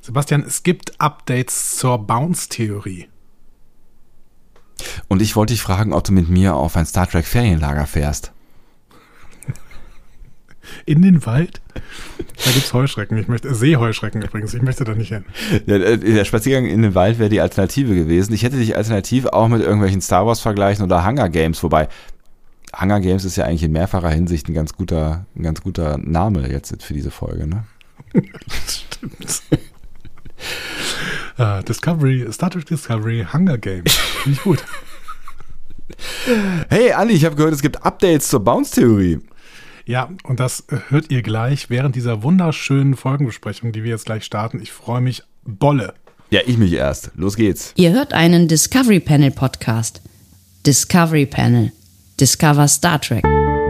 Sebastian, es gibt Updates zur Bounce-Theorie. Und ich wollte dich fragen, ob du mit mir auf ein Star Trek Ferienlager fährst. In den Wald? Da gibt's Heuschrecken. Seeheuschrecken übrigens. Ich möchte da nicht hin. Der Spaziergang in den Wald wäre die Alternative gewesen. Ich hätte dich alternativ auch mit irgendwelchen Star Wars vergleichen oder Hunger Games, wobei Hunger Games ist ja eigentlich in mehrfacher Hinsicht ein ganz guter Name jetzt für diese Folge, ne? Stimmt. Star Trek Discovery, Hunger Games. Finde ich gut. Hey Andi, ich habe gehört, es gibt Updates zur Bounce-Theorie. Ja, und das hört ihr gleich während dieser wunderschönen Folgenbesprechung, die wir jetzt gleich starten. Ich freue mich dolle. Ja, ich mich erst. Los geht's. Ihr hört einen Discovery Panel Podcast. Discovery Panel. Discover Star Trek.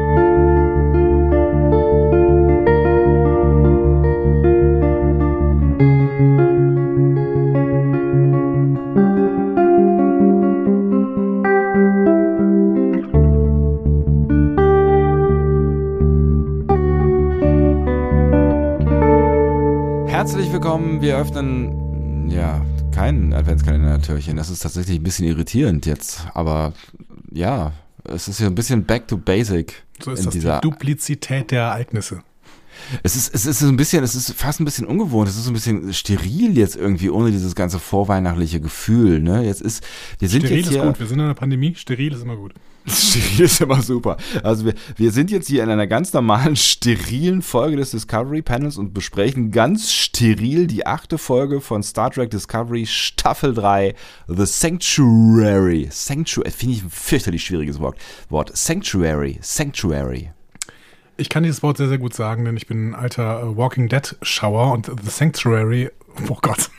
Herzlich willkommen, wir öffnen, kein Adventskalender-Türchen. Das ist tatsächlich ein bisschen irritierend jetzt, aber ja, es ist ja ein bisschen back to basic. So ist das, die Duplizität der Ereignisse. Es ist fast ein bisschen ungewohnt, es ist so ein bisschen steril jetzt irgendwie, ohne dieses ganze vorweihnachtliche Gefühl, ne? Steril ist gut, wir sind in einer Pandemie, steril ist immer gut. Steril ist immer super. Also wir sind jetzt hier in einer ganz normalen, sterilen Folge des Discovery Panels und besprechen ganz steril die 8. Folge von Star Trek Discovery Staffel 3, The Sanctuary. Sanctuary, finde ich ein fürchterlich schwieriges Wort. Sanctuary. Ich kann dieses Wort sehr, sehr gut sagen, denn ich bin ein alter Walking Dead-Schauer und The Sanctuary, oh Gott.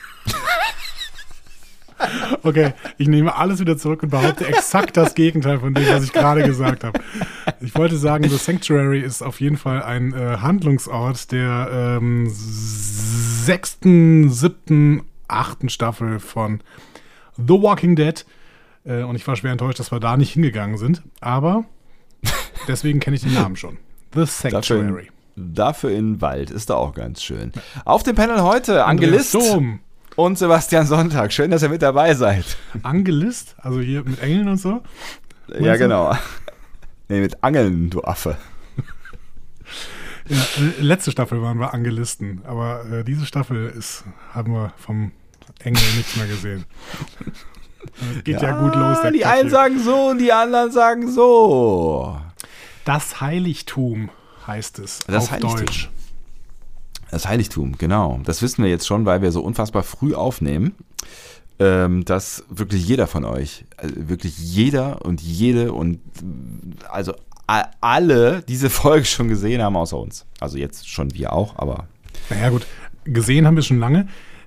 Okay, ich nehme alles wieder zurück und behaupte exakt das Gegenteil von dem, was ich gerade gesagt habe. Ich wollte sagen, The Sanctuary ist auf jeden Fall ein Handlungsort der 6., 7., 8. Staffel von The Walking Dead. Und ich war schwer enttäuscht, dass wir da nicht hingegangen sind. Aber deswegen kenne ich den Namen schon. The Sanctuary. Dafür in Wald ist da auch ganz schön. Auf dem Panel heute Angelist und Sebastian Sonntag. Schön, dass ihr mit dabei seid. Angelist? Also hier mit Engeln und so? Ja, genau. Nee, mit Angeln, du Affe. Ja, letzte Staffel waren wir Angelisten, aber diese Staffel haben wir vom Engel nichts mehr gesehen. Das geht ja gut los. Die einen sagen so und die anderen sagen so. Das Heiligtum heißt es auf Deutsch. Das Heiligtum, genau. Das wissen wir jetzt schon, weil wir so unfassbar früh aufnehmen, dass wirklich jeder von euch, also wirklich jeder und jede und also alle diese Folge schon gesehen haben, außer uns. Also jetzt schon wir auch, aber... Naja gut, gesehen haben wir schon lange.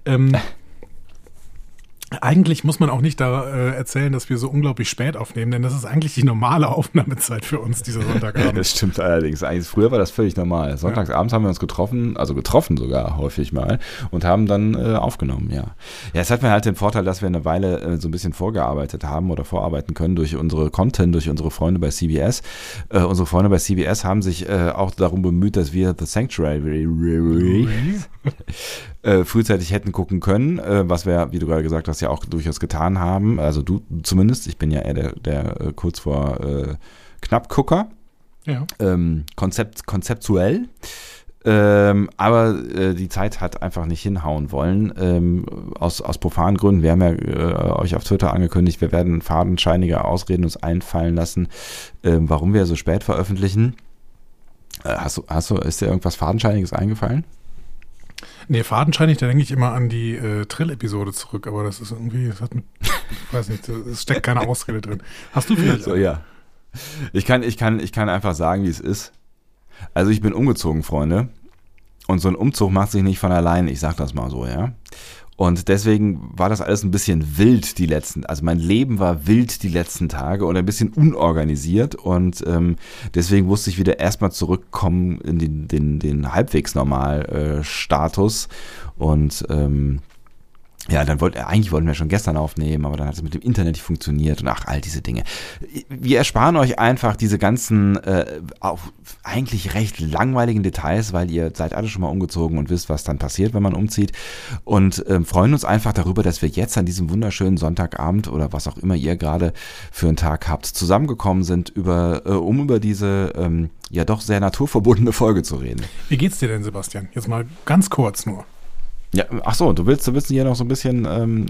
Eigentlich muss man auch nicht da erzählen, dass wir so unglaublich spät aufnehmen, denn das ist eigentlich die normale Aufnahmezeit für uns, dieser Sonntagabend. Das stimmt allerdings. Früher war das völlig normal. Sonntagsabends haben wir uns getroffen sogar häufig mal und haben dann aufgenommen, ja. Ja, es hat mir halt den Vorteil, dass wir eine Weile so ein bisschen vorgearbeitet haben oder vorarbeiten können durch unsere Freunde bei CBS. Unsere Freunde bei CBS haben sich auch darum bemüht, dass wir The Sanctuary frühzeitig hätten gucken können, was wir, wie du gerade gesagt hast, ja auch durchaus getan haben. Also du zumindest, ich bin ja eher der kurz vor Knappgucker. Ja. Konzeptuell. Aber die Zeit hat einfach nicht hinhauen wollen. Aus profanen Gründen. Wir haben ja euch auf Twitter angekündigt, wir werden fadenscheinige Ausreden uns einfallen lassen, warum wir so spät veröffentlichen. Ist dir irgendwas Fadenscheiniges eingefallen? Nee, fadenscheinig, da denke ich immer an die Trill-Episode zurück, aber das ist irgendwie, ich weiß nicht, es steckt keine Ausrede drin. Hast du vielleicht? So, ja. Ich kann einfach sagen, wie es ist. Also ich bin umgezogen, Freunde. Und so ein Umzug macht sich nicht von allein, ich sag das mal so, ja. Und deswegen war das alles ein bisschen wild also mein Leben war wild die letzten Tage und ein bisschen unorganisiert und deswegen musste ich wieder erstmal zurückkommen in den halbwegs normal Status und Ja, eigentlich wollten wir schon gestern aufnehmen, aber dann hat es mit dem Internet nicht funktioniert und all diese Dinge. Wir ersparen euch einfach diese ganzen auch eigentlich recht langweiligen Details, weil ihr seid alle schon mal umgezogen und wisst, was dann passiert, wenn man umzieht, und freuen uns einfach darüber, dass wir jetzt an diesem wunderschönen Sonntagabend oder was auch immer ihr gerade für einen Tag habt, zusammengekommen sind, um über diese ja doch sehr naturverbundene Folge zu reden. Wie geht's dir denn, Sebastian? Jetzt mal ganz kurz nur. Ja, ach so, du willst hier noch so ein bisschen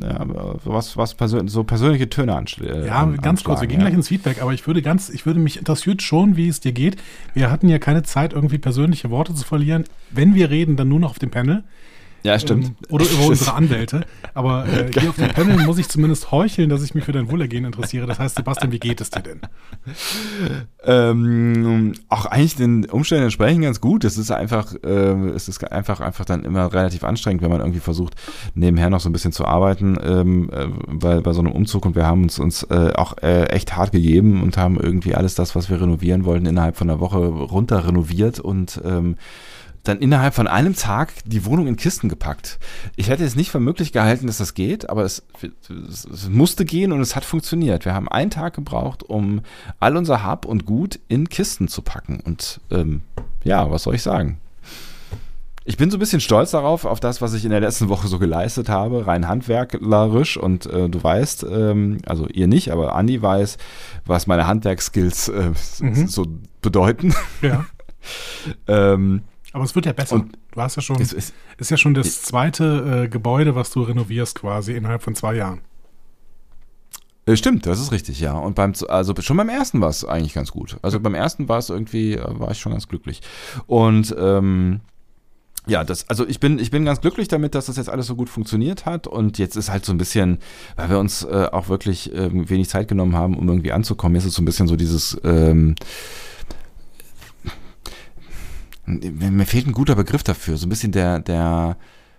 so persönliche Töne anschlagen. Ja, ganz kurz, wir gehen gleich ins Feedback, aber mich interessiert schon, wie es dir geht. Wir hatten ja keine Zeit, irgendwie persönliche Worte zu verlieren. Wenn wir reden, dann nur noch auf dem Panel. Ja, stimmt. Oder über unsere Anwälte. Aber hier auf dem Panel muss ich zumindest heucheln, dass ich mich für dein Wohlergehen interessiere. Das heißt, Sebastian, wie geht es dir denn? Auch eigentlich den Umständen entsprechend ganz gut. Es ist einfach dann immer relativ anstrengend, wenn man irgendwie versucht, nebenher noch so ein bisschen zu arbeiten bei so einem Umzug. Und wir haben uns auch echt hart gegeben und haben irgendwie alles das, was wir renovieren wollten, innerhalb von einer Woche runter renoviert und dann innerhalb von einem Tag die Wohnung in Kisten gepackt. Ich hätte es nicht für möglich gehalten, dass das geht, aber es musste gehen und es hat funktioniert. Wir haben einen Tag gebraucht, um all unser Hab und Gut in Kisten zu packen. Und ja, was soll ich sagen? Ich bin so ein bisschen stolz darauf, auf das, was ich in der letzten Woche so geleistet habe, rein handwerklerisch. Und du weißt, also ihr nicht, aber Andi weiß, was meine Handwerkskills so bedeuten. Ja. Aber es wird ja besser. Und du hast ja schon, ist ja schon das zweite Gebäude, was du renovierst quasi innerhalb von 2 Jahren. Stimmt, das ist richtig, ja. Und schon beim ersten war es eigentlich ganz gut. Also beim ersten war ich schon ganz glücklich. Und ja, ich bin ganz glücklich damit, dass das jetzt alles so gut funktioniert hat. Und jetzt ist halt so ein bisschen, weil wir uns auch wirklich wenig Zeit genommen haben, um irgendwie anzukommen, jetzt ist so ein bisschen so dieses mir fehlt ein guter Begriff dafür, so ein bisschen der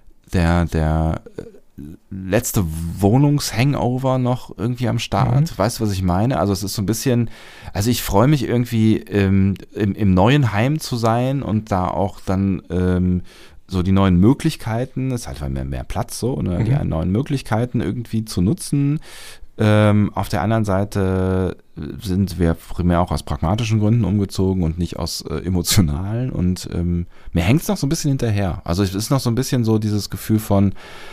letzte Wohnungshangover noch irgendwie am Start. Weißt du, was ich meine? Also es ist so ein bisschen, also ich freue mich irgendwie im neuen Heim zu sein und da auch dann so die neuen Möglichkeiten, es ist halt mehr Platz so, ne, die neuen Möglichkeiten irgendwie zu nutzen. Auf der anderen Seite sind wir primär auch aus pragmatischen Gründen umgezogen und nicht aus emotionalen, und mir hängt es noch so ein bisschen hinterher. Also es ist noch so ein bisschen so dieses Gefühl von,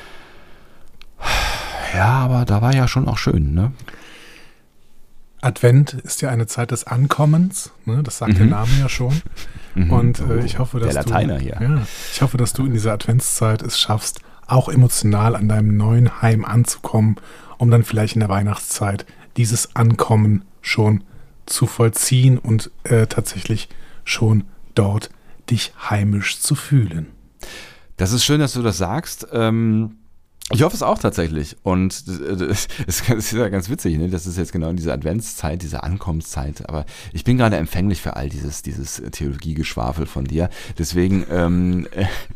ja, aber da war ja schon auch schön, ne? Advent ist ja eine Zeit des Ankommens, ne? Das sagt der Name ja schon. Und ich hoffe, dass der Lateiner hier. Ja, ich hoffe, dass du in dieser Adventszeit es schaffst, auch emotional an deinem neuen Heim anzukommen, um dann vielleicht in der Weihnachtszeit dieses Ankommen schon zu vollziehen und tatsächlich schon dort dich heimisch zu fühlen. Das ist schön, dass du das sagst. Ich hoffe es auch tatsächlich. Und es ist ja ganz witzig, ne? Das ist jetzt genau in dieser Adventszeit, diese Ankommenszeit. Aber ich bin gerade empfänglich für all dieses Theologiegeschwafel von dir. Deswegen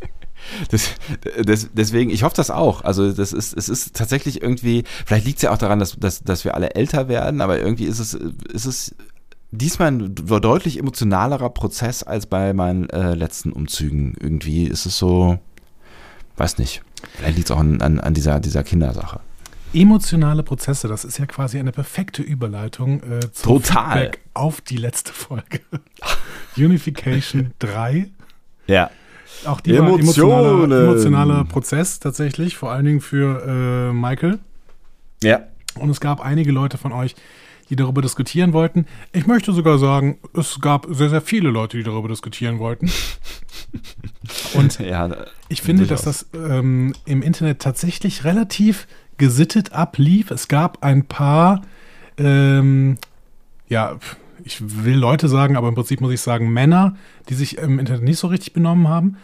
deswegen, ich hoffe das auch. Also es ist tatsächlich irgendwie, vielleicht liegt es ja auch daran, dass wir alle älter werden, aber irgendwie ist es diesmal ein deutlich emotionalerer Prozess als bei meinen letzten Umzügen. Irgendwie ist es so, weiß nicht, vielleicht liegt es auch an dieser Kindersache. Emotionale Prozesse, das ist ja quasi eine perfekte Überleitung zum Feedback auf die letzte Folge. Unification 3. Ja. Auch die war emotionaler Prozess tatsächlich, vor allen Dingen für Michael. Ja. Und es gab einige Leute von euch, die darüber diskutieren wollten. Ich möchte sogar sagen, es gab sehr, sehr viele Leute, die darüber diskutieren wollten. Und ja, ich finde, dass das im Internet tatsächlich relativ gesittet ablief. Es gab ein paar, ich will Leute sagen, aber im Prinzip muss ich sagen Männer, die sich im Internet nicht so richtig benommen haben.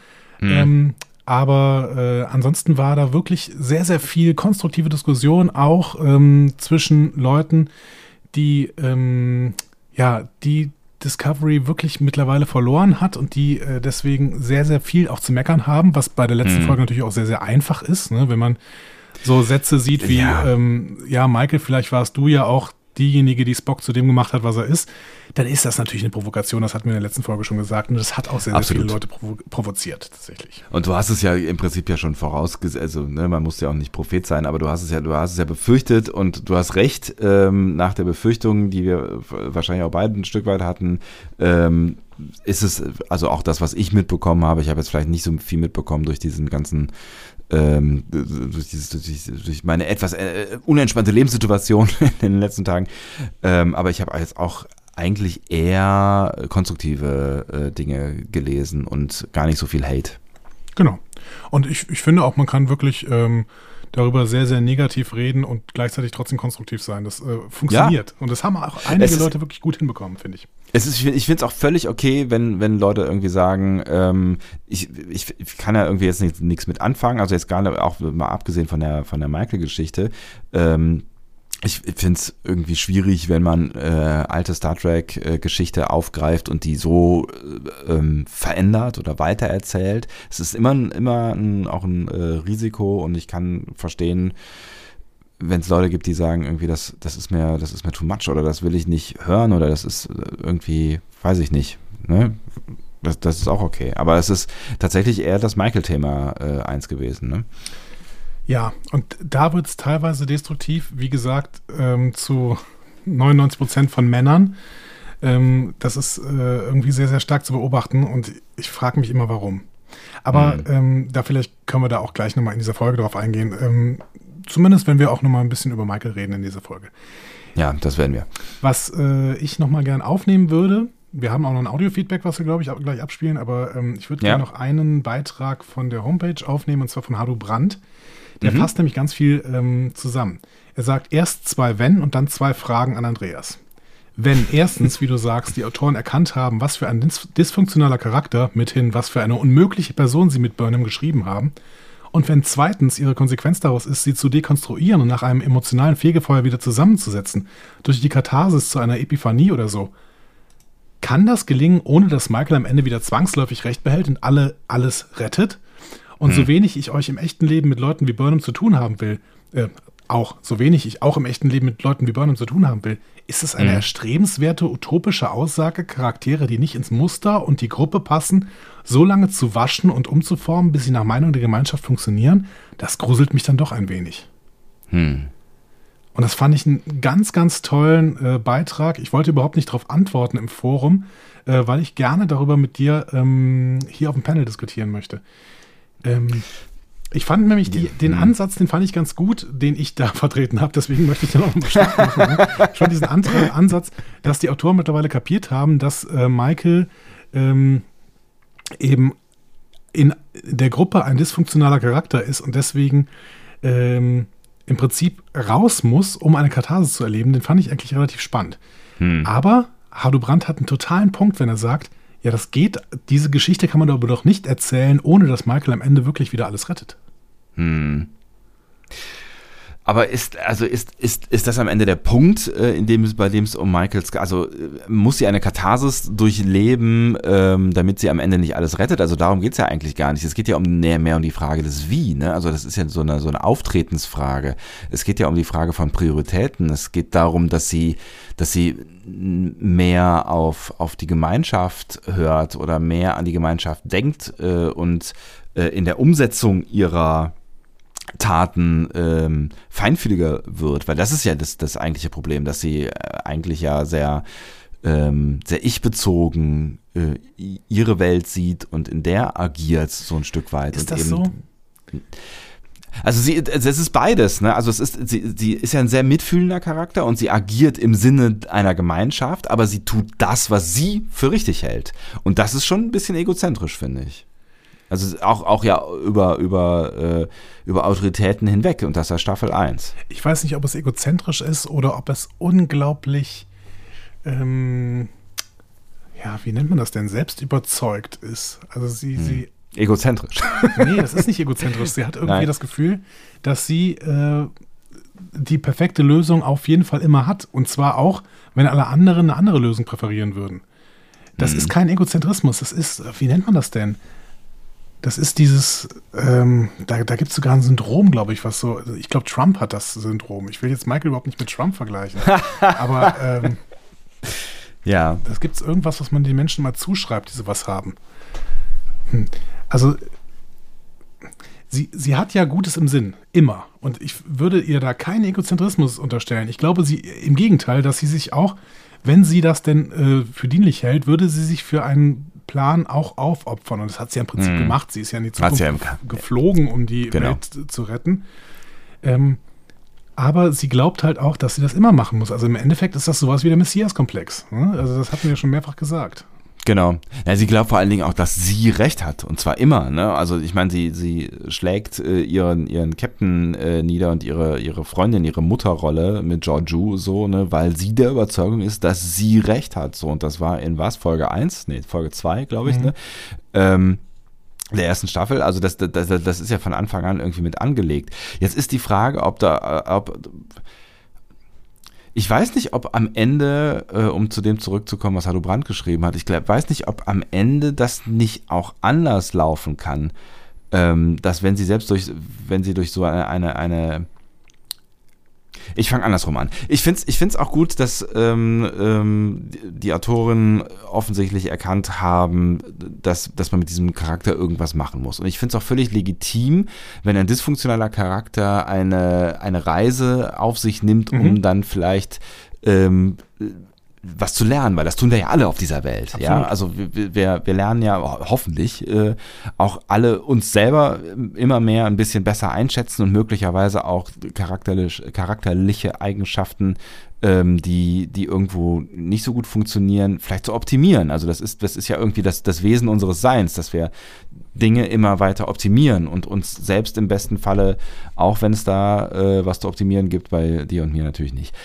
Aber ansonsten war da wirklich sehr, sehr viel konstruktive Diskussion, auch zwischen Leuten, die die Discovery wirklich mittlerweile verloren hat und die deswegen sehr, sehr viel auch zu meckern haben, was bei der letzten Folge natürlich auch sehr, sehr einfach ist, ne? Wenn man so Sätze sieht wie, Michael, vielleicht warst du ja auch diejenige, die Spock zu dem gemacht hat, was er ist, dann ist das natürlich eine Provokation. Das hatten wir in der letzten Folge schon gesagt. Und das hat auch sehr, sehr viele Leute provoziert, tatsächlich. Und du hast es ja im Prinzip ja schon vorausgesehen, also ne, man muss ja auch nicht Prophet sein, aber du hast es ja befürchtet und du hast recht, nach der Befürchtung, die wir wahrscheinlich auch beide ein Stück weit hatten, ist es, also auch das, was ich mitbekommen habe, ich habe jetzt vielleicht nicht so viel mitbekommen durch diesen ganzen durch meine etwas unentspannte Lebenssituation in den letzten Tagen. Aber ich habe jetzt auch eigentlich eher konstruktive Dinge gelesen und gar nicht so viel Hate. Genau. Und ich finde auch, man kann wirklich darüber sehr, sehr negativ reden und gleichzeitig trotzdem konstruktiv sein. Das funktioniert. Ja. Und das haben auch einige Leute wirklich gut hinbekommen, finde ich. Ich finde es auch völlig okay, wenn Leute irgendwie sagen, ich kann ja irgendwie jetzt nichts mit anfangen, also jetzt gerade auch mal abgesehen von der Michael-Geschichte, ich finde es irgendwie schwierig, wenn man alte Star Trek-Geschichte aufgreift und die so verändert oder weitererzählt. Es ist immer auch ein Risiko und ich kann verstehen, wenn es Leute gibt, die sagen, irgendwie, das ist mir too much oder das will ich nicht hören oder das ist irgendwie, weiß ich nicht. Ne? Das ist auch okay. Aber es ist tatsächlich eher das Michael-Thema eins gewesen, ne? Ja, und da wird es teilweise destruktiv, wie gesagt, zu 99% von Männern. Das ist irgendwie sehr, sehr stark zu beobachten und ich frage mich immer, warum. Aber da vielleicht können wir da auch gleich nochmal in dieser Folge drauf eingehen. Zumindest, wenn wir auch nochmal ein bisschen über Michael reden in dieser Folge. Ja, das werden wir. Was ich nochmal gern aufnehmen würde, wir haben auch noch ein Audio-Feedback, was wir, glaube ich, gleich abspielen, aber ich würde gerne noch einen Beitrag von der Homepage aufnehmen, und zwar von Hadu Brandt. Der fasst nämlich ganz viel zusammen. Er sagt erst 2 Wenn und dann 2 Fragen an Andreas. Wenn erstens, wie du sagst, die Autoren erkannt haben, was für ein dysfunktionaler Charakter, mithin was für eine unmögliche Person sie mit Burnham geschrieben haben, und wenn zweitens ihre Konsequenz daraus ist, sie zu dekonstruieren und nach einem emotionalen Fegefeuer wieder zusammenzusetzen, durch die Katharsis zu einer Epiphanie oder so, kann das gelingen, ohne dass Michael am Ende wieder zwangsläufig Recht behält und alles rettet? Und so wenig ich euch im echten Leben mit Leuten wie Burnham zu tun haben will, so wenig ich auch im echten Leben mit Leuten wie Burnham zu tun haben will, ist es eine erstrebenswerte, utopische Aussage, Charaktere, die nicht ins Muster und die Gruppe passen, so lange zu waschen und umzuformen, bis sie nach Meinung der Gemeinschaft funktionieren? Das gruselt mich dann doch ein wenig. Und das fand ich einen ganz, ganz tollen Beitrag. Ich wollte überhaupt nicht darauf antworten im Forum, weil ich gerne darüber mit dir hier auf dem Panel diskutieren möchte. Ich fand nämlich den Ansatz, den fand ich ganz gut, den ich da vertreten habe. Deswegen möchte ich den auch bestimmt machen. Ich fand diesen Ansatz, dass die Autoren mittlerweile kapiert haben, dass Michael eben in der Gruppe ein dysfunktionaler Charakter ist und deswegen im Prinzip raus muss, um eine Katharsis zu erleben. Den fand ich eigentlich relativ spannend. Aber Hadu Brandt hat einen totalen Punkt, wenn er sagt, ja, das geht, diese Geschichte kann man aber doch nicht erzählen, ohne dass Michael am Ende wirklich wieder alles rettet. Aber ist das am Ende der Punkt, bei dem es um Michaels, also muss sie eine Katharsis durchleben, damit sie am Ende nicht alles rettet? Also darum geht es ja eigentlich gar nicht. Es geht ja mehr um die Frage des Wie, ne? Also das ist ja so eine Auftretensfrage. Es geht ja um die Frage von Prioritäten. Es geht darum, dass sie mehr auf die Gemeinschaft hört oder mehr an die Gemeinschaft denkt und in der Umsetzung ihrer Taten feinfühliger wird, weil das ist ja das eigentliche Problem, dass sie eigentlich ja sehr ich-bezogen ihre Welt sieht und in der agiert so ein Stück weit. Ist das so? Also es ist beides, ne? Also sie ist ja ein sehr mitfühlender Charakter und sie agiert im Sinne einer Gemeinschaft, aber sie tut das, was sie für richtig hält. Und das ist schon ein bisschen egozentrisch, finde ich. Also auch ja über Autoritäten hinweg und das ist Staffel 1. Ich weiß nicht, ob es egozentrisch ist oder ob es unglaublich, wie nennt man das denn, selbst überzeugt ist. Also sie egozentrisch. Nee, das ist nicht egozentrisch. Sie hat irgendwie das Gefühl, dass sie die perfekte Lösung auf jeden Fall immer hat. Und zwar auch, wenn alle anderen eine andere Lösung präferieren würden. Das ist kein Egozentrismus. Das ist, wie nennt man das denn? Das ist dieses, da gibt es sogar ein Syndrom, glaube ich, was so, ich glaube, Trump hat das Syndrom. Ich will jetzt Michael überhaupt nicht mit Trump vergleichen. Aber ja. das gibt es irgendwas, was man den Menschen mal zuschreibt, die sowas haben. Also, sie hat ja Gutes im Sinn, immer. Und ich würde ihr da keinen Egozentrismus unterstellen. Ich glaube, im Gegenteil, dass sie sich auch, wenn sie das denn für dienlich hält, würde sie sich für einen Plan auch aufopfern. Und das hat sie ja im Prinzip gemacht. Sie ist ja in die Zukunft geflogen, um die Welt zu retten. Aber sie glaubt halt auch, dass sie das immer machen muss. Also im Endeffekt ist das sowas wie der Messias-Komplex. Ne? Also das hatten wir ja schon mehrfach gesagt. Genau. Ja, sie glaubt vor allen Dingen auch, dass sie recht hat. Und zwar immer. Ne? Also ich meine, sie schlägt ihren Captain nieder und ihre Freundin, ihre Mutterrolle mit Georgiou so, ne, weil sie der Überzeugung ist, dass sie recht hat. So, und das war in was? Folge 1? Nee, Folge 2, glaube ich, ne? Der ersten Staffel. Also das ist ja von Anfang an irgendwie mit angelegt. Jetzt ist die Frage, ich weiß nicht, ob am Ende, um zu dem zurückzukommen, was Hardo Brandt geschrieben hat, weiß nicht, ob am Ende das nicht auch anders laufen kann, dass wenn sie durch so eine ich fange andersrum an. Ich find's auch gut, dass die Autorinnen offensichtlich erkannt haben, dass man mit diesem Charakter irgendwas machen muss. Und ich finde es auch völlig legitim, wenn ein dysfunktionaler Charakter eine Reise auf sich nimmt, um dann vielleicht was zu lernen, weil das tun wir ja alle auf dieser Welt. Absolut. Ja, also wir lernen ja hoffentlich auch alle uns selber immer mehr ein bisschen besser einschätzen und möglicherweise auch charakterliche Eigenschaften, die irgendwo nicht so gut funktionieren, vielleicht zu optimieren. Also das ist ja irgendwie das Wesen unseres Seins, dass wir Dinge immer weiter optimieren und uns selbst im besten Falle, auch wenn es da was zu optimieren gibt, bei dir und mir natürlich nicht.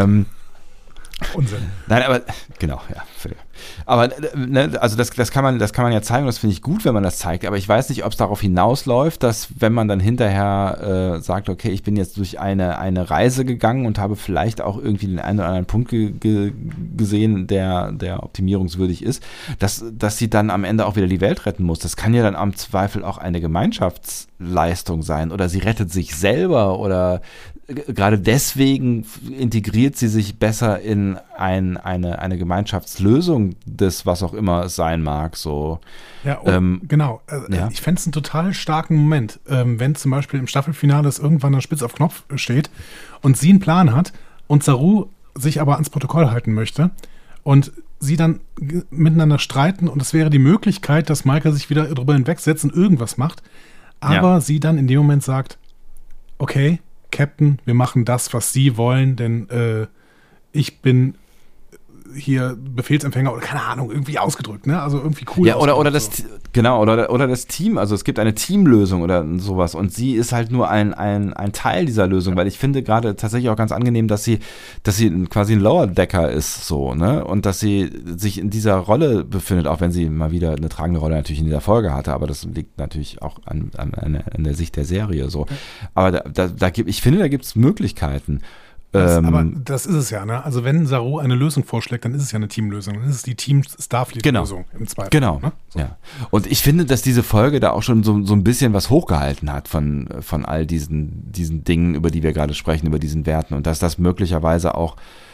Unsinn. Nein, aber genau, ja. Aber ne, also das kann man ja zeigen, das finde ich gut, wenn man das zeigt, aber ich weiß nicht, ob es darauf hinausläuft, dass wenn man dann hinterher sagt, okay, ich bin jetzt durch eine Reise gegangen und habe vielleicht auch irgendwie den einen oder anderen Punkt gesehen, der optimierungswürdig ist, dass sie dann am Ende auch wieder die Welt retten muss. Das kann ja dann am Zweifel auch eine Gemeinschaftsleistung sein oder sie rettet sich selber oder gerade deswegen integriert sie sich besser in eine Gemeinschaftslösung des, was auch immer es sein mag. So. Ja, genau. Ja. Ich fände es einen total starken Moment, wenn zum Beispiel im Staffelfinale es irgendwann dann spitz auf Knopf steht und sie einen Plan hat und Saru sich aber ans Protokoll halten möchte und sie dann miteinander streiten und es wäre die Möglichkeit, dass Michael sich wieder drüber hinwegsetzt und irgendwas macht, aber sie dann in dem Moment sagt, okay, Captain, wir machen das, was Sie wollen, denn ich bin hier Befehlsempfänger oder keine Ahnung, irgendwie ausgedrückt, ne? Also irgendwie cool. Ja, oder das Team, also es gibt eine Teamlösung oder sowas und sie ist halt nur ein Teil dieser Lösung, weil ich finde gerade tatsächlich auch ganz angenehm, dass sie quasi ein Lower Decker ist, so, ne? Und dass sie sich in dieser Rolle befindet, auch wenn sie mal wieder eine tragende Rolle natürlich in dieser Folge hatte, aber das liegt natürlich auch an der Sicht der Serie, so. Aber ich finde, da gibt es Möglichkeiten. Aber das ist es ja, ne? Also wenn Saru eine Lösung vorschlägt, dann ist es ja eine Teamlösung. Dann ist es die Team-Starfleet-Lösung im Zweifel. Genau, ne? So. Ja. Und ich finde, dass diese Folge da auch schon so ein bisschen was hochgehalten hat von all diesen Dingen, über die wir gerade sprechen, über diesen Werten und dass das möglicherweise auch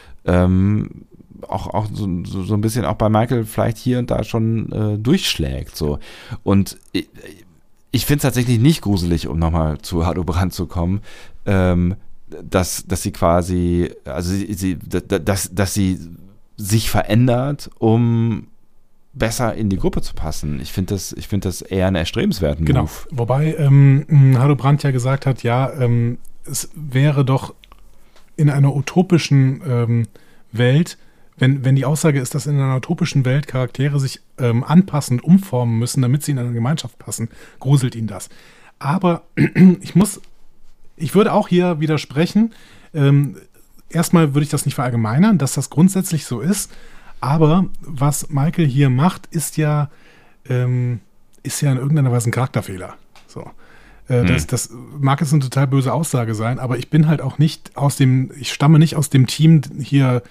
auch so ein bisschen auch bei Michael vielleicht hier und da schon durchschlägt. So. Und ich finde es tatsächlich nicht gruselig, um nochmal zu Hardo Brandt zu kommen, dass sie quasi, also dass sie sich verändert, um besser in die Gruppe zu passen. Ich finde das eher einen erstrebenswerten Move. Genau, wobei Hardo Brandt ja gesagt hat, ja, es wäre doch in einer utopischen Welt, wenn die Aussage ist, dass in einer utopischen Welt Charaktere sich anpassen und umformen müssen, damit sie in eine Gemeinschaft passen, gruselt ihn das. Aber ich würde auch hier widersprechen. Erstmal würde ich das nicht verallgemeinern, dass das grundsätzlich so ist. Aber was Michael hier macht, ist ja in irgendeiner Weise ein Charakterfehler. So. Das mag jetzt eine total böse Aussage sein, aber ich bin halt auch nicht ich stamme nicht aus dem Team hier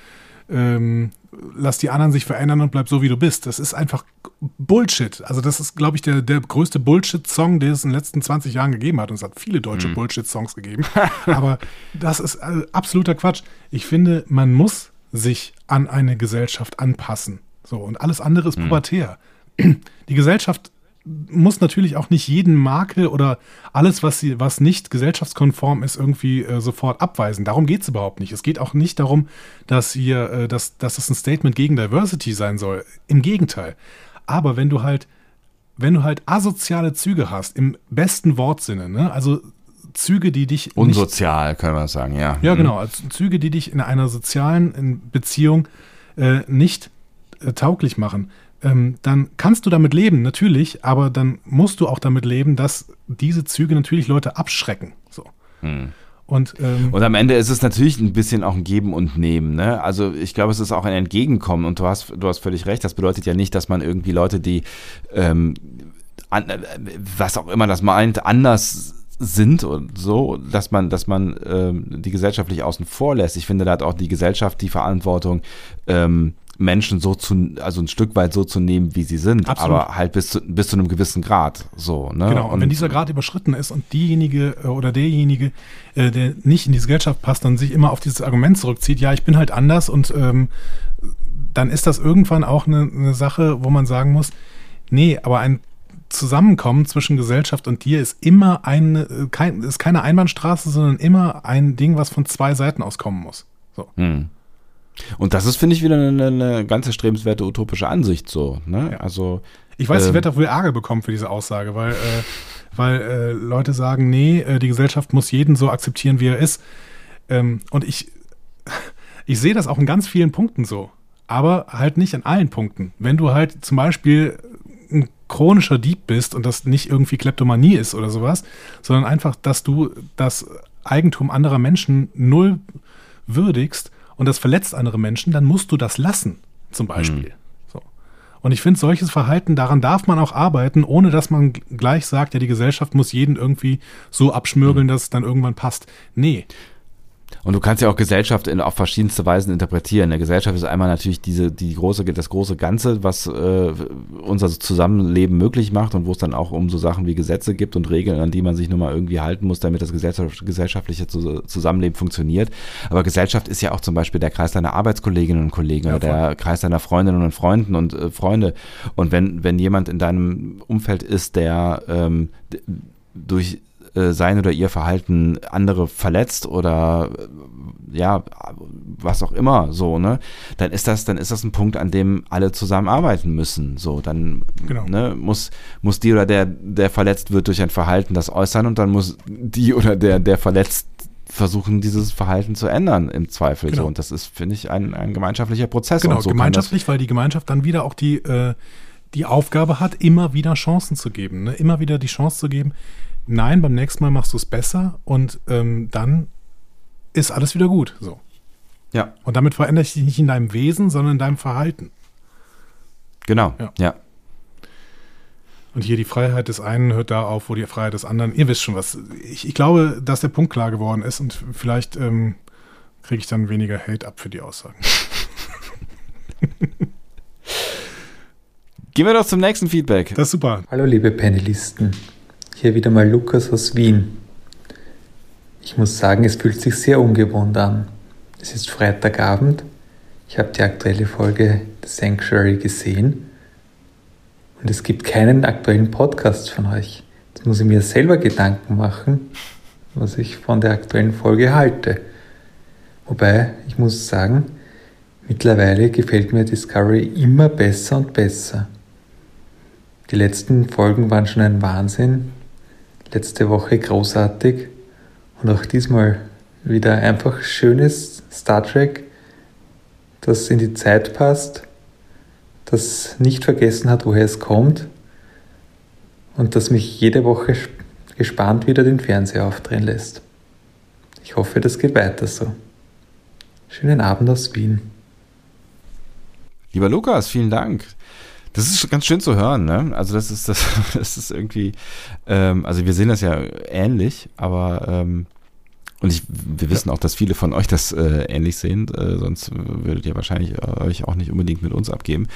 lass die anderen sich verändern und bleib so, wie du bist. Das ist einfach Bullshit. Also das ist, glaube ich, der größte Bullshit-Song, den es in den letzten 20 Jahren gegeben hat. Und es hat viele deutsche Bullshit-Songs gegeben. Aber das ist absoluter Quatsch. Ich finde, man muss sich an eine Gesellschaft anpassen. So, und alles andere ist pubertär. Die Gesellschaft muss natürlich auch nicht jeden Makel oder alles, was nicht gesellschaftskonform ist, irgendwie sofort abweisen. Darum geht es überhaupt nicht. Es geht auch nicht darum, dass es ein Statement gegen Diversity sein soll. Im Gegenteil. Aber wenn du halt asoziale Züge hast, im besten Wortsinne, ne? Also Züge, die dich unsozial, können wir sagen, ja. Ja, genau. Also Züge, die dich in einer sozialen Beziehung nicht tauglich machen, dann kannst du damit leben, natürlich, aber dann musst du auch damit leben, dass diese Züge natürlich Leute abschrecken. So. Und am Ende ist es natürlich ein bisschen auch ein Geben und Nehmen, ne? Also ich glaube, es ist auch ein Entgegenkommen und du hast völlig recht, das bedeutet ja nicht, dass man irgendwie Leute, die was auch immer das meint, anders sind und so, dass man die gesellschaftlich außen vor lässt. Ich finde, da hat auch die Gesellschaft die Verantwortung, Menschen also ein Stück weit so zu nehmen, wie sie sind, absolut. Aber halt bis zu einem gewissen Grad. So, ne? Genau, und wenn dieser Grad überschritten ist und diejenige oder derjenige, der nicht in die Gesellschaft passt, dann sich immer auf dieses Argument zurückzieht, ja, ich bin halt anders und dann ist das irgendwann auch eine Sache, wo man sagen muss, nee, aber ein Zusammenkommen zwischen Gesellschaft und dir ist immer ist keine Einbahnstraße, sondern immer ein Ding, was von zwei Seiten aus kommen muss. So. Und das ist, finde ich, wieder eine ganz erstrebenswerte utopische Ansicht so. Ne? Ja. Also, ich weiß, ich werde auch wohl Ärger bekommen für diese Aussage, weil Leute sagen, nee, die Gesellschaft muss jeden so akzeptieren, wie er ist. Und ich sehe das auch in ganz vielen Punkten so, aber halt nicht in allen Punkten. Wenn du halt zum Beispiel ein chronischer Dieb bist und das nicht irgendwie Kleptomanie ist oder sowas, sondern einfach, dass du das Eigentum anderer Menschen null würdigst, und das verletzt andere Menschen, dann musst du das lassen, zum Beispiel. So. Und ich finde, solches Verhalten, daran darf man auch arbeiten, ohne dass man gleich sagt, ja, die Gesellschaft muss jeden irgendwie so abschmürgeln, dass es dann irgendwann passt. Nee. Und du kannst ja auch Gesellschaft auf verschiedenste Weisen interpretieren. Eine Gesellschaft ist einmal natürlich das große Ganze, was unser Zusammenleben möglich macht und wo es dann auch um so Sachen wie Gesetze gibt und Regeln, an die man sich nur mal irgendwie halten muss, damit das gesellschaftliche Zusammenleben funktioniert. Aber Gesellschaft ist ja auch zum Beispiel der Kreis deiner Arbeitskolleginnen und Kollegen oder der Kreis deiner Freundinnen und Freunden und Freunde. Und wenn jemand in deinem Umfeld ist, der durch sein oder ihr Verhalten andere verletzt oder ja, was auch immer, so, ne, dann ist das ein Punkt, an dem alle zusammenarbeiten müssen, so, dann ne, muss die oder der verletzt wird durch ein Verhalten das äußern und dann muss die oder der verletzt versuchen, dieses Verhalten zu ändern im Zweifel, so, und das ist, finde ich, ein gemeinschaftlicher Prozess. Genau, und so gemeinschaftlich, weil die Gemeinschaft dann wieder auch die Aufgabe hat, immer wieder Chancen zu geben, ne? Immer wieder die Chance zu geben, nein, beim nächsten Mal machst du es besser und dann ist alles wieder gut. So. Ja. Und damit verändert sich nicht in deinem Wesen, sondern in deinem Verhalten. Genau, ja. Und hier die Freiheit des einen hört da auf, wo die Freiheit des anderen, ihr wisst schon was. Ich glaube, dass der Punkt klar geworden ist und vielleicht kriege ich dann weniger Hate ab für die Aussagen. Gehen wir doch zum nächsten Feedback. Das ist super. Hallo liebe Panelisten. Hier wieder mal Lukas aus Wien. Ich muss sagen, es fühlt sich sehr ungewohnt an. Es ist Freitagabend. Ich habe die aktuelle Folge The Sanctuary gesehen und es gibt keinen aktuellen Podcast von euch. Jetzt muss ich mir selber Gedanken machen, was ich von der aktuellen Folge halte. Wobei, ich muss sagen, mittlerweile gefällt mir Discovery immer besser und besser. Die letzten Folgen waren schon ein Wahnsinn. Letzte Woche großartig und auch diesmal wieder einfach schönes Star Trek, das in die Zeit passt, das nicht vergessen hat, woher es kommt und das mich jede Woche gespannt wieder den Fernseher aufdrehen lässt. Ich hoffe, das geht weiter so. Schönen Abend aus Wien. Lieber Lukas, vielen Dank. Das ist ganz schön zu hören, ne? Also das ist irgendwie, also wir sehen das ja ähnlich, aber Und wir wissen auch, dass viele von euch das ähnlich sehen, sonst würdet ihr wahrscheinlich euch auch nicht unbedingt mit uns abgeben.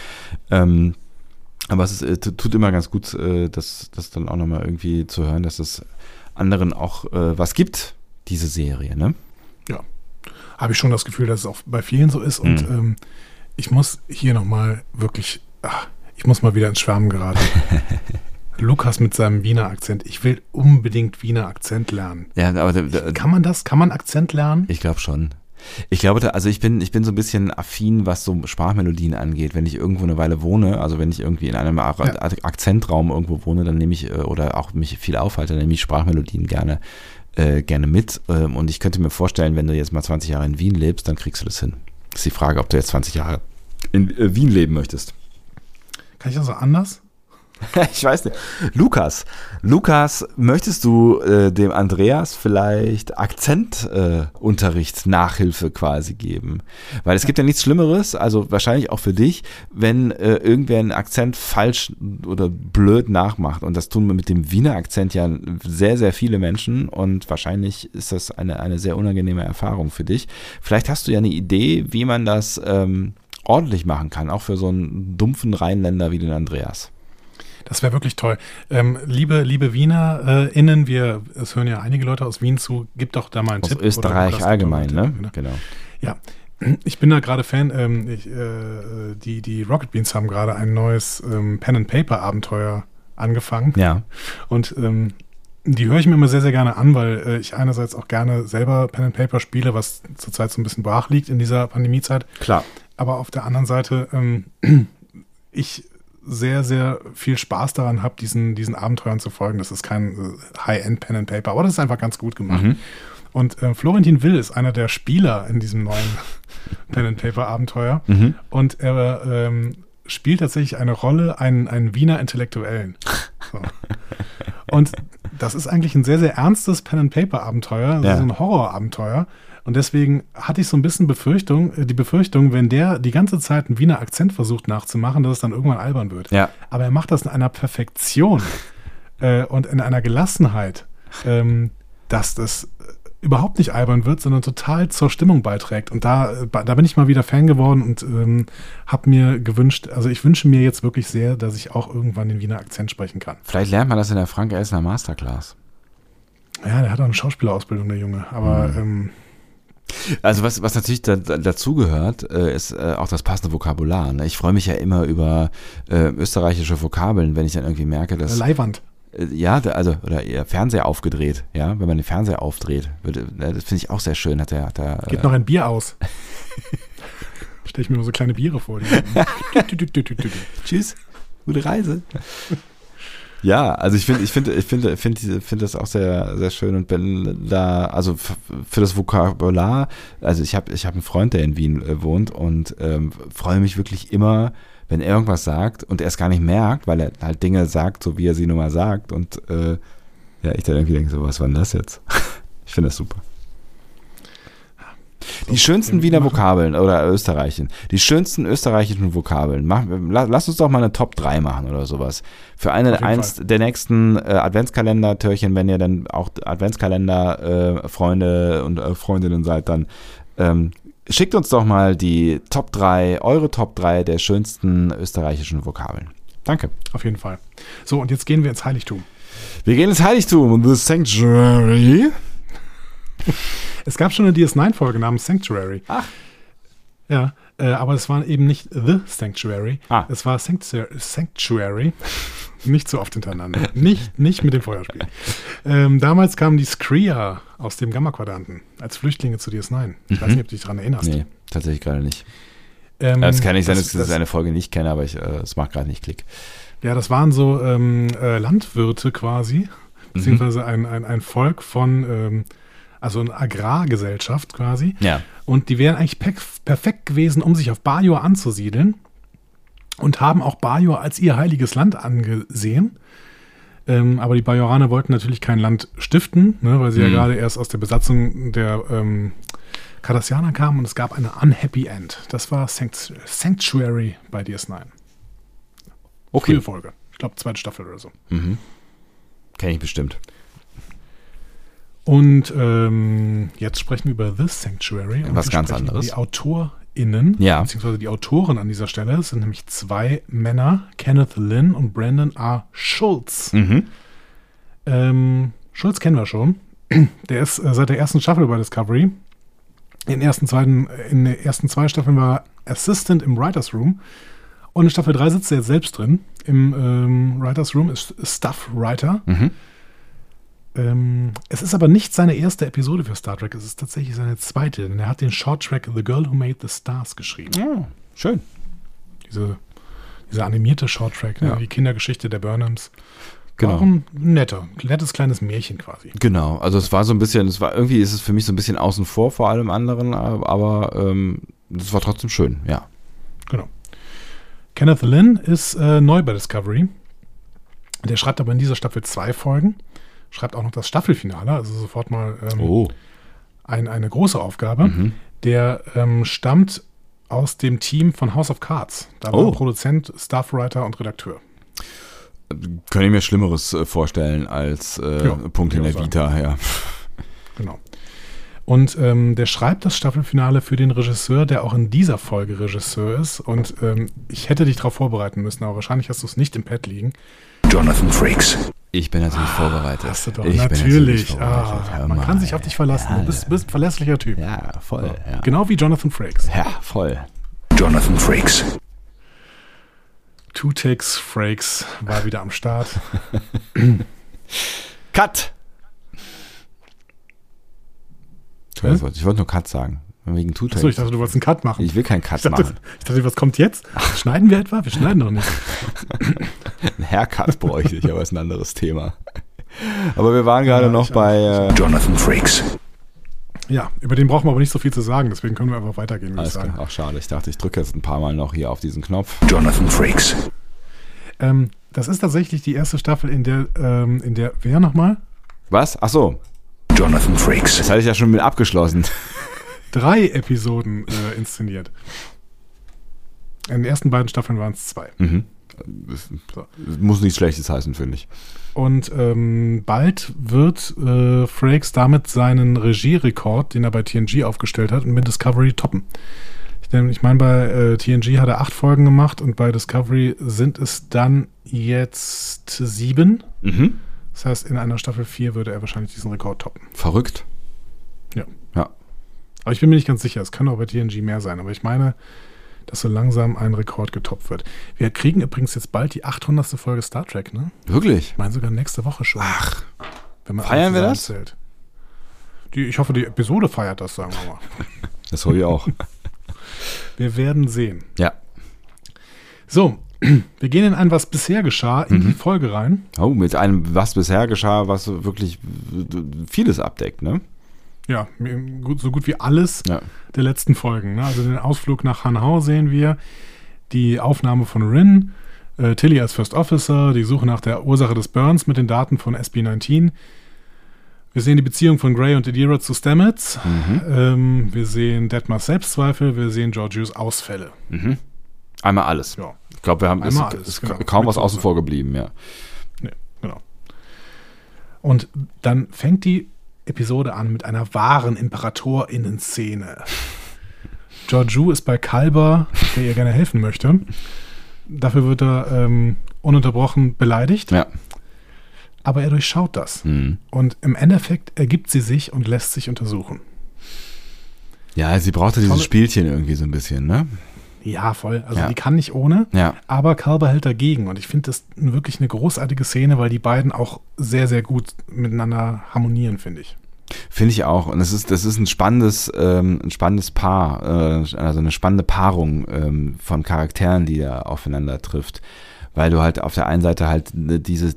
Aber es tut immer ganz gut, das dann auch nochmal irgendwie zu hören, dass es anderen auch was gibt, diese Serie, ne? Ja, habe ich schon das Gefühl, dass es auch bei vielen so ist. Und ich muss hier nochmal wirklich, ich muss mal wieder ins Schwärmen geraten. Lukas mit seinem Wiener Akzent. Ich will unbedingt Wiener Akzent lernen. Ja, aber kann man das? Kann man Akzent lernen? Ich glaube schon. Ich glaube, also ich bin so ein bisschen affin, was so Sprachmelodien angeht. Wenn ich irgendwo eine Weile wohne, also wenn ich irgendwie in einem Akzentraum irgendwo wohne, dann nehme ich, oder auch mich viel aufhalte, dann nehme ich Sprachmelodien gerne mit. Und ich könnte mir vorstellen, wenn du jetzt mal 20 Jahre in Wien lebst, dann kriegst du das hin. Das ist die Frage, ob du jetzt 20 Jahre in Wien leben möchtest. Kann ich das auch anders? Ich weiß nicht. Lukas, möchtest du dem Andreas vielleicht Akzentunterricht, Nachhilfe quasi geben? Weil es gibt ja nichts Schlimmeres, also wahrscheinlich auch für dich, wenn irgendwer einen Akzent falsch oder blöd nachmacht. Und das tun wir mit dem Wiener Akzent ja sehr, sehr viele Menschen. Und wahrscheinlich ist das eine sehr unangenehme Erfahrung für dich. Vielleicht hast du ja eine Idee, wie man das ordentlich machen kann, auch für so einen dumpfen Rheinländer wie den Andreas. Das wäre wirklich toll. Liebe WienerInnen, es hören ja einige Leute aus Wien zu, gibt doch da mal einen aus Tipp. Aus Österreich allgemein, ne? Genau. Ja, ich bin da gerade Fan. Die Rocket Beans haben gerade ein neues Pen-and-Paper-Abenteuer angefangen. Ja. Und die höre ich mir immer sehr, sehr gerne an, weil ich einerseits auch gerne selber Pen-and-Paper spiele, was zurzeit so ein bisschen brach liegt in dieser Pandemiezeit. Klar. Aber auf der anderen Seite, ich sehr, sehr viel Spaß daran habe, diesen Abenteuern zu folgen. Das ist kein High-End Pen and Paper, aber das ist einfach ganz gut gemacht. Mhm. Und Florentin Will ist einer der Spieler in diesem neuen Pen and Paper Abenteuer. Mhm. Und er spielt tatsächlich eine Rolle, einen Wiener Intellektuellen. So. Und das ist eigentlich ein sehr, sehr ernstes Pen and Paper Abenteuer, so ein Horrorabenteuer. Und deswegen hatte ich so ein bisschen die Befürchtung, wenn der die ganze Zeit einen Wiener Akzent versucht nachzumachen, dass es dann irgendwann albern wird. Ja. Aber er macht das in einer Perfektion und in einer Gelassenheit, dass das überhaupt nicht albern wird, sondern total zur Stimmung beiträgt. Und da bin ich mal wieder Fan geworden und habe mir gewünscht, also ich wünsche mir jetzt wirklich sehr, dass ich auch irgendwann den Wiener Akzent sprechen kann. Vielleicht lernt man das in der Frank Elsner Masterclass. Ja, der hat auch eine Schauspielerausbildung, der Junge. Aber also was natürlich dazugehört, ist auch das passende Vokabular. Ne? Ich freue mich ja immer über österreichische Vokabeln, wenn ich dann irgendwie merke, dass... Leihwand. Oder eher Fernseher aufgedreht, ja, wenn man den Fernseher aufdreht. Das finde ich auch sehr schön. Geht noch ein Bier aus. Stelle ich mir nur so kleine Biere vor. Tschüss, gute Reise. Ja, also ich finde das auch sehr, sehr schön und bin da, also für das Vokabular, also ich habe einen Freund, der in Wien wohnt und freue mich wirklich immer, wenn er irgendwas sagt und er es gar nicht merkt, weil er halt Dinge sagt, so wie er sie nun mal sagt und ich dann irgendwie denke so, was war denn das jetzt? Ich finde das super. Die schönsten Wiener Vokabeln oder die schönsten österreichischen Vokabeln. Lass uns doch mal eine Top 3 machen oder sowas. Für eins der nächsten Adventskalender-Türchen, wenn ihr dann auch Adventskalender-Freunde und Freundinnen seid, dann schickt uns doch mal eure Top 3 der schönsten österreichischen Vokabeln. Danke. Auf jeden Fall. So, und jetzt gehen wir ins Heiligtum. Wir gehen ins Heiligtum, The Sanctuary. Es gab schon eine DS9-Folge namens Sanctuary. Ach. Ja, aber es war eben nicht The Sanctuary. Es war Sanctuary. Nicht so oft hintereinander. Nicht mit dem Feuerspiel. Damals kamen die Skria aus dem Gamma-Quadranten als Flüchtlinge zu DS9. Ich weiß nicht, ob du dich daran erinnerst. Nee, tatsächlich gerade nicht. Es kann nicht sein, dass ich eine Folge nicht kenne, aber es macht gerade nicht Klick. Ja, das waren so Landwirte quasi, beziehungsweise ein Volk von... also eine Agrargesellschaft quasi. Ja. Und die wären eigentlich perfekt gewesen, um sich auf Bajor anzusiedeln und haben auch Bajor als ihr heiliges Land angesehen. Aber die Bajoraner wollten natürlich kein Land stiften, ne, weil sie ja gerade erst aus der Besatzung der Cardassianer kamen und es gab eine Unhappy End. Das war Sanctuary bei DS9. Okay. Frühe Folge. Ich glaube, 2. Staffel oder so. Kenn ich bestimmt. Und jetzt sprechen wir über The Sanctuary. Und was ganz anderes. Die AutorInnen, beziehungsweise die Autoren an dieser Stelle, es sind nämlich 2 Männer, Kenneth Lynn und Brandon R. Schulz. Schulz kennen wir schon. Der ist seit der ersten Staffel bei Discovery. In den ersten 2 Staffeln war Assistant im Writers Room. Und in Staffel 3 sitzt er jetzt selbst drin. Im Writers Room ist Staff Writer. Es ist aber nicht seine erste Episode für Star Trek. Es ist tatsächlich seine zweite. Denn er hat den Shorttrack The Girl Who Made the Stars geschrieben. Oh, schön. Dieser animierte Shorttrack, die Kindergeschichte der Burnhams. Genau. Auch ein nettes kleines Märchen quasi. Genau, also es war so ein bisschen, irgendwie ist es für mich so ein bisschen außen vor allem anderen, aber es war trotzdem schön, ja. Genau. Kenneth Lynn ist neu bei Discovery. Der schreibt aber in dieser Staffel 2 Folgen. Schreibt auch noch das Staffelfinale, also sofort mal eine große Aufgabe. Der stammt aus dem Team von House of Cards. Da war Produzent, Staffwriter und Redakteur. Kann ich mir Schlimmeres vorstellen als Punkt in der Vita, ja. Genau. Und der schreibt das Staffelfinale für den Regisseur, der auch in dieser Folge Regisseur ist. Und ich hätte dich darauf vorbereiten müssen, aber wahrscheinlich hast du es nicht im Pad liegen. Jonathan Frakes. Ich bin natürlich vorbereitet. Hast du doch, natürlich. Man kann sich auf dich verlassen. Du bist ein verlässlicher Typ. Ja, voll. Ja. Genau wie Jonathan Frakes. Ja, voll. Jonathan Frakes. Two Takes Frakes war wieder am Start. Cut! Ich wollte nur Cut sagen. Wegen Two Takes. Achso, ich dachte, du wolltest einen Cut machen. Ich will keinen Cut machen. Ich dachte, was kommt jetzt? Schneiden wir etwa? Wir schneiden doch nicht. Ein Haircut bräuchte ich, aber ist ein anderes Thema. Aber wir waren gerade noch bei Jonathan Frakes. Ja, über den brauchen wir aber nicht so viel zu sagen, deswegen können wir einfach weitergehen, würde ich sagen. Ach, schade. Ich dachte, ich drücke jetzt ein paar Mal noch hier auf diesen Knopf. Jonathan Frakes. Das ist tatsächlich die erste Staffel, in der wer nochmal? Was? Ach so. Jonathan Frakes. Das hatte ich ja schon mit abgeschlossen. 3 Episoden inszeniert. In den ersten beiden Staffeln waren es 2. So. Muss nichts Schlechtes heißen, finde ich. Und bald wird Frakes damit seinen Regierekord, den er bei TNG aufgestellt hat, mit Discovery toppen. Ich meine, bei TNG hat er 8 Folgen gemacht und bei Discovery sind es dann jetzt 7. Das heißt, in einer Staffel 4 würde er wahrscheinlich diesen Rekord toppen. Verrückt. Ja. Aber ich bin mir nicht ganz sicher, es kann auch bei TNG mehr sein, aber ich meine, dass so langsam ein Rekord getoppt wird. Wir kriegen übrigens jetzt bald die 800. Folge Star Trek, ne? Wirklich? Ich meine sogar nächste Woche schon. Ach, wenn man feiern wir das? Zählt. Ich hoffe, die Episode feiert das, sagen wir mal. Das hoffe ich auch. Wir werden sehen. Ja. So, wir gehen in ein Was bisher geschah in die Folge rein. Oh, mit einem Was bisher geschah, was wirklich vieles abdeckt, ne? Ja, so gut wie alles der letzten Folgen. Ne? Also den Ausflug nach Hanau sehen wir, die Aufnahme von Rin, Tilly als First Officer, die Suche nach der Ursache des Burns mit den Daten von SB19. Wir sehen die Beziehung von Grey und Adira zu Stamets. Wir sehen Detmers Selbstzweifel, wir sehen Georgious Ausfälle. Einmal alles. Ja. Ich glaube, wir haben kaum was außen vor geblieben, ja. Nee, genau. Und dann fängt die Episode an mit einer wahren ImperatorInnen-Szene. Georgiou ist bei Kalber, der ihr gerne helfen möchte. Dafür wird er ununterbrochen beleidigt. Ja. Aber er durchschaut das. Und im Endeffekt ergibt sie sich und lässt sich untersuchen. Ja, sie brauchte dieses Spielchen irgendwie so ein bisschen, ne? Ja, voll. Also die kann nicht ohne. Ja. Aber Kalber hält dagegen. Und ich finde das wirklich eine großartige Szene, weil die beiden auch sehr, sehr gut miteinander harmonieren, finde ich. Finde ich auch. Und das ist ein spannendes Paar, also eine spannende Paarung von Charakteren, die da aufeinander trifft. Weil du halt auf der einen Seite halt diese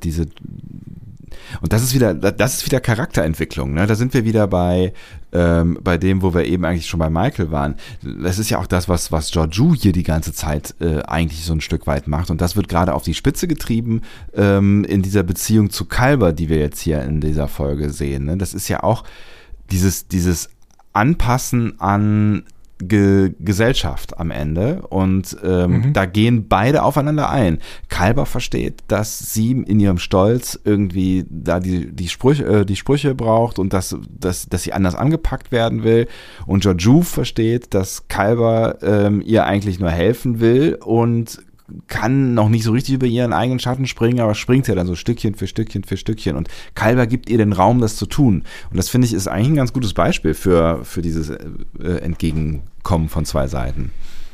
und das ist wieder Charakterentwicklung, ne? Da sind wir wieder bei dem, wo wir eben eigentlich schon bei Michael waren. Das ist ja auch das, was Georgiou hier die ganze Zeit eigentlich so ein Stück weit macht. Und das wird gerade auf die Spitze getrieben in dieser Beziehung zu Kalber, die wir jetzt hier in dieser Folge sehen. Ne? Das ist ja auch dieses Anpassen an Gesellschaft am Ende und da gehen beide aufeinander ein. Kalber versteht, dass sie in ihrem Stolz irgendwie da die Sprüche braucht und dass sie anders angepackt werden will, und Georgiou versteht, dass Kalber ihr eigentlich nur helfen will und kann noch nicht so richtig über ihren eigenen Schatten springen, aber springt ja dann so Stückchen für Stückchen für Stückchen, und Kalber gibt ihr den Raum, das zu tun. Und das, finde ich, ist eigentlich ein ganz gutes Beispiel für dieses Entgegenkommen von zwei Seiten.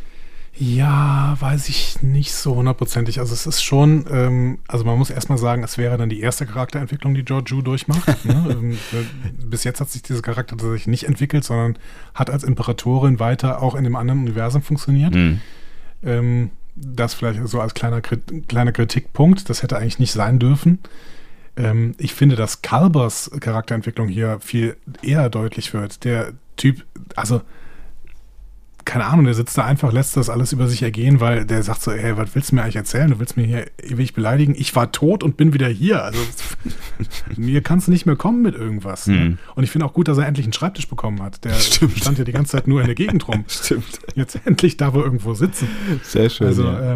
Ja, weiß ich nicht so hundertprozentig. Also es ist schon, also man muss erstmal sagen, es wäre dann die erste Charakterentwicklung, die Georgiou durchmacht. Ne? Bis jetzt hat sich dieser Charakter tatsächlich nicht entwickelt, sondern hat als Imperatorin weiter auch in dem anderen Universum funktioniert. Das vielleicht so als kleiner Kritikpunkt, das hätte eigentlich nicht sein dürfen. Ich finde, dass Kalbers Charakterentwicklung hier viel eher deutlich wird. Der Typ, also keine Ahnung, der sitzt da einfach, lässt das alles über sich ergehen, weil der sagt so, hey, was willst du mir eigentlich erzählen? Du willst mir hier ewig beleidigen? Ich war tot und bin wieder hier. Also mir kannst du nicht mehr kommen mit irgendwas. Ne? Und ich finde auch gut, dass er endlich einen Schreibtisch bekommen hat. Der stand ja die ganze Zeit nur in der Gegend rum. Stimmt. Jetzt endlich darf er irgendwo sitzen. Sehr schön. Also, ja.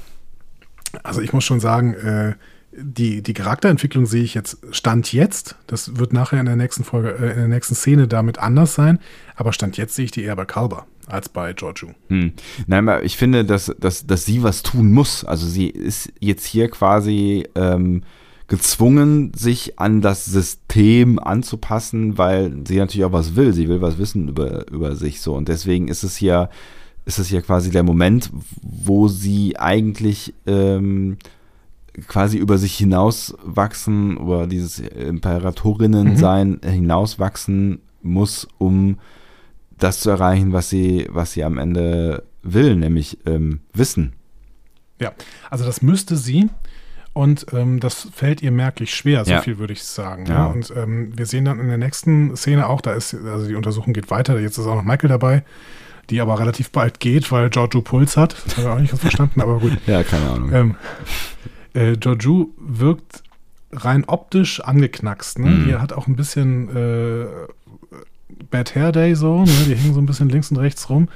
Also ich muss schon sagen, die Charakterentwicklung sehe ich jetzt, Stand jetzt, das wird nachher in der nächsten Folge, in der nächsten Szene damit anders sein, aber Stand jetzt sehe ich die eher bei Kalber als bei Georgiou. Nein, aber ich finde, dass sie was tun muss. Also sie ist jetzt hier quasi gezwungen, sich an das System anzupassen, weil sie natürlich auch was will. Sie will was wissen über sich so. Und deswegen ist es hier quasi der Moment, wo sie eigentlich quasi über sich hinauswachsen, über dieses Imperatorinnen-Sein hinauswachsen muss, um das zu erreichen, was sie am Ende will, nämlich Wissen. Ja, also das müsste sie, und das fällt ihr merklich schwer, so Ja. viel würde ich sagen. Ja. Ja. Und wir sehen dann in der nächsten Szene auch, also die Untersuchung geht weiter, jetzt ist auch noch Michael dabei, die aber relativ bald geht, weil Georgiou Puls hat. Das habe ich auch nicht ganz verstanden, aber gut. Ja, keine Ahnung. Georgiou wirkt rein optisch angeknackst. Ne? Die hat auch ein bisschen Bad Hair Day so, ne? Die hängen so ein bisschen links und rechts rum.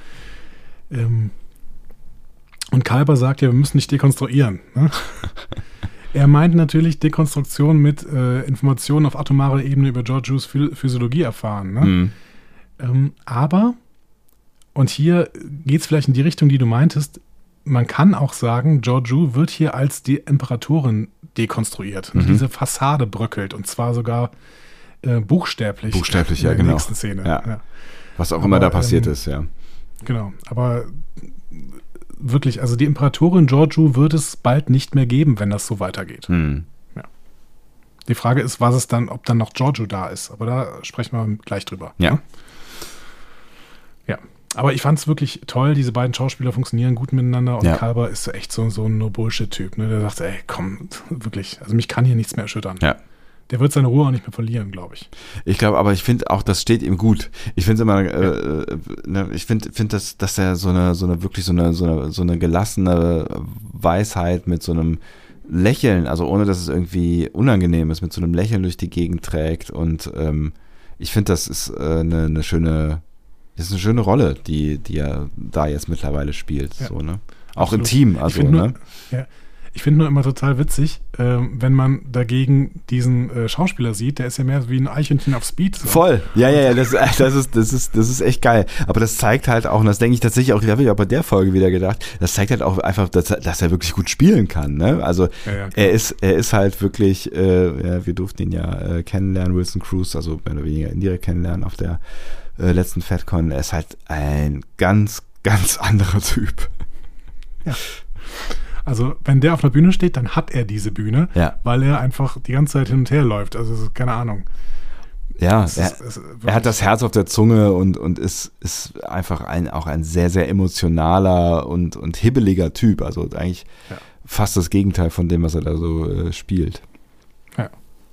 Und Kalber sagt ja, wir müssen dich dekonstruieren. Ne? Er meint natürlich Dekonstruktion mit Informationen auf atomarer Ebene über Georgious Physiologie erfahren. Ne? Aber, und hier geht es vielleicht in die Richtung, die du meintest, man kann auch sagen, Georgiou wird hier als die Imperatorin dekonstruiert. Diese Fassade bröckelt, und zwar sogar buchstäblich. Buchstäblich, in ja, der genau. nächsten Szene. Ja. Ja. Was auch immer da passiert ist, ja. Genau, aber wirklich, also die Imperatorin Georgiou wird es bald nicht mehr geben, wenn das so weitergeht. Ja. Die Frage ist, was es dann, ob dann noch Georgiou da ist, aber da sprechen wir gleich drüber. Ja. Ne? Ja, aber ich fand es wirklich toll, diese beiden Schauspieler funktionieren gut miteinander, und Ja. Kalber ist echt so ein No-Bullshit-Typ, ne? Der sagt, ey, komm, wirklich, also mich kann hier nichts mehr erschüttern. Ja. Der wird seine Ruhe auch nicht mehr verlieren, glaube ich. Ich glaube, aber ich finde auch, das steht ihm gut. Ich finde immer, ich finde, dass er so eine gelassene Weisheit mit so einem Lächeln, also ohne dass es irgendwie unangenehm ist, mit so einem Lächeln durch die Gegend trägt, und ich finde, das ist eine schöne Rolle, die er da jetzt mittlerweile spielt. Ja. So, ne? Auch Absolut. im Team, also, Ich finde nur immer total witzig, wenn man dagegen diesen Schauspieler sieht, der ist ja mehr wie ein Eichhörnchen auf Speed. So. Voll. Ja, das ist echt geil. Aber das zeigt halt auch, und das denke ich tatsächlich auch, da habe ich auch bei der Folge wieder gedacht, das zeigt halt auch einfach, dass er wirklich gut spielen kann. Ne? Also Ja, er ist halt wirklich, wir durften ihn ja kennenlernen, Wilson Cruz, also mehr oder weniger indirekt kennenlernen auf der letzten FatCon. Er ist halt ein ganz, ganz anderer Typ. Ja. Also wenn der auf einer Bühne steht, dann hat er diese Bühne, Ja. weil er einfach die ganze Zeit hin und her läuft. Also keine Ahnung. Ja, Es ist er hat das Herz auf der Zunge und ist einfach auch ein sehr, sehr emotionaler und hibbeliger Typ. Also eigentlich fast das Gegenteil von dem, was er da so spielt. Ja.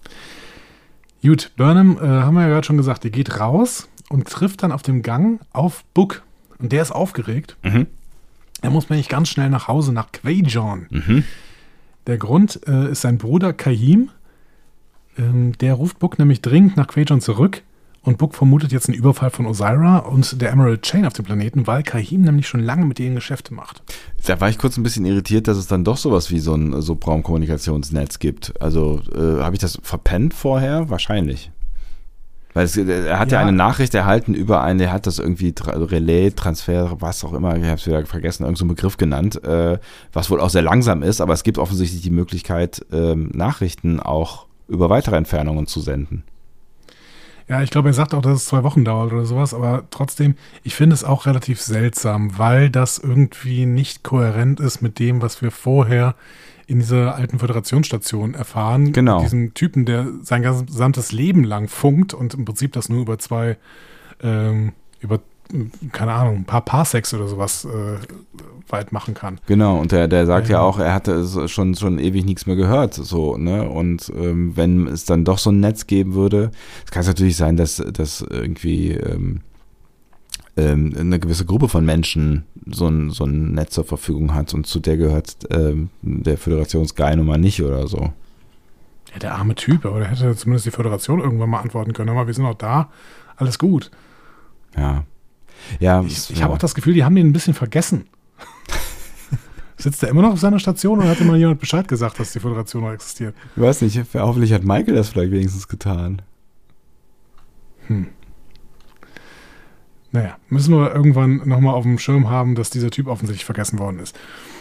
Gut, Burnham, haben wir ja gerade schon gesagt, der geht raus und trifft dann auf dem Gang auf Book. Und der ist aufgeregt. Er muss nämlich ganz schnell nach Hause, nach Qui-Gon. Der Grund ist sein Bruder Kahim. Der ruft Book nämlich dringend nach Qui-Gon zurück. Und Book vermutet jetzt einen Überfall von Osira und der Emerald Chain auf dem Planeten, weil Kahim nämlich schon lange mit denen Geschäfte macht. Da war ich kurz ein bisschen irritiert, dass es dann doch sowas wie so ein Subraumkommunikationsnetz gibt. Also habe ich das verpennt vorher? Wahrscheinlich. Weil er hat ja eine Nachricht erhalten über der hat das irgendwie Relais, Transfer, was auch immer, ich habe es wieder vergessen, irgendeinen Begriff genannt, was wohl auch sehr langsam ist, aber es gibt offensichtlich die Möglichkeit, Nachrichten auch über weitere Entfernungen zu senden. Ja, ich glaube, er sagt auch, dass es 2 Wochen dauert oder sowas, aber trotzdem, ich finde es auch relativ seltsam, weil das irgendwie nicht kohärent ist mit dem, was wir vorher in dieser alten Föderationsstation erfahren. Genau. Mit diesem Typen, der sein gesamtes Leben lang funkt und im Prinzip das nur über keine Ahnung, ein paar Parsecs oder sowas weit machen kann. Genau, und der sagt ja auch, er hatte schon ewig nichts mehr gehört, so, ne, und wenn es dann doch so ein Netz geben würde, es kann natürlich sein, dass irgendwie eine gewisse Gruppe von Menschen so ein Netz zur Verfügung hat und zu der gehört der Föderationsguy nun mal nicht oder so. Ja, der arme Typ, aber der hätte zumindest die Föderation irgendwann mal antworten können, aber wir sind auch da, alles gut. Ja. Ja, ich habe auch das Gefühl, die haben den ein bisschen vergessen. Sitzt er immer noch auf seiner Station oder hat immer jemand Bescheid gesagt, dass die Föderation noch existiert? Ich weiß nicht, hoffentlich hat Michael das vielleicht wenigstens getan. Naja, müssen wir irgendwann nochmal auf dem Schirm haben, dass dieser Typ offensichtlich vergessen worden ist.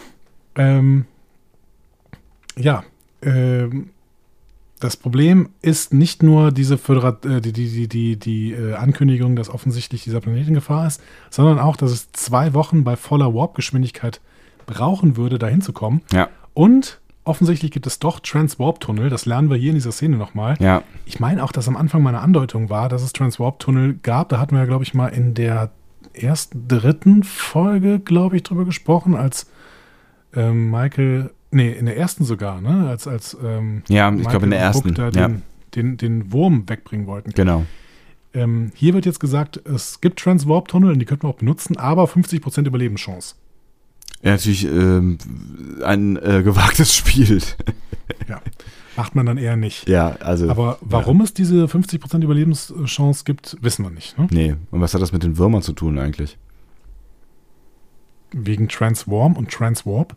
Das Problem ist nicht nur diese die Ankündigung, dass offensichtlich dieser Planet in Gefahr ist, sondern auch, dass es 2 Wochen bei voller Warp-Geschwindigkeit brauchen würde, da hinzukommen. Ja. Und offensichtlich gibt es doch Trans-Warp-Tunnel, das lernen wir hier in dieser Szene nochmal. Ja. Ich meine auch, dass am Anfang meine Andeutung war, dass es Trans-Warp-Tunnel gab. Da hatten wir ja, glaube ich, mal in der dritten Folge, glaube ich, drüber gesprochen, als Michael... Nee, in der ersten sogar, ne? Als ich glaube in der ersten. Da den Wurm wegbringen wollten. Genau. Hier wird jetzt gesagt, es gibt Trans-Warp-Tunnel und die könnten wir auch benutzen, aber 50% Überlebenschance. Ja, natürlich ein gewagtes Spiel. Ja, macht man dann eher nicht. Ja, also. Aber warum es diese 50% Überlebenschance gibt, wissen wir nicht. Ne? Nee, und was hat das mit den Würmern zu tun eigentlich? Wegen Transwarm und Transwarp?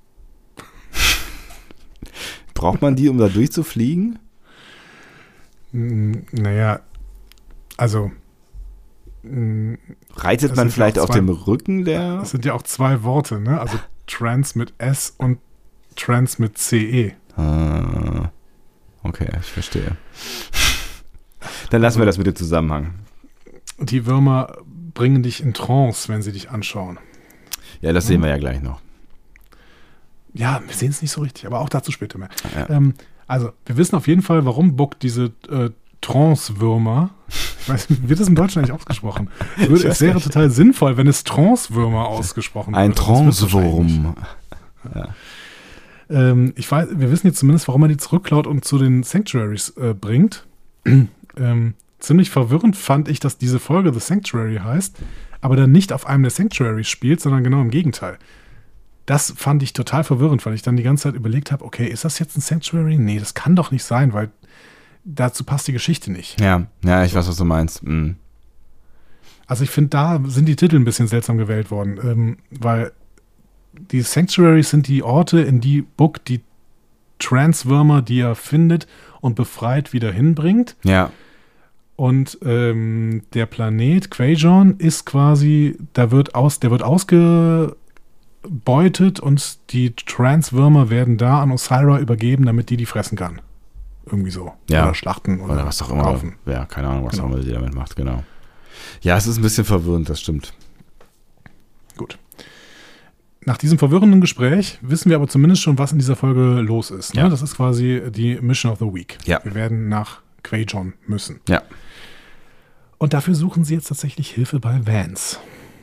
Braucht man die, um da durchzufliegen? Naja, also... Reitet man vielleicht auf dem Rücken der... Das sind ja auch 2 Worte, ne? Also Trans mit S und Trans mit CE. Ah, okay, ich verstehe. Dann lassen wir das mit dem Zusammenhang. Die Würmer bringen dich in Trance, wenn sie dich anschauen. Ja, das sehen wir ja gleich noch. Ja, wir sehen es nicht so richtig, aber auch dazu später mehr. Ja. Also, wir wissen auf jeden Fall, warum Book diese Trance-Würmer, ich weiß nicht, wird das im Deutschen eigentlich ausgesprochen? Es wäre total sinnvoll, wenn es Trance-Würmer ausgesprochen wird. Ein Trance-Wurm. Ja. Wir wissen jetzt zumindest, warum er die zurückklaut und zu den Sanctuaries bringt. Ziemlich verwirrend fand ich, dass diese Folge The Sanctuary heißt, aber dann nicht auf einem der Sanctuaries spielt, sondern genau im Gegenteil. Das fand ich total verwirrend, weil ich dann die ganze Zeit überlegt habe, okay, ist das jetzt ein Sanctuary? Nee, das kann doch nicht sein, weil dazu passt die Geschichte nicht. Ja, ich weiß, was du meinst. Mhm. Also ich finde, da sind die Titel ein bisschen seltsam gewählt worden, weil die Sanctuaries sind die Orte, in die Book die Transwürmer, die er findet und befreit, wieder hinbringt. Ja. Und der Planet Quajon ist quasi, der wird ausgebeutet und die Transwürmer werden da an Osira übergeben, damit die fressen kann. Irgendwie so. Ja. Oder schlachten oder was auch immer. kaufen. Ja, keine Ahnung, was auch immer sie damit macht, genau. Ja, es ist ein bisschen verwirrend, das stimmt. Gut. Nach diesem verwirrenden Gespräch wissen wir aber zumindest schon, was in dieser Folge los ist. Ne? Ja. Das ist quasi die Mission of the Week. Ja. Wir werden nach Quajon müssen. Ja. Und dafür suchen sie jetzt tatsächlich Hilfe bei Vance.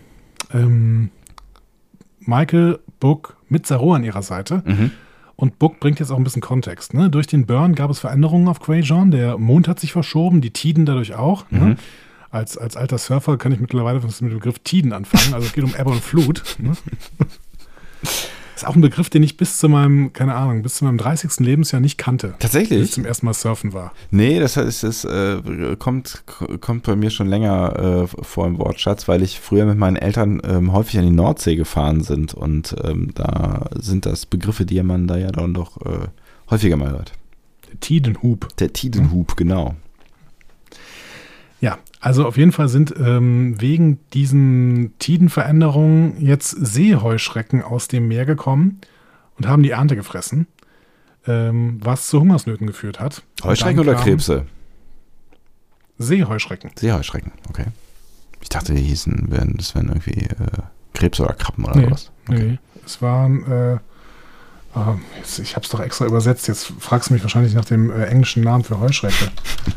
Michael, Book mit Saru an ihrer Seite. Mhm. Und Book bringt jetzt auch ein bisschen Kontext. Ne? Durch den Burn gab es Veränderungen auf Quajon. Der Mond hat sich verschoben, die Tiden dadurch auch. Mhm. Ne? Als alter Surfer kann ich mittlerweile mit dem Begriff Tiden anfangen. Also es geht um Ebbe und Flut. Ne? ist auch ein Begriff, den ich bis zu meinem 30. Lebensjahr nicht kannte. Tatsächlich? Als ich zum ersten Mal surfen war. Nee, das kommt bei mir schon länger vor im Wortschatz, weil ich früher mit meinen Eltern häufig an die Nordsee gefahren sind und da sind das Begriffe, die man da ja dann doch häufiger mal hört. Der Tidenhub. Der Tidenhub, genau. Ja, also auf jeden Fall sind wegen diesen Tidenveränderungen jetzt Seeheuschrecken aus dem Meer gekommen und haben die Ernte gefressen, was zu Hungersnöten geführt hat. Heuschrecken oder Krebse? Seeheuschrecken. Seeheuschrecken, okay. Ich dachte, das wären irgendwie Krebse oder Krabben oder sowas. Okay. Nee, es waren, ich habe es doch extra übersetzt, jetzt fragst du mich wahrscheinlich nach dem englischen Namen für Heuschrecke.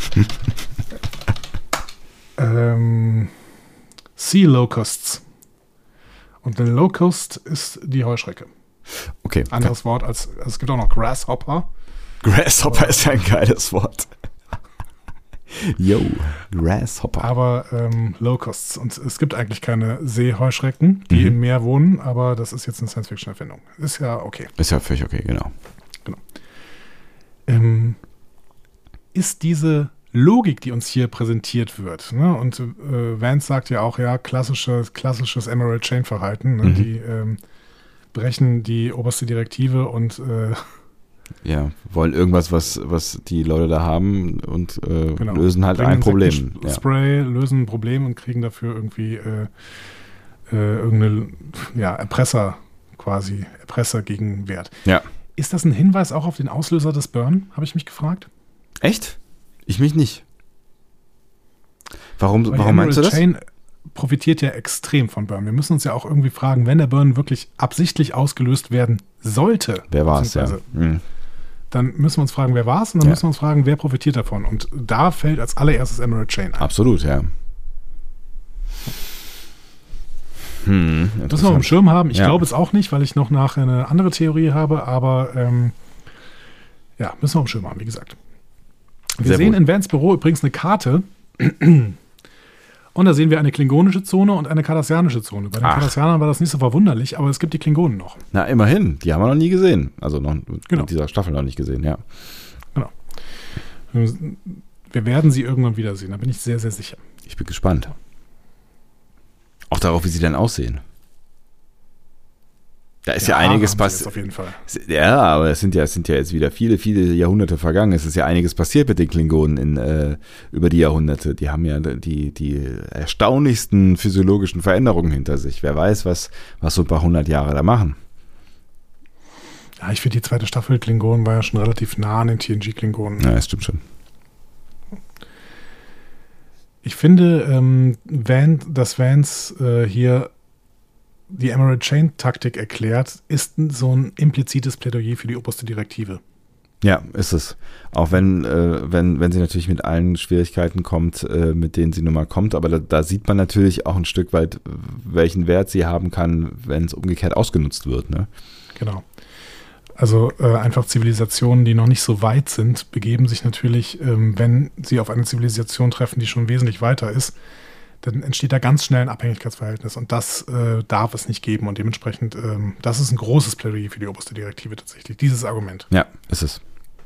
Sea Locusts. Und ein Locust ist die Heuschrecke. Okay. Anderes Wort es gibt auch noch Grasshopper. Grasshopper ist ja ein geiles Wort. Yo, Grasshopper. Aber Locusts. Und es gibt eigentlich keine Seeheuschrecken, die im Meer wohnen, aber das ist jetzt eine Science-Fiction-Erfindung. Ist ja okay. Ist ja völlig okay, genau. Ist diese Logik, die uns hier präsentiert wird, ne? Und Vance sagt ja auch, ja, klassisches Emerald Chain Verhalten, ne? Die brechen die oberste Direktive und ja, wollen irgendwas, was die Leute da haben und genau. lösen halt ein Problem. Spray, lösen ein Problem und kriegen dafür irgendwie irgendeine Erpresser gegen Wert. Ja. Ist das ein Hinweis auch auf den Auslöser des Burn, habe ich mich gefragt? Echt? Ich mich nicht. Warum meinst du das? Chain profitiert ja extrem von Burn. Wir müssen uns ja auch irgendwie fragen, wenn der Burn wirklich absichtlich ausgelöst werden sollte. Wer war es, ja. Dann müssen wir uns fragen, wer war es? Und dann müssen wir uns fragen, wer profitiert davon. Und da fällt als allererstes Emerald Chain ein. Absolut, ja. Müssen wir auf dem Schirm haben. Ich glaube es auch nicht, weil ich noch nachher eine andere Theorie habe. Aber müssen wir auf dem Schirm haben, wie gesagt. Wir sehen in Vans Büro übrigens eine Karte und da sehen wir eine klingonische Zone und eine kardassianische Zone. Bei den Kardassianern war das nicht so verwunderlich, aber es gibt die Klingonen noch. Na, immerhin. Die haben wir noch nie gesehen. Also noch in dieser Staffel noch nicht gesehen, ja. Genau. Wir werden sie irgendwann wiedersehen, da bin ich sehr, sehr sicher. Ich bin gespannt. Auch darauf, wie sie dann aussehen. Da ist ja einiges passiert. Auf jeden Fall. Ja, aber es sind ja jetzt wieder viele, viele Jahrhunderte vergangen. Es ist ja einiges passiert mit den Klingonen über die Jahrhunderte. Die haben ja die erstaunlichsten physiologischen Veränderungen hinter sich. Wer weiß, was so ein paar 100 Jahre da machen. Ja, ich finde, die zweite Staffel Klingonen war ja schon relativ nah an den TNG-Klingonen. Ja, das stimmt schon. Ich finde, dass Vance hier die Emerald Chain Taktik erklärt, ist so ein implizites Plädoyer für die oberste Direktive. Ja, ist es. Auch wenn sie natürlich mit allen Schwierigkeiten kommt, mit denen sie nun mal kommt, aber da sieht man natürlich auch ein Stück weit, welchen Wert sie haben kann, wenn es umgekehrt ausgenutzt wird. Ne? Genau. Also einfach Zivilisationen, die noch nicht so weit sind, begeben sich natürlich, wenn sie auf eine Zivilisation treffen, die schon wesentlich weiter ist, dann entsteht da ganz schnell ein Abhängigkeitsverhältnis und das darf es nicht geben und dementsprechend, das ist ein großes Plädoyer für die oberste Direktive tatsächlich, dieses Argument. Ja, ist es.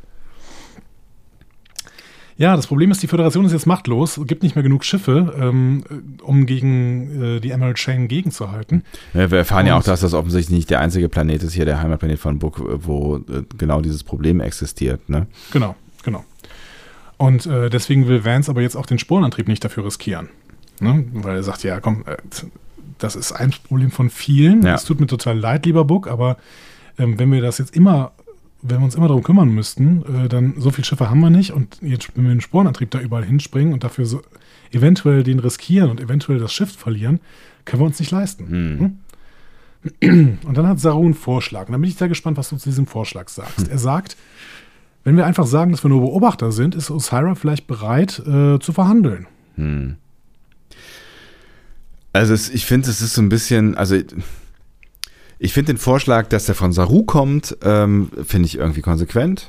Ja, das Problem ist, die Föderation ist jetzt machtlos, gibt nicht mehr genug Schiffe, um gegen die Emerald Chain gegenzuhalten. Ja, wir erfahren ja auch, dass das offensichtlich nicht der einzige Planet ist, hier der Heimatplanet von Book, wo genau dieses Problem existiert. Ne? Genau. Und deswegen will Vance aber jetzt auch den Spurenantrieb nicht dafür riskieren. Ne? Weil er sagt, ja komm, das ist ein Problem von vielen. Es tut mir total leid, lieber Book, aber wenn wir uns immer darum kümmern müssten, dann so viele Schiffe haben wir nicht und jetzt, wenn wir den Spurenantrieb da überall hinspringen und dafür so eventuell den riskieren und eventuell das Schiff verlieren, können wir uns nicht leisten. Und dann hat Saru einen Vorschlag. Und dann bin ich sehr gespannt, was du zu diesem Vorschlag sagst. Er sagt, wenn wir einfach sagen, dass wir nur Beobachter sind, ist Osyraa vielleicht bereit zu verhandeln. Also ich finde, es ist so ein bisschen, also ich finde den Vorschlag, dass der von Saru kommt, finde ich irgendwie konsequent.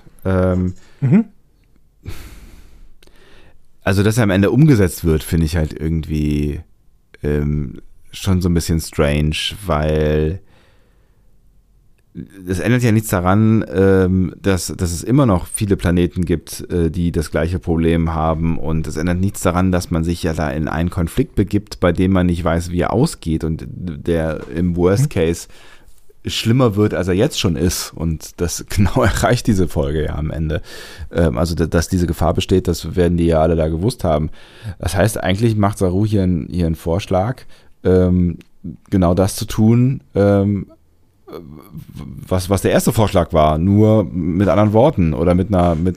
Also, dass er am Ende umgesetzt wird, finde ich halt irgendwie schon so ein bisschen strange, weil das ändert ja nichts daran, dass es immer noch viele Planeten gibt, die das gleiche Problem haben, und es ändert nichts daran, dass man sich ja da in einen Konflikt begibt, bei dem man nicht weiß, wie er ausgeht und der im Worst Case schlimmer wird, als er jetzt schon ist, und das genau erreicht diese Folge ja am Ende. Also, dass diese Gefahr besteht, das werden die ja alle da gewusst haben. Das heißt, eigentlich macht Saru hier einen Vorschlag, genau das zu tun, was der erste Vorschlag war, nur mit anderen Worten oder mit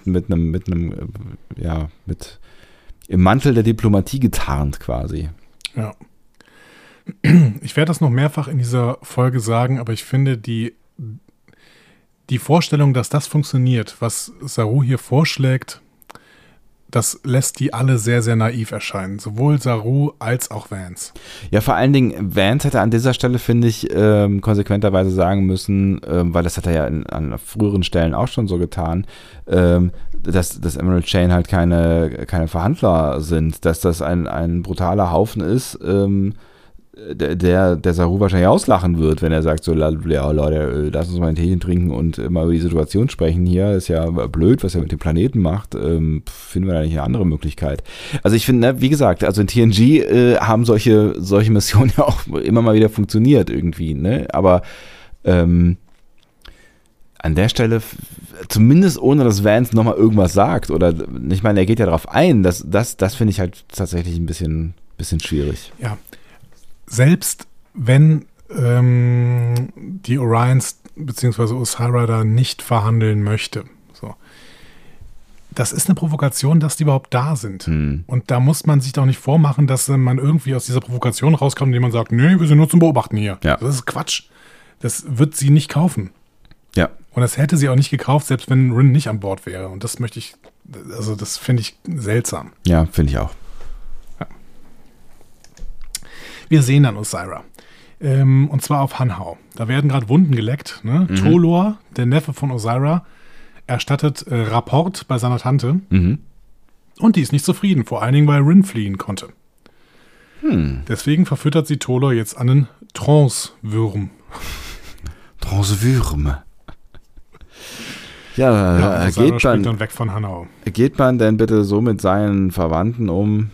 im Mantel der Diplomatie getarnt quasi. Ja. Ich werde das noch mehrfach in dieser Folge sagen, aber ich finde die Vorstellung, dass das funktioniert, was Saru hier vorschlägt, das lässt die alle sehr, sehr naiv erscheinen. Sowohl Saru als auch Vance. Ja, vor allen Dingen, Vance hätte an dieser Stelle, finde ich, konsequenterweise sagen müssen, weil das hat er ja an früheren Stellen auch schon so getan, dass Emerald Chain halt keine Verhandler sind, dass das ein brutaler Haufen ist, der Saru wahrscheinlich auslachen wird, wenn er sagt so, ja Leute, lass uns mal ein Teechen trinken und mal über die Situation sprechen hier, ist ja blöd, was er mit dem Planeten macht, finden wir da nicht eine andere Möglichkeit. Also ich finde, wie gesagt, also in TNG haben solche Missionen ja auch immer mal wieder funktioniert irgendwie, ne, aber an der Stelle, zumindest ohne dass Vance nochmal irgendwas sagt, oder, ich meine, er geht ja darauf ein, das finde ich halt tatsächlich ein bisschen schwierig. Ja. Selbst wenn die Orions bzw. Osira da nicht verhandeln möchte, so, das ist eine Provokation, dass die überhaupt da sind. Und da muss man sich doch nicht vormachen, dass man irgendwie aus dieser Provokation rauskommt, indem man sagt, nee, wir sind nur zum Beobachten hier. Ja. Das ist Quatsch. Das wird sie nicht kaufen. Ja. Und das hätte sie auch nicht gekauft, selbst wenn Rin nicht an Bord wäre. Und das das finde ich seltsam. Ja, finde ich auch. Wir sehen dann Osira. Und zwar auf Hanhau. Da werden gerade Wunden geleckt. Ne? Tolor, der Neffe von Osira, erstattet Rapport bei seiner Tante. Und die ist nicht zufrieden, vor allen Dingen, weil Rin fliehen konnte. Deswegen verfüttert sie Tolor jetzt einen Trance-Würm. Trance-Würm. Ja, geht man dann weg von Hanhau. Geht man denn bitte so mit seinen Verwandten um?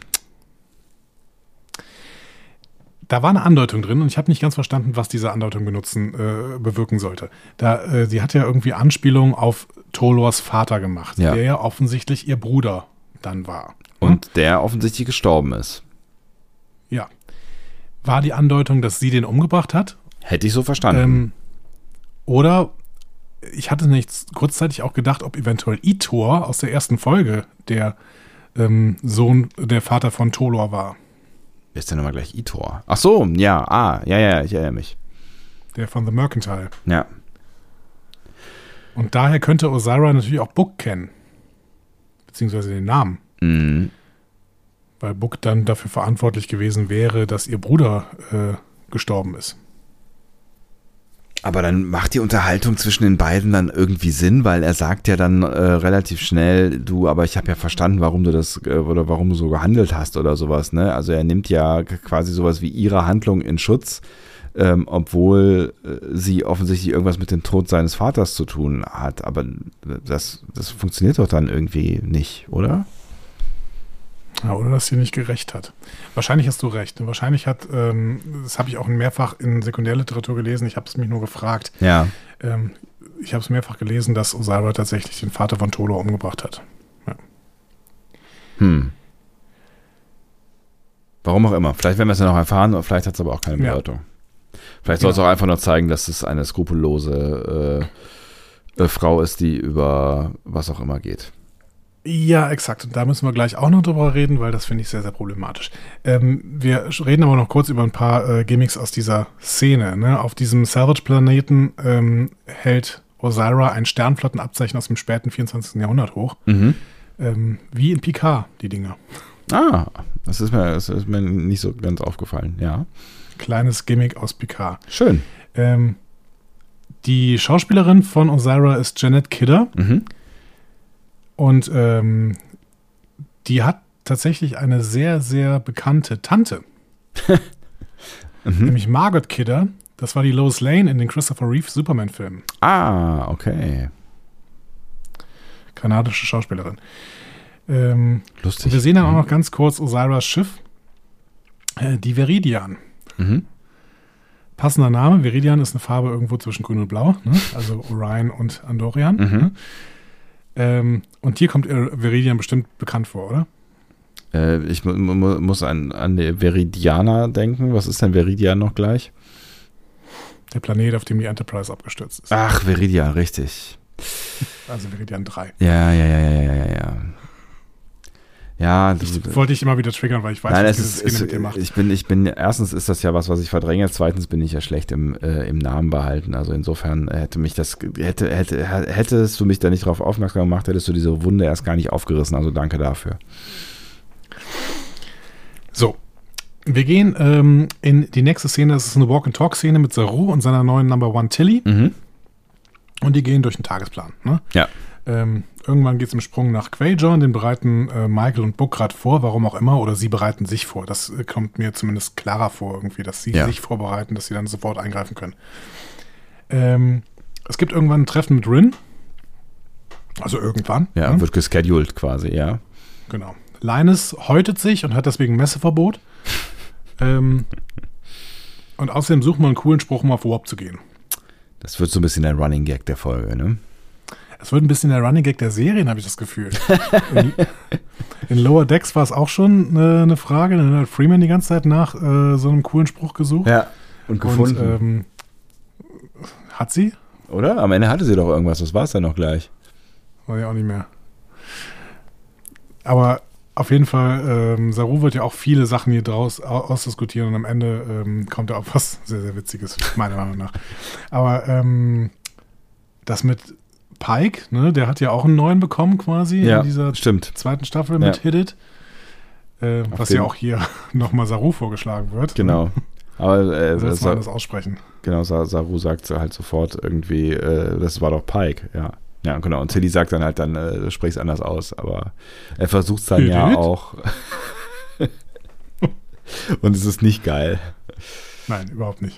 Da war eine Andeutung drin und ich habe nicht ganz verstanden, was diese Andeutung bewirken sollte. Sie hat ja irgendwie Anspielung auf Tolors Vater gemacht, der ja offensichtlich ihr Bruder dann war. Und der offensichtlich gestorben ist. Ja. War die Andeutung, dass sie den umgebracht hat? Hätte ich so verstanden. Oder ich hatte nicht kurzzeitig auch gedacht, ob eventuell Itor aus der ersten Folge der der Vater von Tolor war. Wer ist denn nochmal gleich Itor? Ach so, ja, ja, ich erinnere mich. Der von The Mercantile. Ja. Und daher könnte Osira natürlich auch Book kennen. Beziehungsweise den Namen. Weil Book dann dafür verantwortlich gewesen wäre, dass ihr Bruder gestorben ist. Aber dann macht die Unterhaltung zwischen den beiden dann irgendwie Sinn, weil er sagt ja dann relativ schnell, aber ich habe ja verstanden, warum du das oder warum du so gehandelt hast oder sowas, ne? Also er nimmt ja quasi sowas wie ihre Handlung in Schutz, obwohl sie offensichtlich irgendwas mit dem Tod seines Vaters zu tun hat. Aber das funktioniert doch dann irgendwie nicht, oder? Ja, oder dass sie nicht gerecht hat. Wahrscheinlich hast du recht. Wahrscheinlich hat, das habe ich auch mehrfach in Sekundärliteratur gelesen, ich habe es mich nur gefragt. Ja. Ich habe es mehrfach gelesen, dass Osira tatsächlich den Vater von Tolor umgebracht hat. Ja. Warum auch immer. Vielleicht werden wir es ja noch erfahren, oder vielleicht hat es aber auch keine Bedeutung. Ja. Vielleicht soll es auch einfach nur zeigen, dass es eine skrupellose Frau ist, die über was auch immer geht. Ja, exakt. Und da müssen wir gleich auch noch drüber reden, weil das finde ich sehr, sehr problematisch. Wir reden aber noch kurz über ein paar Gimmicks aus dieser Szene. Ne? Auf diesem Salvage-Planeten hält Osira ein Sternflottenabzeichen aus dem späten 24. Jahrhundert hoch. Wie in Picard, die Dinger. Ah, das ist mir nicht so ganz aufgefallen, ja. Kleines Gimmick aus Picard. Schön. Die Schauspielerin von Osira ist Janet Kidder. Und die hat tatsächlich eine sehr, sehr bekannte Tante. Nämlich Margot Kidder, Das war die Lois Lane in den Christopher Reeve Superman-Filmen. Ah, okay. Kanadische Schauspielerin. Lustig. Wir sehen dann auch noch ganz kurz Osiris Schiff, die Viridian. Mhm. Passender Name, Viridian ist eine Farbe irgendwo zwischen Grün und Blau, ne? Also Orion und Andorian. Mhm. Ne? Und hier kommt Viridian bestimmt bekannt vor, oder? Ich muss an die Veridianer denken. Was ist denn Veridian noch gleich? Der Planet, auf dem die Enterprise abgestürzt ist. Ach, Veridian, richtig. Also Viridian 3. Ja. Ja, Das wollte ich immer wieder triggern, weil ich weiß, nein, was dieses Skin mit dir macht. ich bin, erstens ist das ja was ich verdränge, zweitens bin ich ja schlecht im Namen behalten, also insofern hättest du mich da nicht drauf aufmerksam gemacht, hättest du diese Wunde erst gar nicht aufgerissen, also danke dafür. So, wir gehen in die nächste Szene, das ist eine Walk-and-Talk-Szene mit Saru und seiner neuen Number One Tilly und die gehen durch den Tagesplan, ne? Ja. Irgendwann geht es im Sprung nach Quajon, den bereiten Michael und Book gerade vor, warum auch immer, oder sie bereiten sich vor. Das kommt mir zumindest klarer vor irgendwie, dass sie sich vorbereiten, dass sie dann sofort eingreifen können. Es gibt irgendwann ein Treffen mit Rin. Also irgendwann. Ja, ne? wird gescheduled quasi, ja. Genau. Linus häutet sich und hat deswegen Messeverbot. Und außerdem suchen wir einen coolen Spruch, um auf Warp zu gehen. Das wird so ein bisschen der Running Gag der Folge, ne? Es wird ein bisschen der Running Gag der Serien, habe ich das Gefühl. In Lower Decks war es auch schon eine Frage. Dann hat Freeman die ganze Zeit nach so einem coolen Spruch gesucht. Ja, und gefunden. Und, hat sie? Oder? Am Ende hatte sie doch irgendwas. Das war es dann noch gleich. Weiß ich auch nicht mehr. Aber auf jeden Fall, Saru wird ja auch viele Sachen hier draus ausdiskutieren und am Ende kommt er auf was sehr, sehr Witziges, meiner Meinung nach. Aber das mit Pike, ne, der hat ja auch einen neuen bekommen quasi in dieser zweiten Staffel mit Hit It. Was ja auch hier nochmal Saru vorgeschlagen wird. Genau. Ne? Aber soll man das aussprechen. Genau, Saru sagt halt sofort irgendwie, das war doch Pike, ja. Ja, genau. Und Tilly sagt dann halt, sprich's anders aus, aber er versucht es dann Hit ja it? auch. Und es ist nicht geil. Nein, überhaupt nicht.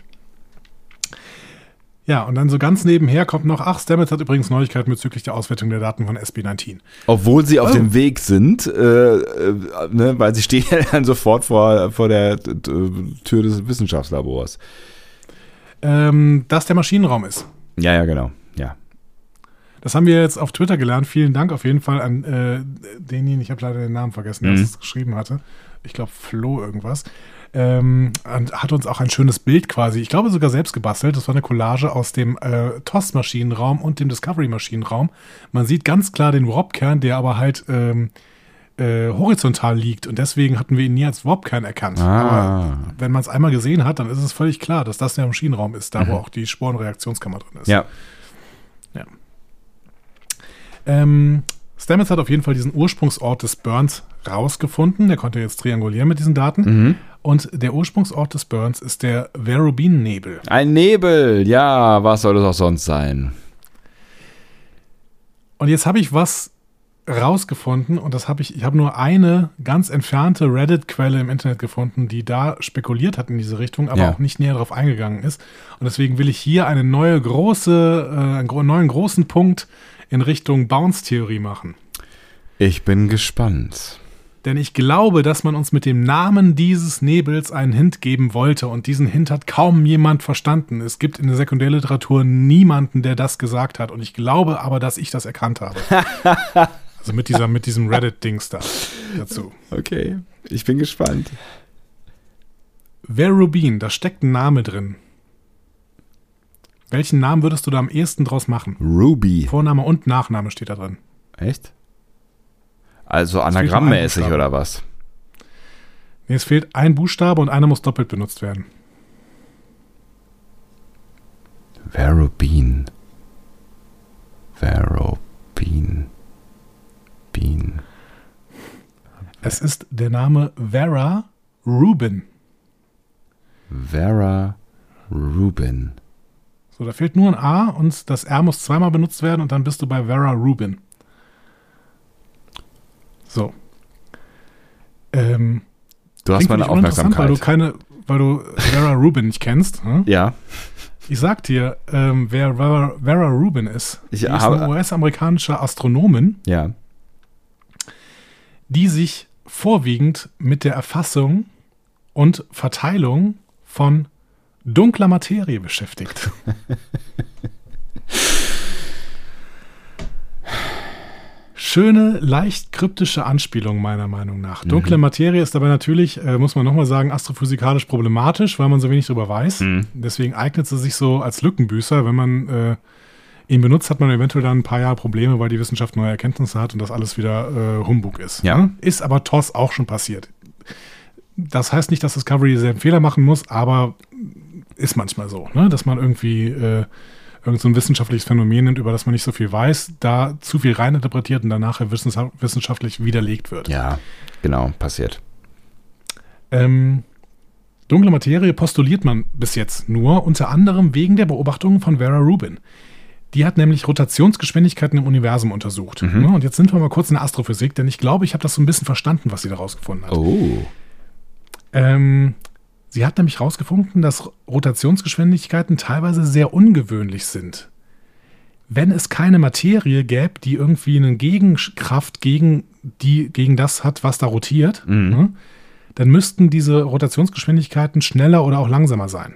Ja, und dann so ganz nebenher kommt noch, Stamets hat übrigens Neuigkeiten bezüglich der Auswertung der Daten von SB19. Obwohl sie auf dem Weg sind, ne, weil sie stehen ja dann sofort vor der Tür des Wissenschaftslabors. Dass der Maschinenraum ist. Ja, genau, ja. Das haben wir jetzt auf Twitter gelernt. Vielen Dank auf jeden Fall an denjenigen, ich habe leider den Namen vergessen, der es geschrieben hatte. Ich glaube, Flo irgendwas. Und hat uns auch ein schönes Bild quasi, ich glaube sogar selbst gebastelt. Das war eine Collage aus dem TOS-Maschinenraum und dem Discovery-Maschinenraum. Man sieht ganz klar den Warp-Kern, der aber halt horizontal liegt. Und deswegen hatten wir ihn nie als Warp-Kern erkannt. Aber wenn man es einmal gesehen hat, dann ist es völlig klar, dass das der Maschinenraum ist, da wo auch die Sporenreaktionskammer drin ist. Ja. Stamets hat auf jeden Fall diesen Ursprungsort des Burns rausgefunden. Der konnte jetzt triangulieren mit diesen Daten. Und der Ursprungsort des Burns ist der Verubin-Nebel. Ein Nebel, ja, was soll das auch sonst sein? Und jetzt habe ich was rausgefunden und ich habe nur eine ganz entfernte Reddit-Quelle im Internet gefunden, die da spekuliert hat in diese Richtung, aber auch nicht näher darauf eingegangen ist. Und deswegen will ich hier einen neuen großen Punkt in Richtung Bounce-Theorie machen. Ich bin gespannt. Denn ich glaube, dass man uns mit dem Namen dieses Nebels einen Hint geben wollte und diesen Hint hat kaum jemand verstanden. Es gibt in der Sekundärliteratur niemanden, der das gesagt hat und ich glaube aber, dass ich das erkannt habe. Also mit diesem Reddit-Dings da dazu. Okay, ich bin gespannt. Verubin, da steckt ein Name drin. Welchen Namen würdest du da am ehesten draus machen? Ruby. Vorname und Nachname steht da drin. Echt? Also anagrammmäßig oder was? Nee, es fehlt ein Buchstabe und einer muss doppelt benutzt werden. Verubin. Bean. Es ist der Name Vera Rubin. Vera Rubin. So, da fehlt nur ein A und das R muss zweimal benutzt werden und dann bist du bei Vera Rubin. So. Du hast meine Aufmerksamkeit. Weil du weil du Vera Rubin nicht kennst. Hm? Ja. Ich sag dir, wer Vera Rubin ist. Ich Die ist eine US-amerikanische Astronomin, Ja. die sich vorwiegend mit der Erfassung und Verteilung von dunkler Materie beschäftigt. Schöne, leicht kryptische Anspielung meiner Meinung nach. Dunkle Materie ist aber natürlich, muss man nochmal sagen, astrophysikalisch problematisch, weil man so wenig darüber weiß. Deswegen eignet sie sich so als Lückenbüßer. Wenn man ihn benutzt, hat man eventuell dann ein paar Jahre Probleme, weil die Wissenschaft neue Erkenntnisse hat und das alles wieder Humbug ist. Ja. Ne? Ist aber TOS auch schon passiert. Das heißt nicht, dass Discovery dieselben Fehler machen muss, aber ist manchmal so, ne? Dass man irgendwie irgend so ein wissenschaftliches Phänomen nimmt, über das man nicht so viel weiß, da zu viel reininterpretiert und danach wissenschaftlich widerlegt wird. Ja, genau, passiert. Dunkle Materie postuliert man bis jetzt nur, unter anderem wegen der Beobachtungen von Vera Rubin. Die hat nämlich Rotationsgeschwindigkeiten im Universum untersucht. Ne? Und jetzt sind wir mal kurz in der Astrophysik, denn ich glaube, ich habe das so ein bisschen verstanden, was sie da rausgefunden hat. Oh. Sie hat nämlich rausgefunden, dass Rotationsgeschwindigkeiten teilweise sehr ungewöhnlich sind. Wenn es keine Materie gäbe, die irgendwie eine Gegenkraft gegen das hat, was da rotiert, ne, dann müssten diese Rotationsgeschwindigkeiten schneller oder auch langsamer sein.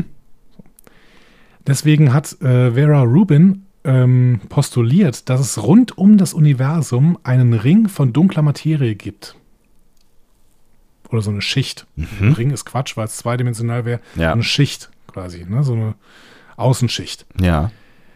Deswegen hat Vera Rubin postuliert, dass es rund um das Universum einen Ring von dunkler Materie gibt. Oder so eine Schicht. Ein Ring ist Quatsch, weil es zweidimensional wäre. Ja. Eine Schicht quasi, ne? So eine Außenschicht. Ja.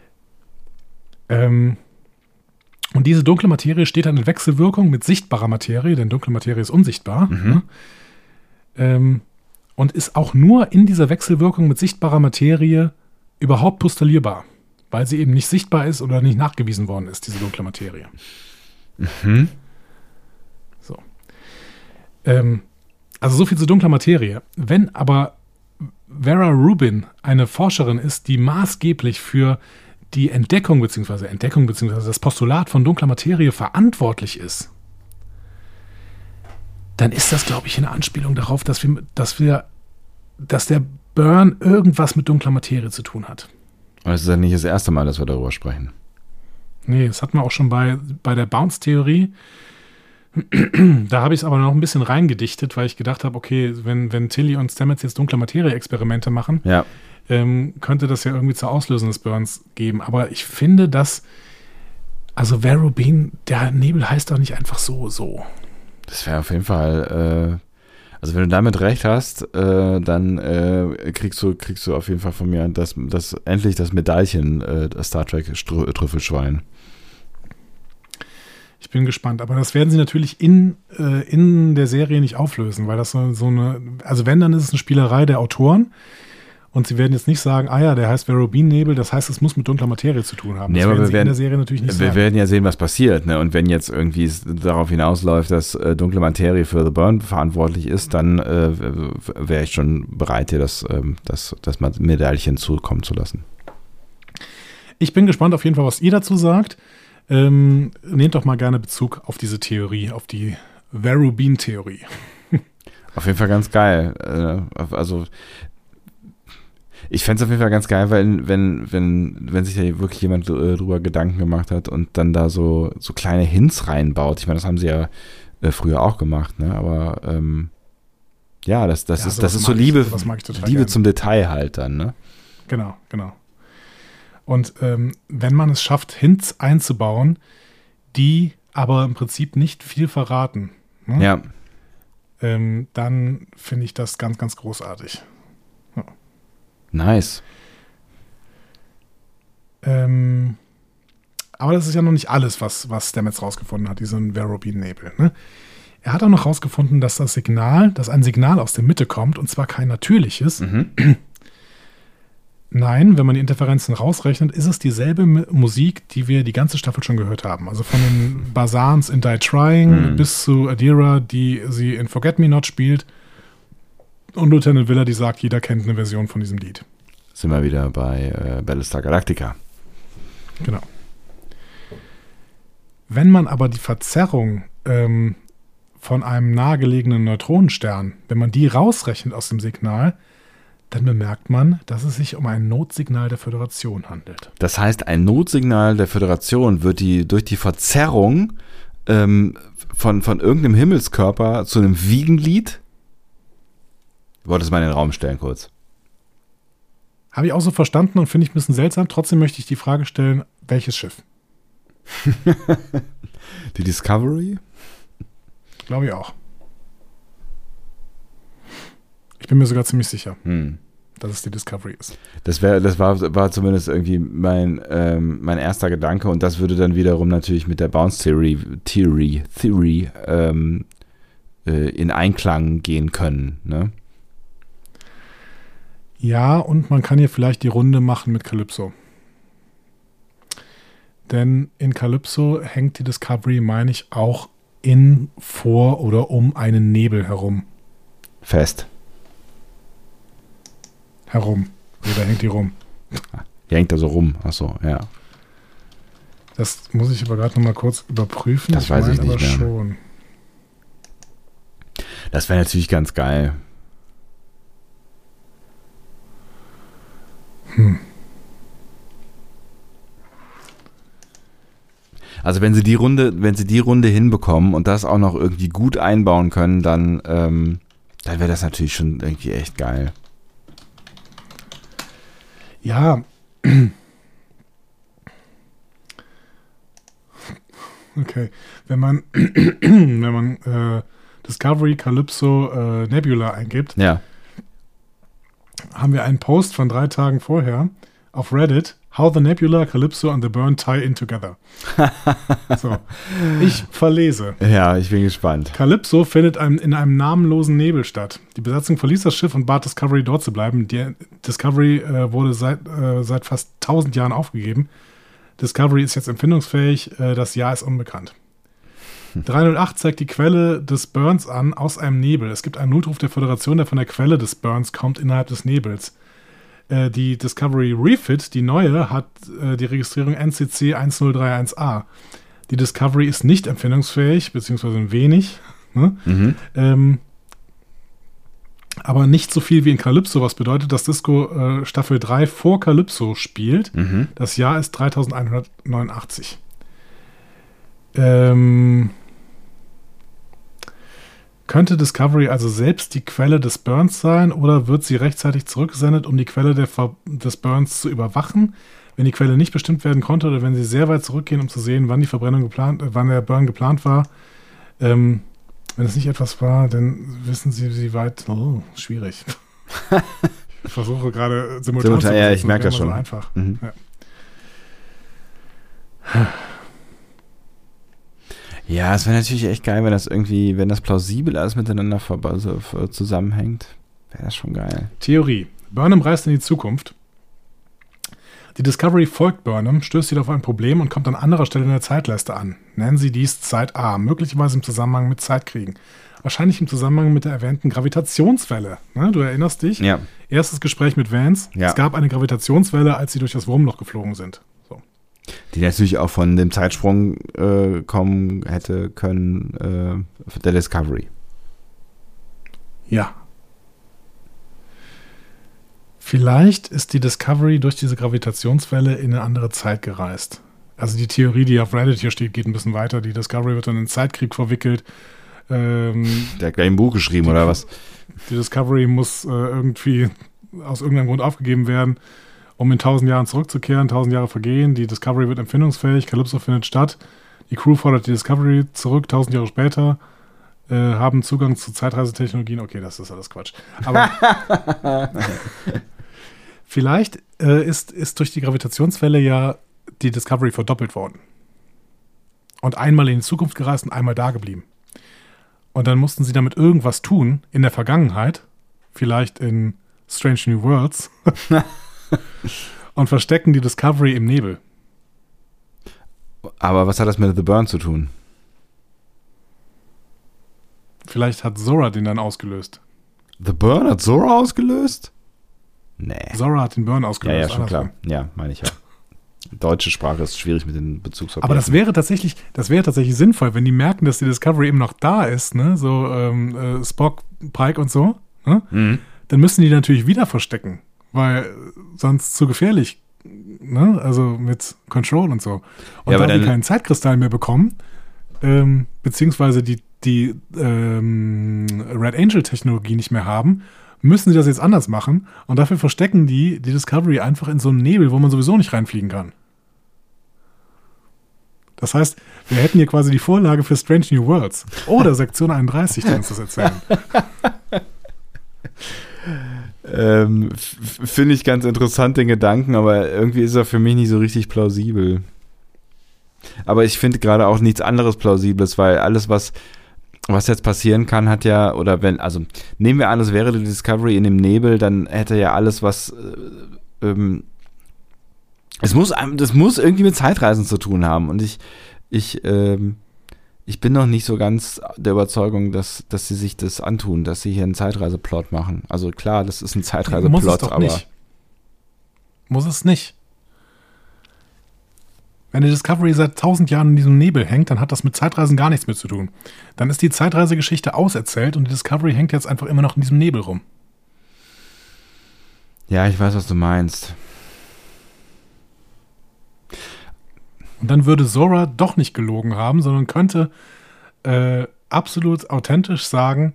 Und diese dunkle Materie steht dann in Wechselwirkung mit sichtbarer Materie, denn dunkle Materie ist unsichtbar. Ne? Und ist auch nur in dieser Wechselwirkung mit sichtbarer Materie überhaupt postulierbar, weil sie eben nicht sichtbar ist oder nicht nachgewiesen worden ist, diese dunkle Materie. So. Also so viel zu dunkler Materie. Wenn aber Vera Rubin eine Forscherin ist, die maßgeblich für die Entdeckung beziehungsweise das Postulat von dunkler Materie verantwortlich ist, dann ist das, glaube ich, eine Anspielung darauf, dass der Burn irgendwas mit dunkler Materie zu tun hat. Und es ist ja nicht das erste Mal, dass wir darüber sprechen. Nee, das hatten wir auch schon bei der Bounce-Theorie. Da habe ich es aber noch ein bisschen reingedichtet, weil ich gedacht habe, okay, wenn Tilly und Stamets jetzt dunkle Materie-Experimente machen, Ja. könnte das ja irgendwie zur Auslösung des Burns geben. Aber ich finde, dass, also Vera Rubin, der Nebel heißt doch nicht einfach so. Das wäre auf jeden Fall, also wenn du damit recht hast, dann kriegst du auf jeden Fall von mir endlich das Medailchen Star Trek Trüffelschwein. Ich bin gespannt, aber das werden sie natürlich in der Serie nicht auflösen, weil das so eine, also wenn, dann ist es eine Spielerei der Autoren und sie werden jetzt nicht sagen, der heißt Vera Rubin Nebel, das heißt, es muss mit dunkler Materie zu tun haben. Das werden sie in der Serie natürlich nicht sagen. Wir werden ja sehen, was passiert, ne? Und wenn jetzt irgendwie es darauf hinausläuft, dass dunkle Materie für The Burn verantwortlich ist, dann wäre ich schon bereit, dir das Medailchen zukommen zu lassen. Ich bin gespannt auf jeden Fall, was ihr dazu sagt. Nehmt doch mal gerne Bezug auf diese Theorie, auf die Vera Rubin-Theorie. Auf jeden Fall ganz geil. Also ich fände es auf jeden Fall ganz geil, wenn sich da wirklich jemand drüber Gedanken gemacht hat und dann da so kleine Hints reinbaut. Ich meine, das haben sie ja früher auch gemacht, ne? Aber das ist so Liebe zum Detail halt dann, ne? Genau. Und wenn man es schafft, Hints einzubauen, die aber im Prinzip nicht viel verraten, ne? Ja. Dann finde ich das ganz, ganz großartig. Ja. Nice. Aber das ist ja noch nicht alles, was Stamets rausgefunden hat, diesen Vera Rubin-Nebel. Ne? Er hat auch noch rausgefunden, dass ein Signal aus der Mitte kommt, und zwar kein natürliches. Nein, wenn man die Interferenzen rausrechnet, ist es dieselbe Musik, die wir die ganze Staffel schon gehört haben. Also von den Bazans in Die Trying bis zu Adira, die sie in Forget Me Not spielt, und Lieutenant Villa, die sagt, jeder kennt eine Version von diesem Lied. Sind wir wieder bei Battlestar Galactica. Genau. Wenn man aber die Verzerrung von einem nahegelegenen Neutronenstern, wenn man die rausrechnet aus dem Signal, dann bemerkt man, dass es sich um ein Notsignal der Föderation handelt. Das heißt, ein Notsignal der Föderation wird durch die Verzerrung von irgendeinem Himmelskörper zu einem Wiegenlied? Ich wollte es mal in den Raum stellen kurz. Habe ich auch so verstanden und finde ich ein bisschen seltsam. Trotzdem möchte ich die Frage stellen, welches Schiff? Die Discovery? Glaube ich auch. Ich bin mir sogar ziemlich sicher, dass es die Discovery ist. Das war zumindest irgendwie mein erster Gedanke und das würde dann wiederum natürlich mit der Bounce Theory in Einklang gehen können, ne? Ja, und man kann hier vielleicht die Runde machen mit Calypso. Denn in Calypso hängt die Discovery, meine ich, auch vor oder um einen Nebel herum. Fest. Herum. Oder hängt die rum? Die hängt da so rum. Achso, ja. Das muss ich aber gerade noch mal kurz überprüfen. Das weiß ich nicht aber mehr. Schon. Das wäre natürlich ganz geil. Also wenn sie die Runde hinbekommen und das auch noch irgendwie gut einbauen können, dann wäre das natürlich schon irgendwie echt geil. Ja. Okay. Wenn man Discovery, Calypso, Nebula eingibt, Ja. haben wir einen Post von 3 Tagen vorher auf Reddit, How the Nebula, Calypso and the Burn tie in together. So, ich verlese. Ja, ich bin gespannt. Calypso findet in einem namenlosen Nebel statt. Die Besatzung verließ das Schiff und bat Discovery, dort zu bleiben. Die Discovery wurde seit fast 1000 Jahren aufgegeben. Discovery ist jetzt empfindungsfähig, das Jahr ist unbekannt. 308 zeigt die Quelle des Burns an aus einem Nebel. Es gibt einen Notruf der Föderation, der von der Quelle des Burns kommt innerhalb des Nebels. Die Discovery Refit, die neue, hat die Registrierung NCC 1031A. Die Discovery ist nicht empfindungsfähig, beziehungsweise ein wenig, ne? Aber nicht so viel wie in Calypso, was bedeutet, dass Disco Staffel 3 vor Calypso spielt. Das Jahr ist 3189. Könnte Discovery also selbst die Quelle des Burns sein oder wird sie rechtzeitig zurückgesendet, um die Quelle des Burns zu überwachen? Wenn die Quelle nicht bestimmt werden konnte oder wenn sie sehr weit zurückgehen, um zu sehen, wann wann der Burn geplant war. Wenn es nicht etwas war, dann wissen sie, wie weit. Oh, schwierig. Ich versuche gerade simultan zu ja, ich merke das schon. So einfach. Ja. Ja, es wäre natürlich echt geil, wenn das plausibel alles miteinander zusammenhängt. Wäre das schon geil. Theorie. Burnham reist in die Zukunft. Die Discovery folgt Burnham, stößt jedoch auf ein Problem und kommt an anderer Stelle in der Zeitleiste an. Nennen Sie dies Zeit A, möglicherweise im Zusammenhang mit Zeitkriegen. Wahrscheinlich im Zusammenhang mit der erwähnten Gravitationswelle. Ne, du erinnerst dich? Ja. Erstes Gespräch mit Vance. Ja. Es gab eine Gravitationswelle, als sie durch das Wurmloch geflogen sind. So. Die natürlich auch von dem Zeitsprung kommen hätte können der Discovery. Ja. Vielleicht ist die Discovery durch diese Gravitationswelle in eine andere Zeit gereist. Also die Theorie, die auf Reddit hier steht, geht ein bisschen weiter. Die Discovery wird dann in einen Zeitkrieg verwickelt. Der hat gleich ein Buch geschrieben, oder was? Die Discovery muss irgendwie aus irgendeinem Grund aufgegeben werden, um in 1000 Jahren zurückzukehren. 1000 Jahre vergehen, die Discovery wird empfindungsfähig, Calypso findet statt. Die Crew fordert die Discovery zurück, 1000 Jahre später, haben Zugang zu Zeitreisetechnologien. Okay, das ist alles Quatsch. Aber vielleicht ist durch die Gravitationswelle ja die Discovery verdoppelt worden. Und einmal in die Zukunft gereist und einmal da geblieben. Und dann mussten sie damit irgendwas tun in der Vergangenheit, vielleicht in Strange New Worlds, und verstecken die Discovery im Nebel. Aber was hat das mit The Burn zu tun? Vielleicht hat Zora den dann ausgelöst. The Burn hat Zora ausgelöst? Nee. Zora hat den Burn ausgelöst. Ja, schon klar. Ja, meine ich ja. Deutsche Sprache ist schwierig mit den Bezugsobjekten. Aber das wäre tatsächlich sinnvoll, wenn die merken, dass die Discovery eben noch da ist, ne? So Spock, Pike und so, ne? Dann müssen die natürlich wieder verstecken, weil sonst zu gefährlich, ne? Also mit Control und so. Und da die keinen Zeitkristall mehr bekommen, beziehungsweise die Red Angel-Technologie nicht mehr haben, müssen sie das jetzt anders machen und dafür verstecken die Discovery einfach in so einem Nebel, wo man sowieso nicht reinfliegen kann. Das heißt, wir hätten hier quasi die Vorlage für Strange New Worlds oder Sektion 31, die uns das erzählen. Finde ich ganz interessant, den Gedanken, aber irgendwie ist er für mich nicht so richtig plausibel. Aber ich finde gerade auch nichts anderes Plausibles, weil alles, was jetzt passieren kann, hat ja, oder wenn, also nehmen wir an, es wäre die Discovery in dem Nebel, dann hätte ja alles, was das muss irgendwie mit Zeitreisen zu tun haben. Und ich bin noch nicht so ganz der Überzeugung, dass sie sich das antun, dass sie hier einen Zeitreiseplot machen. Also klar, das ist ein Zeitreiseplot, muss es doch aber nicht. Muss es nicht. Wenn die Discovery seit 1000 Jahren in diesem Nebel hängt, dann hat das mit Zeitreisen gar nichts mehr zu tun. Dann ist die Zeitreisegeschichte auserzählt und die Discovery hängt jetzt einfach immer noch in diesem Nebel rum. Ja, ich weiß, was du meinst. Und dann würde Zora doch nicht gelogen haben, sondern könnte absolut authentisch sagen,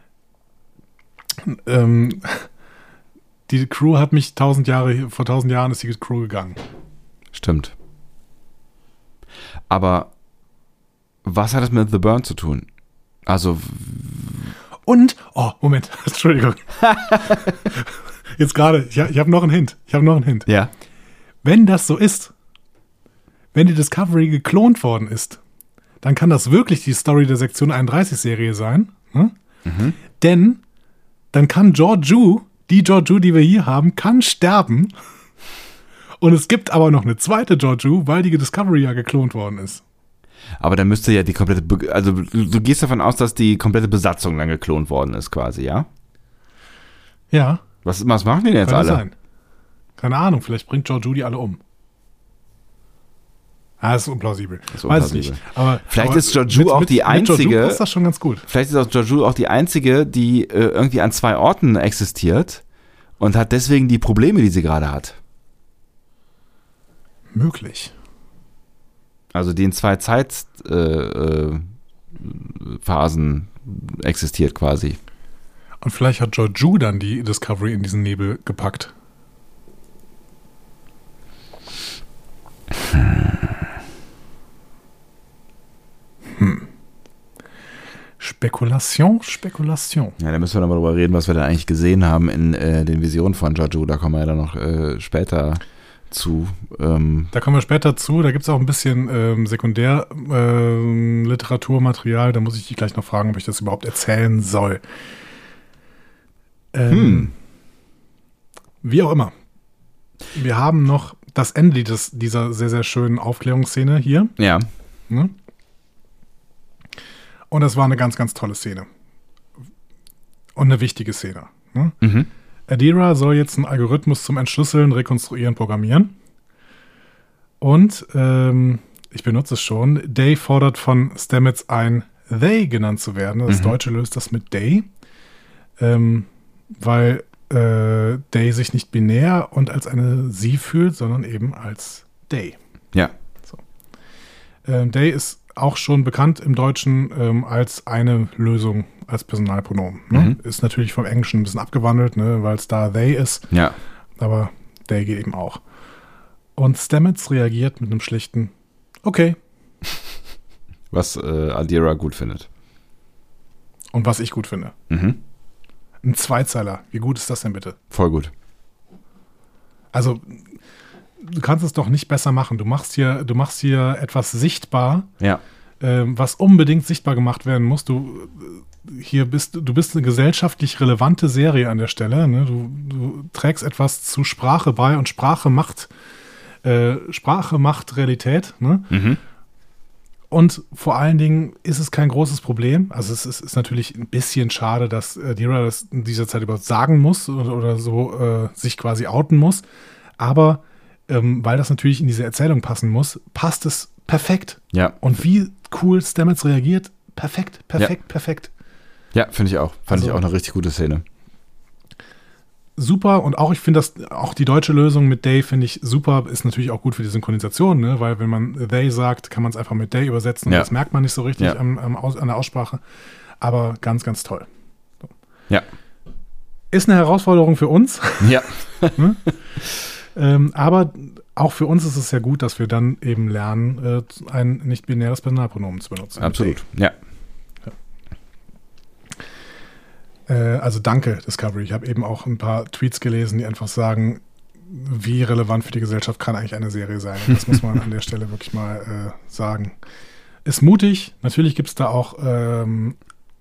die Crew hat mich vor 1000 Jahren ist die Crew gegangen. Stimmt. Aber was hat es mit The Burn zu tun? Also und, Moment, Entschuldigung. Jetzt gerade, ich habe noch einen Hint. Ja. Wenn das so ist, wenn die Discovery geklont worden ist, dann kann das wirklich die Story der Sektion 31-Serie sein. Ne? Mhm. Denn dann kann Georgiou, die wir hier haben, kann sterben. Und es gibt aber noch eine zweite Georgiou, weil die Discovery ja geklont worden ist. Aber dann müsste ja die komplette, also du gehst davon aus, dass die komplette Besatzung dann geklont worden ist quasi, ja? Ja. Was machen die denn jetzt Kann alle? Sein. Keine Ahnung, vielleicht bringt Georgiou die alle um. Das ist unplausibel. Weiß ich nicht. Aber, vielleicht ist Georgiou auch die einzige. Mit Georgiou ist das schon ganz gut. Vielleicht ist auch Georgiou auch die einzige, die irgendwie an 2 Orten existiert und hat deswegen die Probleme, die sie gerade hat. Möglich. Also die in 2 Zeitphasen existiert quasi. Und vielleicht hat Georgiou dann die Discovery in diesen Nebel gepackt. Spekulation. Ja, da müssen wir dann mal drüber reden, was wir da eigentlich gesehen haben in den Visionen von Georgiou. Da kommen wir ja dann noch später zu. Da kommen wir später zu. Da gibt es auch ein bisschen Sekundärliteraturmaterial. Da muss ich dich gleich noch fragen, ob ich das überhaupt erzählen soll. Wie auch immer. Wir haben noch das Ende dieser sehr, sehr schönen Aufklärungsszene hier. Ja. Ne? Und das war eine ganz, ganz tolle Szene. Und eine wichtige Szene. Ne? Mhm. Adira soll jetzt einen Algorithmus zum Entschlüsseln, Rekonstruieren, Programmieren. Und ich benutze es schon. Day fordert von Stamets ein, They genannt zu werden. Das Deutsche löst das mit They. Weil Day sich nicht binär und als eine Sie fühlt, sondern eben als Day. Ja. So. Day ist auch schon bekannt im Deutschen als eine Lösung als Personalpronomen. Ne? Mhm. Ist natürlich vom Englischen ein bisschen abgewandelt, ne, weil es da They ist. Ja. Aber They geht eben auch. Und Stamets reagiert mit einem schlichten Okay. Was Adira gut findet. Und was ich gut finde. Mhm. Ein Zweizeiler. Wie gut ist das denn bitte? Voll gut. Also, du kannst es doch nicht besser machen. Du machst hier etwas sichtbar, Ja. Was unbedingt sichtbar gemacht werden muss. Du bist eine gesellschaftlich relevante Serie an der Stelle. Ne? Du trägst etwas zu Sprache bei und Sprache macht Realität. Ne? Mhm. Und vor allen Dingen ist es kein großes Problem. Also es ist natürlich ein bisschen schade, dass Adira das in dieser Zeit überhaupt sagen muss oder so sich quasi outen muss. Aber weil das natürlich in diese Erzählung passen muss, passt es perfekt. Ja. Und wie cool Stamets reagiert, perfekt. Ja, finde ich auch. Fand ich Also- auch eine richtig gute Szene. Super, und auch ich finde das, auch die deutsche Lösung mit They finde ich super, ist natürlich auch gut für die Synchronisation, ne? Weil wenn man They sagt, kann man es einfach mit They übersetzen und Ja. das merkt man nicht so richtig Ja. an der Aussprache. Aber ganz, ganz toll. Ja. Ist eine Herausforderung für uns, Ja. aber auch für uns ist es ja gut, dass wir dann eben lernen, ein nicht-binäres Personalpronomen zu benutzen. Absolut. Ja. Also danke, Discovery. Ich habe eben auch ein paar Tweets gelesen, die einfach sagen, wie relevant für die Gesellschaft kann eigentlich eine Serie sein. Und das muss man an der Stelle wirklich mal sagen. Ist mutig. Natürlich gibt es da auch ein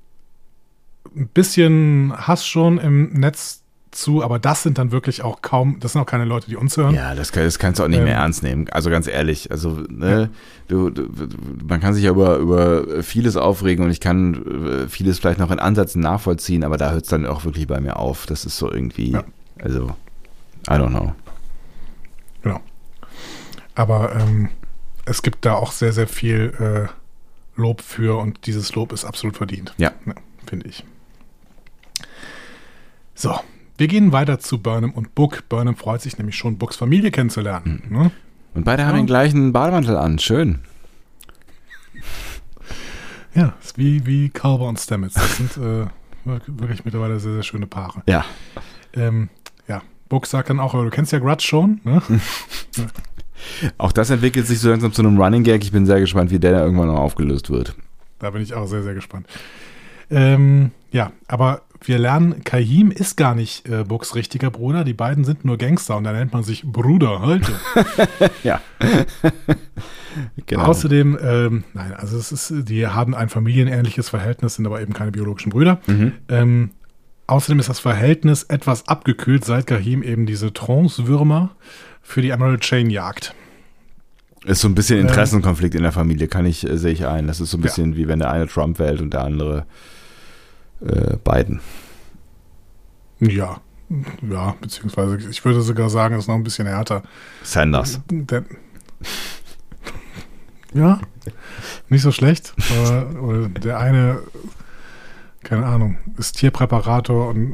bisschen Hass schon im Netz zu, aber das sind dann wirklich auch das sind auch keine Leute, die uns hören. Ja, das kannst du auch nicht mehr ernst nehmen. Also ganz ehrlich, also ne, man kann sich ja über vieles aufregen und ich kann vieles vielleicht noch in Ansätzen nachvollziehen, aber da hört es dann auch wirklich bei mir auf. Das ist so irgendwie, also, I don't know. Genau. Aber es gibt da auch sehr, sehr viel Lob für und dieses Lob ist absolut verdient. Ja. Finde ich. So, wir gehen weiter zu Burnham und Book. Burnham freut sich nämlich schon, Books Familie kennenzulernen. Ne? Und beide haben den gleichen Bademantel an. Schön. Ja, ist wie Culber und Stamets. Das sind wirklich mittlerweile sehr, sehr schöne Paare. Ja. Ja, Book sagt dann auch, du kennst ja Grudge schon. Ne? Auch das entwickelt sich so langsam zu einem Running Gag. Ich bin sehr gespannt, wie der da irgendwann noch aufgelöst wird. Da bin ich auch sehr, sehr gespannt. Ja, aber wir lernen, Kahim ist gar nicht Books richtiger Bruder. Die beiden sind nur Gangster und da nennt man sich Bruder. Halte. Ja. Genau. Außerdem, nein, also die haben ein familienähnliches Verhältnis, sind aber eben keine biologischen Brüder. Außerdem ist das Verhältnis etwas abgekühlt, seit Kahim eben diese Trance-Würmer für die Emerald Chain jagt. Ist so ein bisschen Interessenkonflikt in der Familie, sehe ich ein. Das ist so ein bisschen wie wenn der eine Trump wählt und der andere Biden. Ja, beziehungsweise ich würde sogar sagen, es ist noch ein bisschen härter. Sanders. Ja, nicht so schlecht. Oder der eine, keine Ahnung, ist Tierpräparator und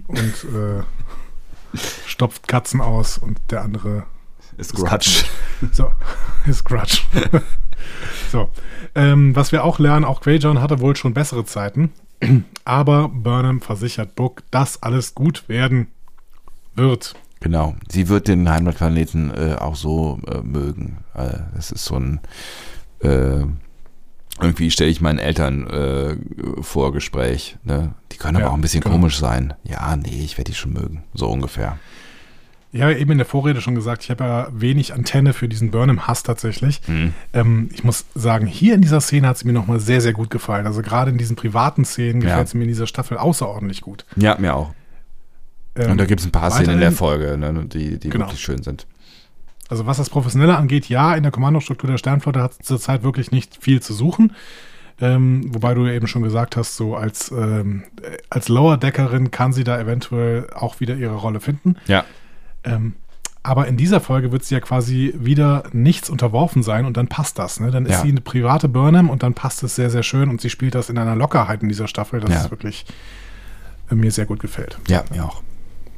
stopft Katzen aus und der andere Ist Grudge. So, ist Grudge. So, was wir auch lernen, auch Greyjohn hatte wohl schon bessere Zeiten, aber Burnham versichert Book, dass alles gut werden wird. Genau, sie wird den Heimatplaneten auch so mögen. Das ist so ein irgendwie stelle ich meinen Eltern vor Gespräch. Ne? Die können aber auch ein bisschen komisch sein. Ja, nee, ich werde die schon mögen. So ungefähr. Ich habe eben in der Vorrede schon gesagt, ich habe ja wenig Antenne für diesen Burnham-Hass tatsächlich. Ich muss sagen, hier in dieser Szene hat sie mir nochmal sehr, sehr gut gefallen. Also gerade in diesen privaten Szenen gefällt sie mir in dieser Staffel außerordentlich gut. Ja, mir auch. Und da gibt es ein paar Szenen in der Folge, ne, die wirklich schön sind. Also was das Professionelle angeht, ja, in der Kommandostruktur der Sternflotte hat es zurzeit wirklich nicht viel zu suchen. Wobei du ja eben schon gesagt hast, so als Lower-Deckerin kann sie da eventuell auch wieder ihre Rolle finden. Ja. Aber in dieser Folge wird sie ja quasi wieder nichts unterworfen sein und dann passt das. Ne? Dann ist sie eine private Burnham und dann passt es sehr, sehr schön und sie spielt das in einer Lockerheit in dieser Staffel, dass es wirklich mir sehr gut gefällt. Ja, mir auch.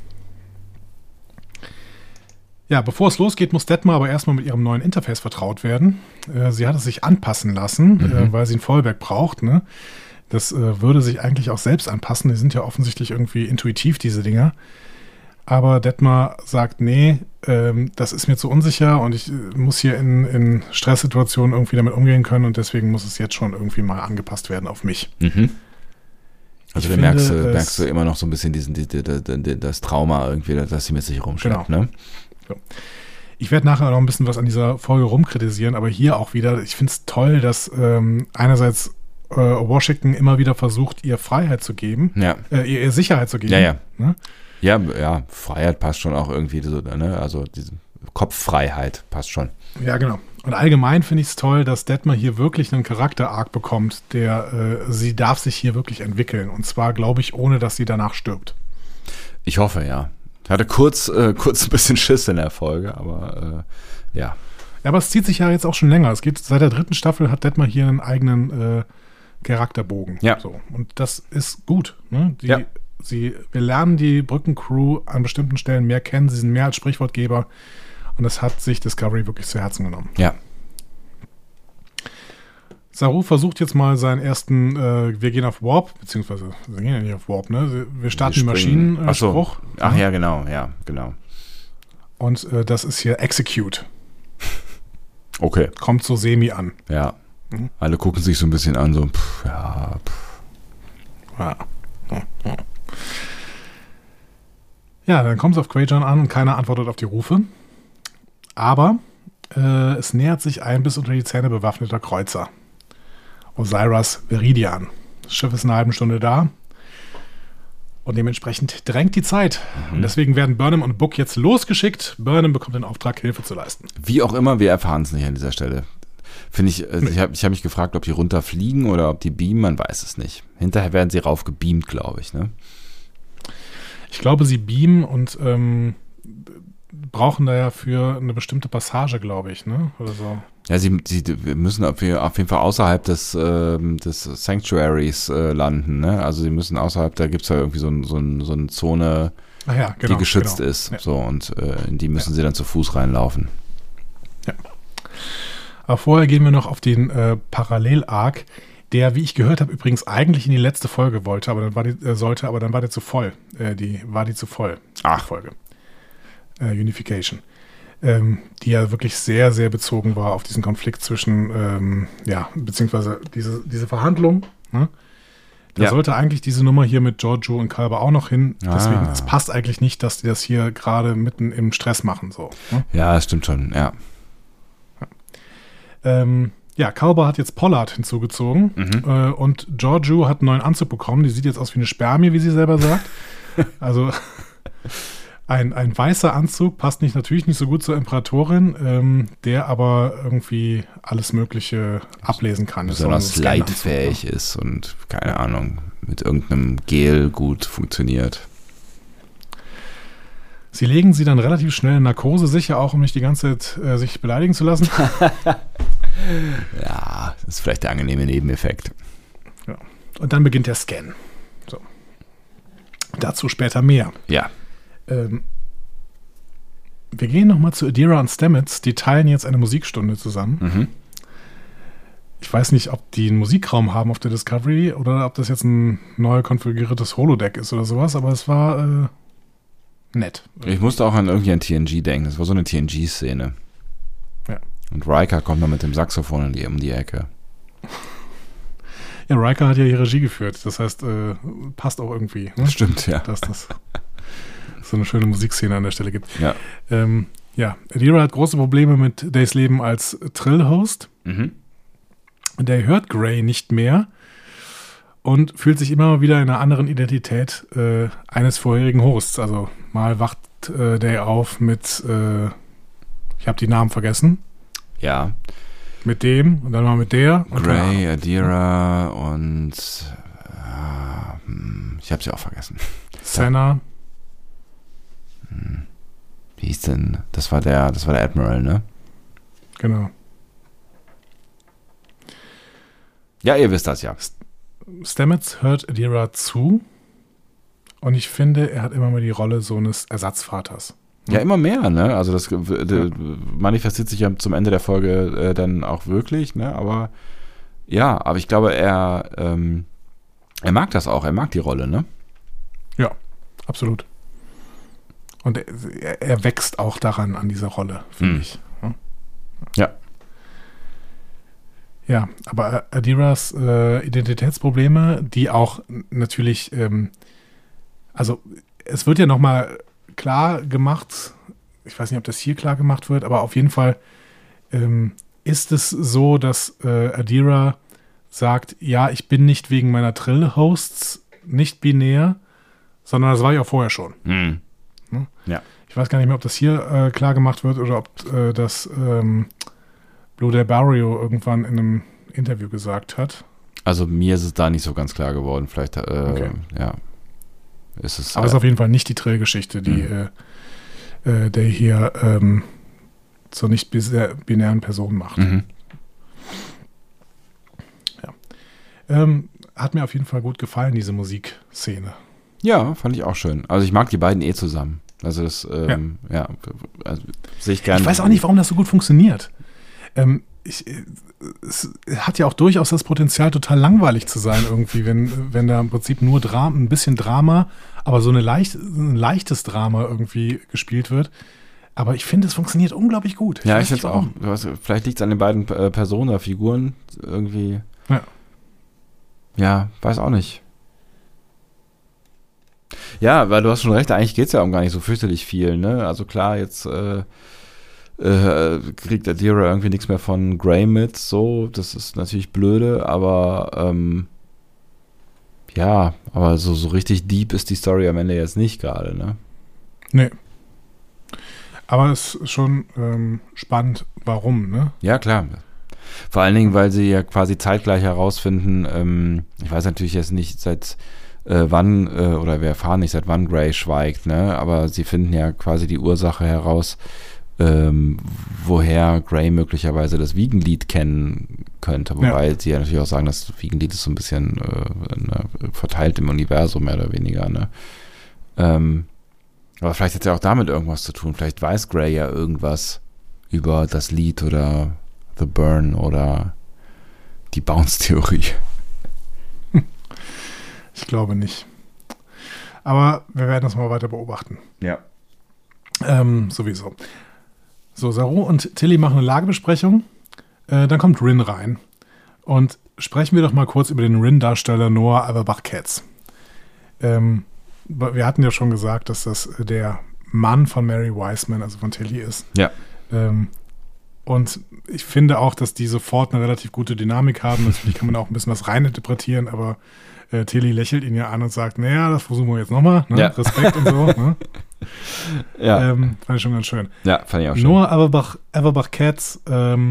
Ja, bevor es losgeht, muss Detmar aber erstmal mit ihrem neuen Interface vertraut werden. Sie hat es sich anpassen lassen, weil sie ein Fallback braucht. Ne? Das würde sich eigentlich auch selbst anpassen. Die sind ja offensichtlich irgendwie intuitiv, diese Dinger. Aber Detmar sagt, nee, das ist mir zu unsicher und ich muss hier in Stresssituationen irgendwie damit umgehen können und deswegen muss es jetzt schon irgendwie mal angepasst werden auf mich. Also du merkst du immer noch so ein bisschen das Trauma irgendwie, das sie mit sich rumschleppt, genau. Ne? So. Ich werde nachher noch ein bisschen was an dieser Folge rumkritisieren, aber hier auch wieder, ich finde es toll, dass einerseits Washington immer wieder versucht, ihr Freiheit zu geben, ihr Sicherheit zu geben. Ja, ja. Ne? Ja, Freiheit passt schon auch irgendwie, so, ne? Also diese Kopffreiheit passt schon. Ja, genau. Und allgemein finde ich es toll, dass Detmar hier wirklich einen Charakter-Arc bekommt, sie darf sich hier wirklich entwickeln. Und zwar, glaube ich, ohne, dass sie danach stirbt. Ich hoffe, ja. Hatte kurz ein bisschen Schiss in der Folge, aber ja. Ja, aber es zieht sich ja jetzt auch schon länger. Es geht seit der 3. Staffel hat Detmar hier einen eigenen Charakterbogen. Ja. So. Und das ist gut. Ne? Ja. Wir lernen die Brückencrew an bestimmten Stellen mehr kennen. Sie sind mehr als Sprichwortgeber. Und das hat sich Discovery wirklich zu Herzen genommen. Ja. Saru versucht jetzt mal seinen ersten, wir gehen auf Warp, beziehungsweise wir gehen ja nicht auf Warp, ne? Wir starten den Maschinenspruch. Ach ja, genau. Und das ist hier Execute. Okay. Kommt so semi an. Ja. Alle gucken sich so ein bisschen an, so, Ja. Ja, dann kommt es auf Quajon an und keiner antwortet auf die Rufe. Aber es nähert sich ein bis unter die Zähne bewaffneter Kreuzer. Osiris Viridian. Das Schiff ist eine halbe Stunde da. Und dementsprechend drängt die Zeit. Und deswegen werden Burnham und Book jetzt losgeschickt. Burnham bekommt den Auftrag, Hilfe zu leisten. Wie auch immer, wir erfahren es nicht an dieser Stelle. Finde ich, ich hab mich gefragt, ob die runterfliegen oder ob die beamen, man weiß es nicht. Hinterher werden sie raufgebeamt, glaube ich, ne? Ich glaube, sie beamen und brauchen da ja für eine bestimmte Passage, glaube ich, ne? Oder so. Ja, sie müssen auf jeden Fall außerhalb des Sanctuaries landen, ne? Also sie müssen außerhalb, da gibt es ja irgendwie so eine Zone, Genau, die geschützt ist. Ja. So, und in die müssen sie dann zu Fuß reinlaufen. Ja. Aber vorher gehen wir noch auf den Parallel-Arc, der, wie ich gehört habe, übrigens eigentlich in die letzte Folge wollte, aber dann war der zu voll. Die zu voll. Ach. Die Folge. Unification. Die ja wirklich sehr, sehr bezogen war auf diesen Konflikt zwischen, beziehungsweise diese Verhandlung. Ne? Da sollte eigentlich diese Nummer hier mit Giorgio und Kalber auch noch hin. Deswegen, es passt eigentlich nicht, dass die das hier gerade mitten im Stress machen. So, ne? Ja, das stimmt schon, ja. Kalber hat jetzt Pollard hinzugezogen und Giorgio hat einen neuen Anzug bekommen. Die sieht jetzt aus wie eine Spermie, wie sie selber sagt. Also ein weißer Anzug passt natürlich nicht so gut zur Imperatorin, der aber irgendwie alles Mögliche ablesen kann. Besonders leitfähig ist und, keine Ahnung, mit irgendeinem Gel gut funktioniert. Sie legen sie dann relativ schnell in Narkose, sicher auch, um nicht die ganze Zeit sich beleidigen zu lassen. Ja, das ist vielleicht der angenehme Nebeneffekt. Ja. Und dann beginnt der Scan. So. Dazu später mehr. Ja. Wir gehen nochmal zu Adira und Stamets. Die teilen jetzt eine Musikstunde zusammen. Ich weiß nicht, ob die einen Musikraum haben auf der Discovery oder ob das jetzt ein neu konfiguriertes Holodeck ist oder sowas, aber es war nett. Ich musste auch an TNG denken. Das war so eine TNG-Szene. Ja. Und Riker kommt noch mit dem Saxophon um die Ecke. Ja, Riker hat ja die Regie geführt. Das heißt, passt auch irgendwie. Ne? Stimmt, ja. Dass das so eine schöne Musikszene an der Stelle gibt. Ja. Adira hat große Probleme mit Days Leben als Trill-Host. Der hört Gray nicht mehr und fühlt sich immer wieder in einer anderen Identität eines vorherigen Hosts. Also mal wacht Day auf mit, ich habe die Namen vergessen. Ja. Mit dem und dann mal mit der. Gray, Adira und ich habe sie auch vergessen. Senna. Wie hieß denn? Das war der Admiral, ne? Genau. Ja, ihr wisst das ja. Stamets hört Adira zu und ich finde, er hat immer mehr die Rolle so eines Ersatzvaters. Ja, immer mehr, ne? Also das manifestiert sich ja zum Ende der Folge dann auch wirklich, ne? Aber ich glaube, er mag das auch, er mag die Rolle, ne? Ja, absolut. Und er wächst auch daran, an dieser Rolle, finde ich. Ja. Ja, aber Adiras Identitätsprobleme, die auch natürlich, also es wird ja nochmal klar gemacht, ich weiß nicht, ob das hier klar gemacht wird, aber auf jeden Fall ist es so, dass Adira sagt, ja, ich bin nicht wegen meiner Trill-Hosts nicht binär, sondern das war ich auch vorher schon. Ja. Ich weiß gar nicht mehr, ob das hier klar gemacht wird oder ob das Blue Del Barrio irgendwann in einem Interview gesagt hat. Also mir ist es da nicht so ganz klar geworden. Vielleicht, Okay. ja. ist es. Aber es ist auf jeden Fall nicht die Trillgeschichte, die der hier zur nicht binären Person macht. Mhm. Ja. Hat mir auf jeden Fall gut gefallen, diese Musikszene. Ja, fand ich auch schön. Also ich mag die beiden zusammen. Also das, also sehe ich gerne. Ich weiß auch nicht, warum das so gut funktioniert. Es hat ja auch durchaus das Potenzial, total langweilig zu sein irgendwie, wenn da im Prinzip nur ein bisschen Drama, aber so ein leichtes Drama irgendwie gespielt wird. Aber ich finde, es funktioniert unglaublich gut. Ja, ich finde es auch. Vielleicht liegt es an den beiden Personen oder Figuren irgendwie. Ja, weiß auch nicht. Ja, weil du hast schon recht, eigentlich geht es ja um gar nicht so fürchterlich viel, ne? Also klar, jetzt kriegt Adira irgendwie nichts mehr von Grey mit, so, das ist natürlich blöde, aber ja, aber so richtig deep ist die Story am Ende jetzt nicht gerade, ne? Nee. Aber es ist schon spannend, warum, ne? Ja, klar. Vor allen Dingen, weil sie ja quasi zeitgleich herausfinden, ich weiß natürlich jetzt nicht, seit wann, oder wir erfahren nicht, seit wann Grey schweigt, ne? Aber sie finden ja quasi die Ursache heraus, woher Grey möglicherweise das Wiegenlied kennen könnte. Wobei sie ja natürlich auch sagen, das Wiegenlied ist so ein bisschen verteilt im Universum, mehr oder weniger, ne? Aber vielleicht hat es ja auch damit irgendwas zu tun. Vielleicht weiß Grey ja irgendwas über das Lied oder The Burn oder die Bounce-Theorie. Ich glaube nicht. Aber wir werden das mal weiter beobachten. Ja. Sowieso. So, Saru und Tilly machen eine Lagebesprechung. Dann kommt Rin rein. Und sprechen wir doch mal kurz über den Rin-Darsteller Noah Auerbach-Katz. Wir hatten ja schon gesagt, dass das der Mann von Mary Wiseman, also von Tilly, ist. Ja. Und ich finde auch, dass die sofort eine relativ gute Dynamik haben. Natürlich kann man auch ein bisschen was reininterpretieren, aber Tilly lächelt ihn ja an und sagt, naja, das versuchen wir jetzt nochmal. Ne? Ja. Respekt und so. Ne? Ja. Fand ich schon ganz schön. Ja, fand ich auch schön. Noah Auerbach-Katz,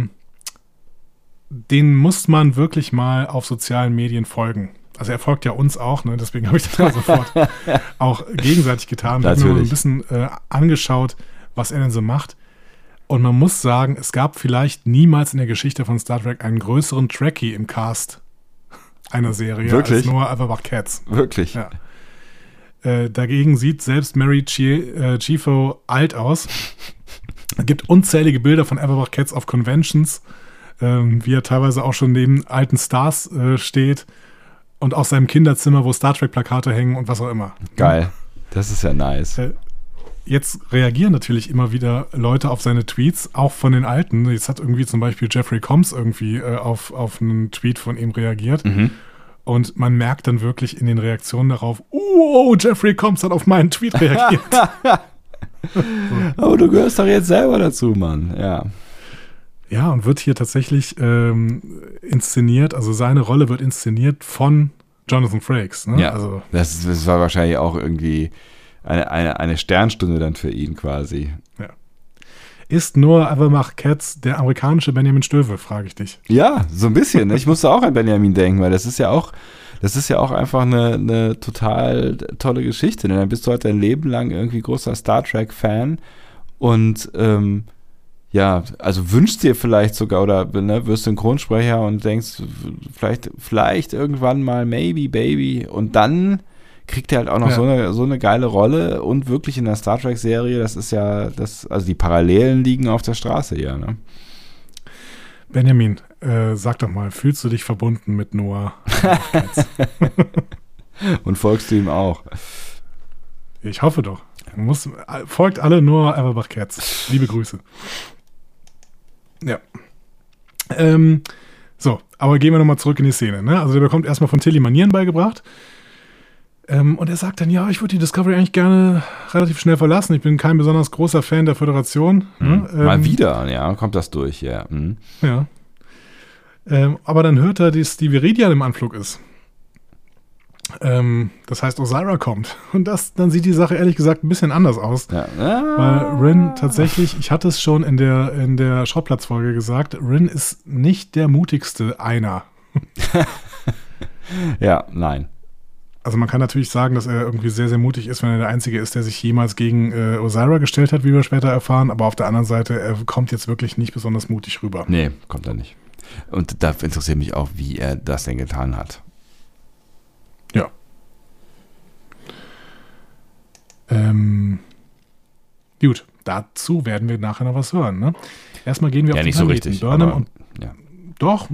den muss man wirklich mal auf sozialen Medien folgen. Also er folgt ja uns auch, ne? Deswegen habe ich das mal sofort auch gegenseitig getan. Ich habe mir mal ein bisschen angeschaut, was er denn so macht. Und man muss sagen, es gab vielleicht niemals in der Geschichte von Star Trek einen größeren Trekkie im Cast einer Serie Wirklich? als Noah Auerbach-Katz. Wirklich? Ja. Dagegen sieht selbst Mary Chieffo alt aus. Es gibt unzählige Bilder von Auerbach-Katz auf Conventions, wie er teilweise auch schon neben alten Stars steht und aus seinem Kinderzimmer, wo Star Trek-Plakate hängen und was auch immer. Geil. Das ist ja nice. Jetzt reagieren natürlich immer wieder Leute auf seine Tweets, auch von den Alten. Jetzt hat irgendwie zum Beispiel Jeffrey Combs irgendwie auf einen Tweet von ihm reagiert. Mhm. Und man merkt dann wirklich in den Reaktionen darauf, Jeffrey Combs hat auf meinen Tweet reagiert. So. Aber du gehörst doch jetzt selber dazu, Mann. Ja. Ja, und wird hier tatsächlich inszeniert, also seine Rolle wird inszeniert von Jonathan Frakes. Ne? Ja, also, das war wahrscheinlich auch irgendwie eine Sternstunde dann für ihn quasi. Ja. Ist Noah Auerbach-Katz der amerikanische Benjamin Stöwe, frage ich dich. Ja, so ein bisschen. Ich musste auch an Benjamin denken, weil das ist ja auch einfach eine total tolle Geschichte. Denn dann bist du halt dein Leben lang irgendwie großer Star Trek-Fan und ja, also wünschst dir vielleicht sogar oder wirst Synchronsprecher und denkst, vielleicht irgendwann mal maybe, baby, und dann kriegt er halt auch noch so eine geile Rolle und wirklich in der Star Trek-Serie, das ist ja, also die Parallelen liegen auf der Straße hier, ne? Benjamin, sag doch mal, fühlst du dich verbunden mit Noah Auerbach-Katz? Und folgst du ihm auch? Ich hoffe doch. Folgt alle Noah Auerbach-Katz. Liebe Grüße. Ja. So, aber gehen wir nochmal zurück in die Szene. Ne? Also der bekommt erstmal von Tilly Manieren beigebracht. Und er sagt dann, ja, ich würde die Discovery eigentlich gerne relativ schnell verlassen. Ich bin kein besonders großer Fan der Föderation. Ne? Mal wieder, ja, kommt das durch, ja. Mhm. Ja. Aber dann hört er, dass die Viridian im Anflug ist. Das heißt, Osira kommt. Und dann sieht die Sache ehrlich gesagt ein bisschen anders aus. Ja. Weil Rin tatsächlich, ich hatte es schon in der Schrottplatzfolge gesagt, Rin ist nicht der mutigste einer. Ja, nein. Also man kann natürlich sagen, dass er irgendwie sehr, sehr mutig ist, wenn er der Einzige ist, der sich jemals gegen Osiris gestellt hat, wie wir später erfahren. Aber auf der anderen Seite, er kommt jetzt wirklich nicht besonders mutig rüber. Nee, kommt er nicht. Und da interessiert mich auch, wie er das denn getan hat. Ja. Gut, dazu werden wir nachher noch was hören. Ne? Erstmal gehen wir auf die nicht Planeten. so richtig. Burnham Aber, und ja. Doch,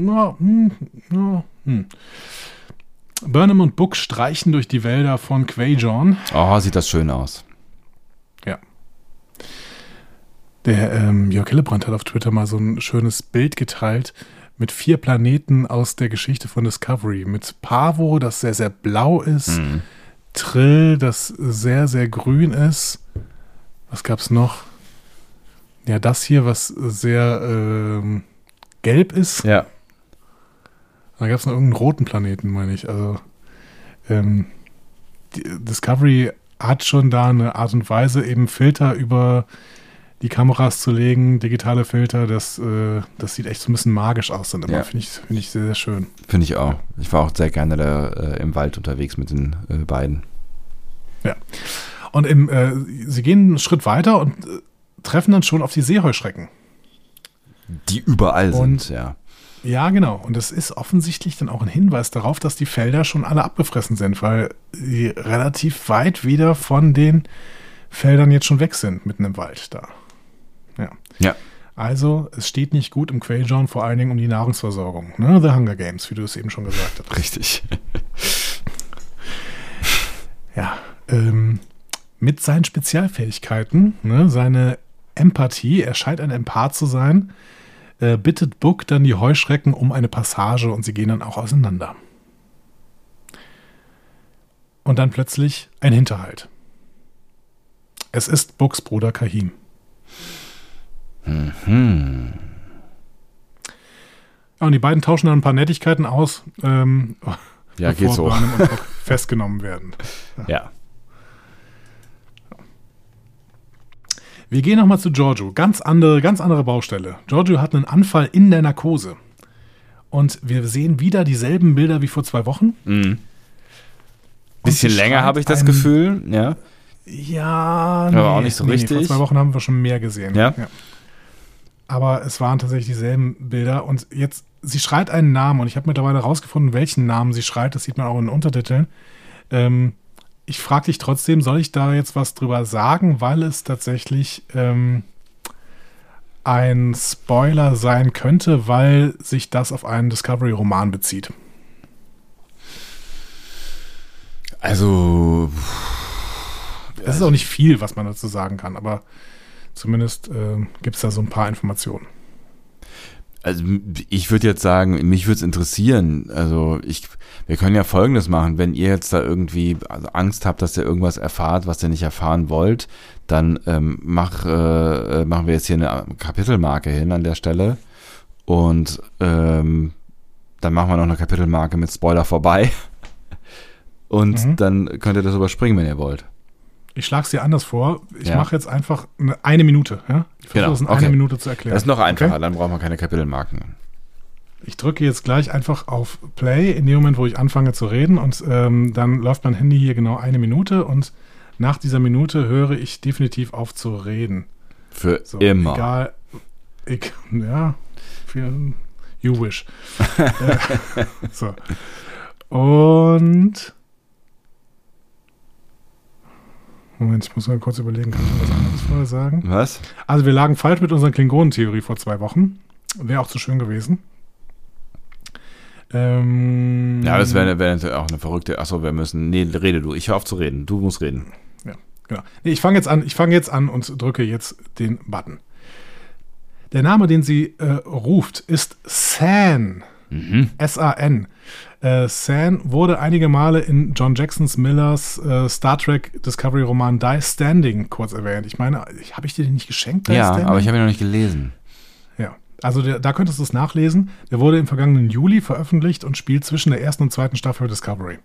Burnham und Book streichen durch die Wälder von Quajon. Oh, sieht das schön aus. Ja. Der Jörg Hillebrand hat auf Twitter mal so ein schönes Bild geteilt mit 4 Planeten aus der Geschichte von Discovery. Mit Pavo, das sehr, sehr blau ist. Trill, das sehr, sehr grün ist. Was gab's noch? Ja, das hier, was sehr gelb ist. Ja. Da gab es noch irgendeinen roten Planeten, meine ich. Also Discovery hat schon da eine Art und Weise, eben Filter über die Kameras zu legen, digitale Filter, das sieht echt so ein bisschen magisch aus dann immer. Ja. Finde ich sehr, sehr schön. Finde ich auch. Ich war auch sehr gerne da im Wald unterwegs mit den beiden. Ja. Und sie gehen einen Schritt weiter und treffen dann schon auf die Seeheuschrecken. Die überall sind, ja. Ja, genau. Und es ist offensichtlich dann auch ein Hinweis darauf, dass die Felder schon alle abgefressen sind, weil sie relativ weit wieder von den Feldern jetzt schon weg sind, mitten im Wald da. Ja. Ja. Also, es steht nicht gut im Quajon, vor allen Dingen um die Nahrungsversorgung. Ne? The Hunger Games, wie du es eben schon gesagt hast. Richtig. Ja. Mit seinen Spezialfähigkeiten, ne, seine Empathie, er scheint ein Empath zu sein, bittet Book dann die Heuschrecken um eine Passage und sie gehen dann auch auseinander. Und dann plötzlich ein Hinterhalt. Es ist Books Bruder Kahim. Mhm. Ja, und die beiden tauschen dann ein paar Nettigkeiten aus, Ja, bevor geht so. Burnham und Book festgenommen werden. Ja. Wir gehen nochmal zu Giorgio. Ganz andere Baustelle. Giorgio hat einen Anfall in der Narkose. Und wir sehen wieder dieselben Bilder wie vor 2 Wochen. Mhm. Bisschen sie länger schreit habe ich das einen- Gefühl, ja. Ja, Aber auch nicht so richtig. Vor 2 Wochen haben wir schon mehr gesehen. Ja. Aber es waren tatsächlich dieselben Bilder. Und jetzt, sie schreit einen Namen. Und ich habe mittlerweile herausgefunden, welchen Namen sie schreit. Das sieht man auch in den Untertiteln. Ich frage dich trotzdem, soll ich da jetzt was drüber sagen, weil es tatsächlich ein Spoiler sein könnte, weil sich das auf einen Discovery-Roman bezieht. Also, Es ist auch nicht viel, was man dazu sagen kann, aber zumindest gibt es da so ein paar Informationen. also ich würde jetzt sagen, mich würde es interessieren. Also wir können ja Folgendes machen, wenn ihr jetzt da irgendwie Angst habt, dass ihr irgendwas erfahrt, was ihr nicht erfahren wollt, dann machen wir jetzt hier eine Kapitelmarke hin an der Stelle und dann machen wir noch eine Kapitelmarke mit Spoiler vorbei und dann könnt ihr das überspringen, wenn ihr wollt. Ich schlage es dir anders vor. Ich Ja. mache jetzt einfach eine Minute. Ja? Ich versuche Genau, es in okay. einer Minute zu erklären. Das ist noch einfacher, Okay? dann braucht man keine Kapitelmarken. Ich drücke jetzt gleich einfach auf Play in dem Moment, wo ich anfange zu reden und dann läuft mein Handy hier genau 1 Minute und nach dieser Minute höre ich definitiv auf zu reden. Für So, immer. Egal. You wish. So. Und Moment, ich muss mal kurz überlegen, kann ich was anderes vorher sagen? Was? Also wir lagen falsch mit unserer Klingonentheorie vor 2 Wochen. Wäre auch zu schön gewesen. Ja, das wäre natürlich auch eine verrückte. Achso, wir müssen. Nee, rede du. Ich höre auf zu reden. Du musst reden. Ja, genau. Nee, ich fange jetzt an und drücke jetzt den Button. Der Name, den sie ruft, ist San. S-A-N. San wurde einige Male in John Jacksons Millers Star Trek Discovery Roman Die Standing kurz erwähnt. Ich meine, habe ich dir den nicht geschenkt? Die Ja, Standing? aber ich habe ihn noch nicht gelesen. Ja, also da könntest du es nachlesen. Der wurde im vergangenen Juli veröffentlicht und spielt zwischen der 1. und 2. Staffel Discovery.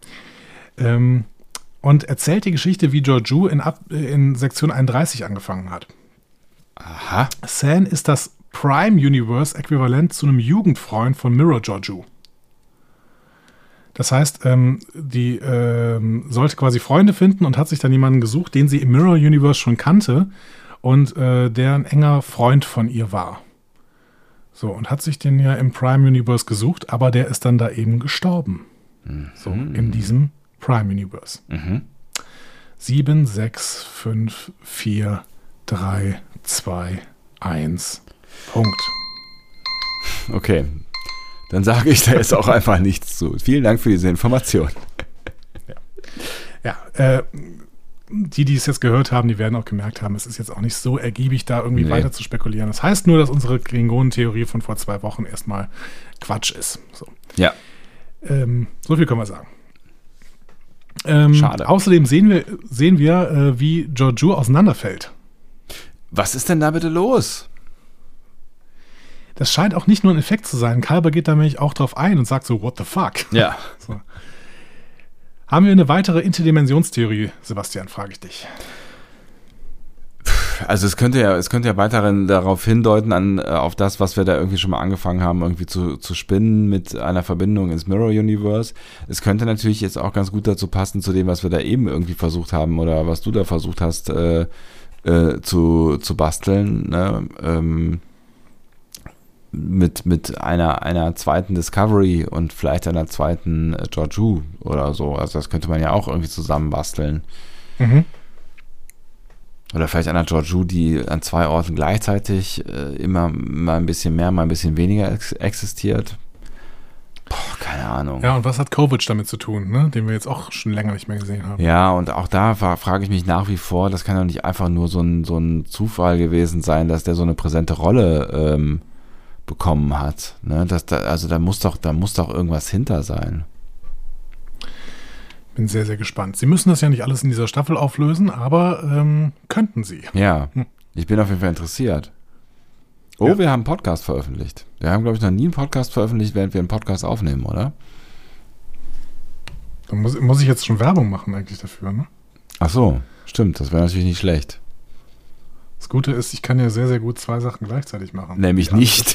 Und erzählt die Geschichte, wie Georgiou in Sektion 31 angefangen hat. Aha. San ist das Prime Universe äquivalent zu einem Jugendfreund von Mirror Georgiou. Das heißt, die sollte quasi Freunde finden und hat sich dann jemanden gesucht, den sie im Mirror Universe schon kannte und der ein enger Freund von ihr war. So, und hat sich den ja im Prime Universe gesucht, aber der ist dann da eben gestorben. So, in diesem Prime Universe. 7, 6, 5, 4, 3, 2, 1. Punkt. Okay. Dann sage ich da jetzt auch einfach nichts zu. Vielen Dank für diese Information. Ja, die es jetzt gehört haben, die werden auch gemerkt haben, es ist jetzt auch nicht so ergiebig, da irgendwie weiter zu spekulieren. Das heißt nur, dass unsere Klingonen-Theorie von vor 2 Wochen erstmal Quatsch ist. So. Ja. So viel können wir sagen. Schade. Außerdem sehen wir, wie Georgiou auseinanderfällt. Was ist denn da bitte los? Das scheint auch nicht nur ein Effekt zu sein. Kalber geht da nämlich auch drauf ein und sagt so, what the fuck? Ja. So. Haben wir eine weitere Interdimensionstheorie, Sebastian, frage ich dich. Also es könnte ja weiterhin darauf hindeuten, auf das, was wir da irgendwie schon mal angefangen haben, irgendwie zu spinnen mit einer Verbindung ins Mirror Universe. Es könnte natürlich jetzt auch ganz gut dazu passen, zu dem, was wir da eben irgendwie versucht haben oder was du da versucht hast zu basteln, ne? Mit einer zweiten Discovery und vielleicht einer zweiten Georgiou oder so. Also das könnte man ja auch irgendwie zusammenbasteln. Oder vielleicht einer Georgiou, die an 2 Orten gleichzeitig immer mal ein bisschen mehr, mal ein bisschen weniger existiert. Keine Ahnung. Ja, und was hat Kovic damit zu tun, ne? Den wir jetzt auch schon länger nicht mehr gesehen haben? Ja, und auch da frage ich mich nach wie vor, das kann doch nicht einfach nur so ein Zufall gewesen sein, dass der so eine präsente Rolle bekommen hat. Ne? Da muss doch irgendwas hinter sein. Bin sehr, sehr gespannt. Sie müssen das ja nicht alles in dieser Staffel auflösen, aber könnten sie. Ja, ich bin auf jeden Fall interessiert. Oh, ja. Wir haben einen Podcast veröffentlicht. Wir haben, glaube ich, noch nie einen Podcast veröffentlicht, während wir einen Podcast aufnehmen, oder? Da muss ich jetzt schon Werbung machen eigentlich dafür, ne? Ach so, stimmt. Das wäre natürlich nicht schlecht. Das Gute ist, ich kann ja sehr, sehr gut 2 Sachen gleichzeitig machen. Nämlich nicht.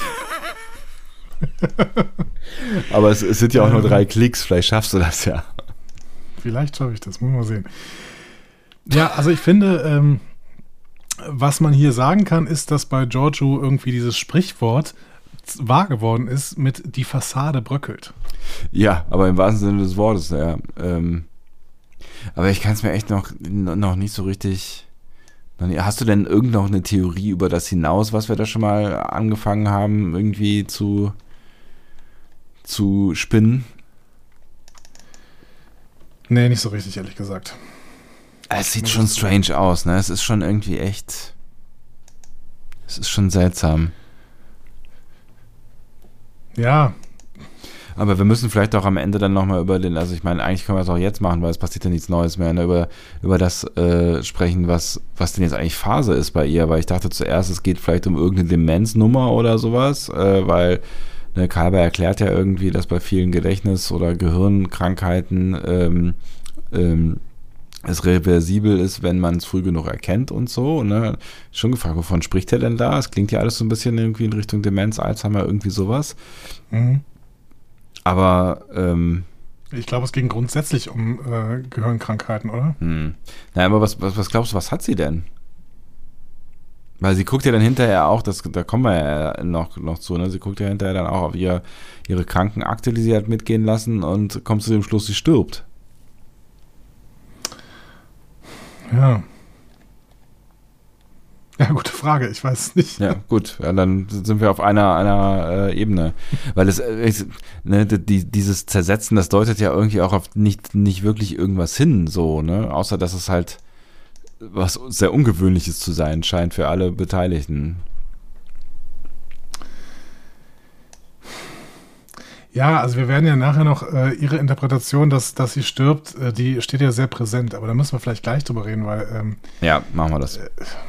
Aber es sind ja auch nur 3 Klicks. Vielleicht schaffst du das ja. Vielleicht schaffe ich das. Muss man mal sehen. Ja, also ich finde, was man hier sagen kann, ist, dass bei Georgiou irgendwie dieses Sprichwort wahr geworden ist mit die Fassade bröckelt. Ja, aber im wahrsten Sinne des Wortes, ja. Aber ich kann es mir echt noch nicht so richtig... Hast du denn noch eine Theorie über das hinaus, was wir da schon mal angefangen haben, irgendwie zu spinnen? Nee, nicht so richtig, ehrlich gesagt. Es sieht schon strange aus, ne? Es ist schon irgendwie echt... Es ist schon seltsam. Ja. Aber wir müssen vielleicht auch am Ende dann nochmal also ich meine, eigentlich können wir es auch jetzt machen, weil es passiert ja nichts Neues mehr, ne? Über das sprechen, was denn jetzt eigentlich Phase ist bei ihr, weil ich dachte zuerst, es geht vielleicht um irgendeine Demenznummer oder sowas, weil Kalber erklärt ja irgendwie, dass bei vielen Gedächtnis- oder Gehirnkrankheiten es reversibel ist, wenn man es früh genug erkennt und so. Ne? Schon gefragt, wovon spricht er denn da? Es klingt ja alles so ein bisschen irgendwie in Richtung Demenz, Alzheimer, irgendwie sowas. Aber ich glaube, es ging grundsätzlich um Gehirnkrankheiten, oder? Naja, aber was glaubst du, was hat sie denn? Weil sie guckt ja dann hinterher auch, da kommen wir ja noch zu, ne? Sie guckt ja hinterher dann auch auf ihre Krankenakte, die sie hat mitgehen lassen und kommt zu dem Schluss, sie stirbt. Ja. Ja, gute Frage, ich weiß es nicht. Ja, gut, ja, dann sind wir auf einer Ebene. Weil dieses Zersetzen, das deutet ja irgendwie auch auf nicht wirklich irgendwas hin, so, ne? Außer, dass es halt was sehr Ungewöhnliches zu sein scheint für alle Beteiligten. Ja, also wir werden ja nachher noch ihre Interpretation, dass sie stirbt, die steht ja sehr präsent, aber da müssen wir vielleicht gleich drüber reden, weil ja, machen wir das.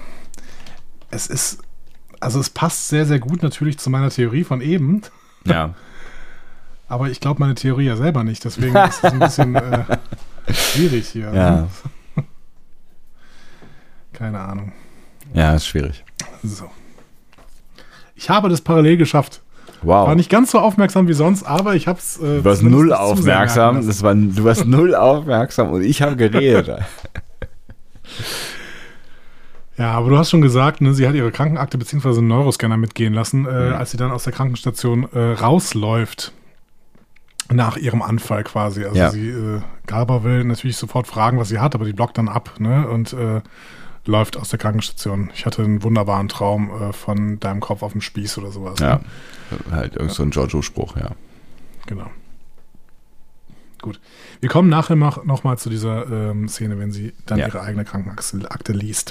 Es passt sehr, sehr gut natürlich zu meiner Theorie von eben. Ja. Aber ich glaube meine Theorie ja selber nicht, deswegen ist es ein bisschen schwierig hier. Ja. Ne? Keine Ahnung. Ja, ist schwierig. So. Ich habe das parallel geschafft. Wow. War nicht ganz so aufmerksam wie sonst, aber ich hab's. Du warst null aufmerksam. Du warst null aufmerksam und ich habe geredet. Ja, aber du hast schon gesagt, ne, sie hat ihre Krankenakte bzw. einen Neuroscanner mitgehen lassen, als sie dann aus der Krankenstation rausläuft. Nach ihrem Anfall quasi. Also Garber will natürlich sofort fragen, was sie hat, aber die blockt dann ab, ne? Und läuft aus der Krankenstation. Ich hatte einen wunderbaren Traum von deinem Kopf auf dem Spieß oder sowas. Ja, ne? halt irgend so ein Giorgio-Spruch, ja. Genau. Gut. Wir kommen nachher noch mal zu dieser Szene, wenn sie dann ihre eigene Krankenakte liest.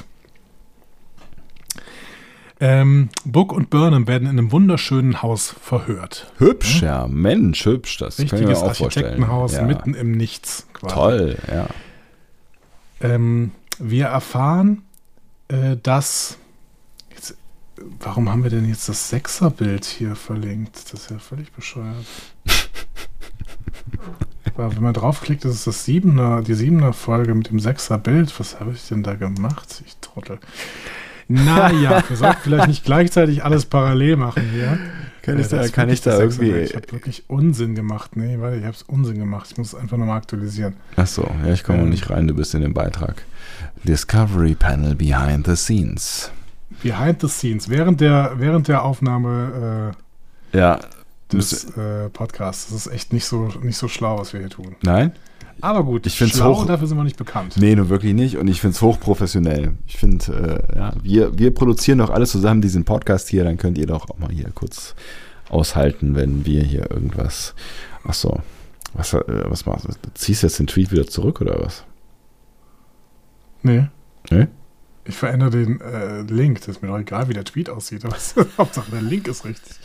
Book und Burnham werden in einem wunderschönen Haus verhört. Hübsch, ja. Mensch, hübsch. Das kann ich mir Richtiges auch vorstellen. Architektenhaus mitten im Nichts. Quasi. Toll, ja. Wir erfahren, dass... Jetzt, warum haben wir denn jetzt das Sechserbild hier verlinkt? Das ist ja völlig bescheuert. Wenn man draufklickt, ist es die 7er Folge mit dem Sechserbild. Was habe ich denn da gemacht? Ich Trottel. Naja, wir sollten vielleicht nicht gleichzeitig alles parallel machen hier. Kann ich da irgendwie... Ich habe wirklich Unsinn gemacht. Nee, warte, ich habe es Unsinn gemacht. Ich muss es einfach nochmal aktualisieren. Achso, ja, ich komme nicht rein, du bist in dem Beitrag. Discovery Panel Behind the Scenes. Behind the Scenes. Während der Aufnahme des Podcasts. Das ist echt nicht so schlau, was wir hier tun. Nein? Aber gut, ich find's schlau, dafür sind wir nicht bekannt. Nee, nur wirklich nicht. Und ich finde es hochprofessionell. Ich finde, wir produzieren doch alles zusammen diesen Podcast hier. Dann könnt ihr doch auch mal hier kurz aushalten, wenn wir hier irgendwas... Achso, was machst du? Ziehst du jetzt den Tweet wieder zurück oder was? Nee. Nee? Ich verändere den Link. Das ist mir doch egal, wie der Tweet aussieht. Aber Hauptsache, der Link ist richtig.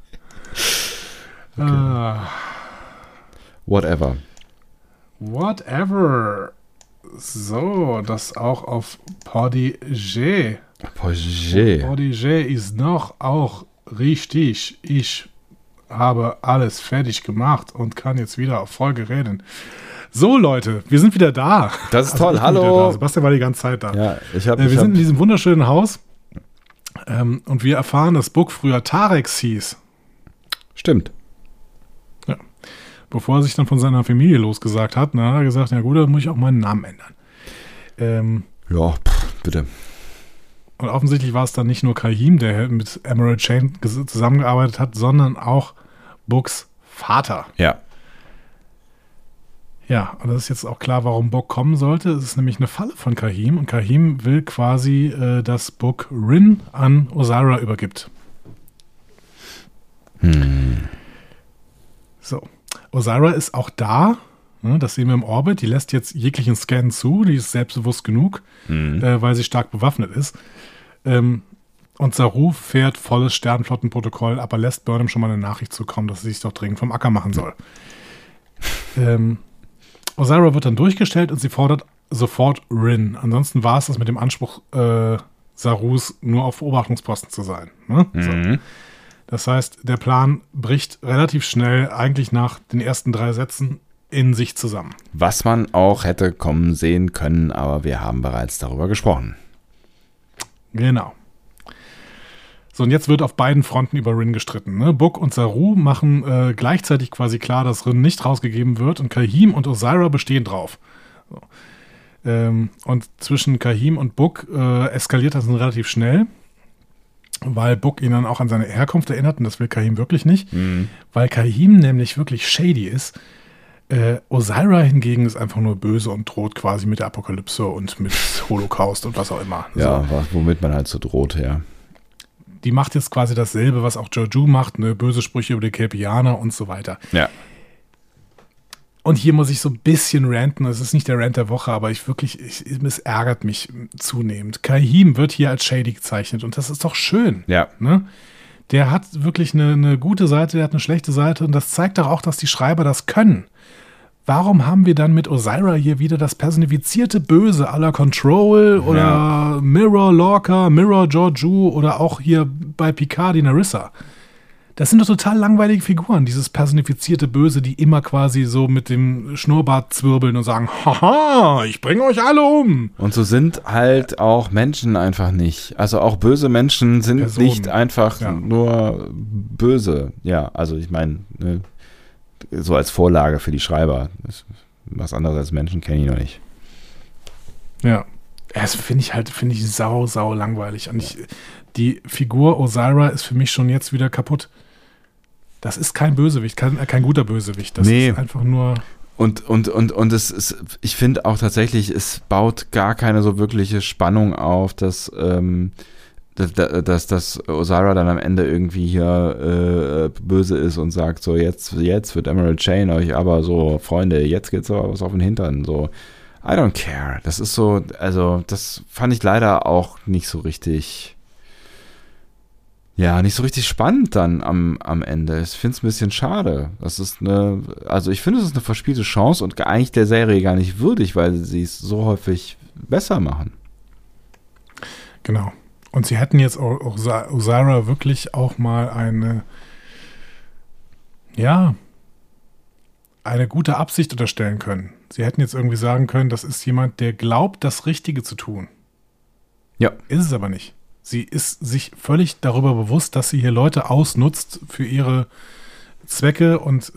Okay. Whatever. So, das auch auf Podigé. Podigé ist noch auch richtig. Ich habe alles fertig gemacht und kann jetzt wieder auf Folge reden. So, Leute, wir sind wieder da. Das ist toll, hallo. Sebastian war die ganze Zeit da. Ja, wir sind in diesem wunderschönen Haus und wir erfahren, dass Book früher Tarex hieß. Stimmt. Ja. Bevor er sich dann von seiner Familie losgesagt hat, hat er gesagt, ja gut, dann muss ich auch meinen Namen ändern. Bitte. Und offensichtlich war es dann nicht nur Kahim, der mit Emerald Chain zusammengearbeitet hat, sondern auch Books Vater. Ja. Ja, und das ist jetzt auch klar, warum Book kommen sollte. Es ist nämlich eine Falle von Kahim und Kahim will quasi, dass Book Rin an Osira übergibt. So. Osira ist auch da, ne, das sehen wir im Orbit, die lässt jetzt jeglichen Scan zu, die ist selbstbewusst genug, weil sie stark bewaffnet ist. Und Saru fährt volles Sternenflottenprotokoll, aber lässt Burnham schon mal eine Nachricht zukommen, dass sie sich doch dringend vom Acker machen soll. Osira wird dann durchgestellt und sie fordert sofort Rin. Ansonsten war es das mit dem Anspruch, Sarus nur auf Beobachtungsposten zu sein. Ne? So. Das heißt, der Plan bricht relativ schnell, eigentlich nach den ersten 3 Sätzen, in sich zusammen. Was man auch hätte kommen sehen können, aber wir haben bereits darüber gesprochen. Genau. So, und jetzt wird auf beiden Fronten über Rin gestritten. Ne? Book und Saru machen gleichzeitig quasi klar, dass Rin nicht rausgegeben wird und Kahim und Osira bestehen drauf. So. Und zwischen Kahim und Book eskaliert das dann relativ schnell, weil Book ihn dann auch an seine Herkunft erinnert und das will Kahim wirklich nicht, weil Kahim nämlich wirklich shady ist. Osira hingegen ist einfach nur böse und droht quasi mit der Apokalypse und mit Holocaust und was auch immer. Ja, so. Womit man halt so droht, ja. Die macht jetzt quasi dasselbe, was auch Georgiou macht, ne? Böse Sprüche über die Kelpianer und so weiter. Ja. Und hier muss ich so ein bisschen ranten, es ist nicht der Rant der Woche, aber es ärgert mich zunehmend. Kahim wird hier als shady gezeichnet und das ist doch schön. Ja. Ne? Der hat wirklich eine gute Seite, der hat eine schlechte Seite und das zeigt doch auch, dass die Schreiber das können. Warum haben wir dann mit Osira hier wieder das personifizierte Böse à la Control oder Mirror Lorca, Mirror Georgiou oder auch hier bei Picard die Narissa? Das sind doch total langweilige Figuren, dieses personifizierte Böse, die immer quasi so mit dem Schnurrbart zwirbeln und sagen, haha, ich bringe euch alle um. Und so sind halt auch Menschen einfach nicht. Also auch böse Menschen sind Personen. nicht einfach nur böse. Ja, also ich meine, ne, so als Vorlage für die Schreiber. Was anderes als Menschen kenne ich noch nicht. Ja, das finde ich sau langweilig. Und die Figur Osira ist für mich schon jetzt wieder kaputt. Das ist kein Bösewicht, kein guter Bösewicht. Das ist einfach nur... Und es ist, ich finde auch tatsächlich, es baut gar keine so wirkliche Spannung auf, dass Osira dann am Ende irgendwie hier böse ist und sagt, so jetzt wird Emerald Chain euch aber so, Freunde, jetzt geht's aber was auf den Hintern, so, I don't care. Das ist so, also das fand ich leider auch nicht so richtig spannend dann am Ende. Ich finde es ein bisschen schade. Ich finde, es ist eine verspielte Chance und eigentlich der Serie gar nicht würdig, weil sie es so häufig besser machen. Genau. Und sie hätten jetzt Osira wirklich auch mal eine gute Absicht unterstellen können. Sie hätten jetzt irgendwie sagen können, das ist jemand, der glaubt, das Richtige zu tun. Ja. Ist es aber nicht. Sie ist sich völlig darüber bewusst, dass sie hier Leute ausnutzt für ihre Zwecke und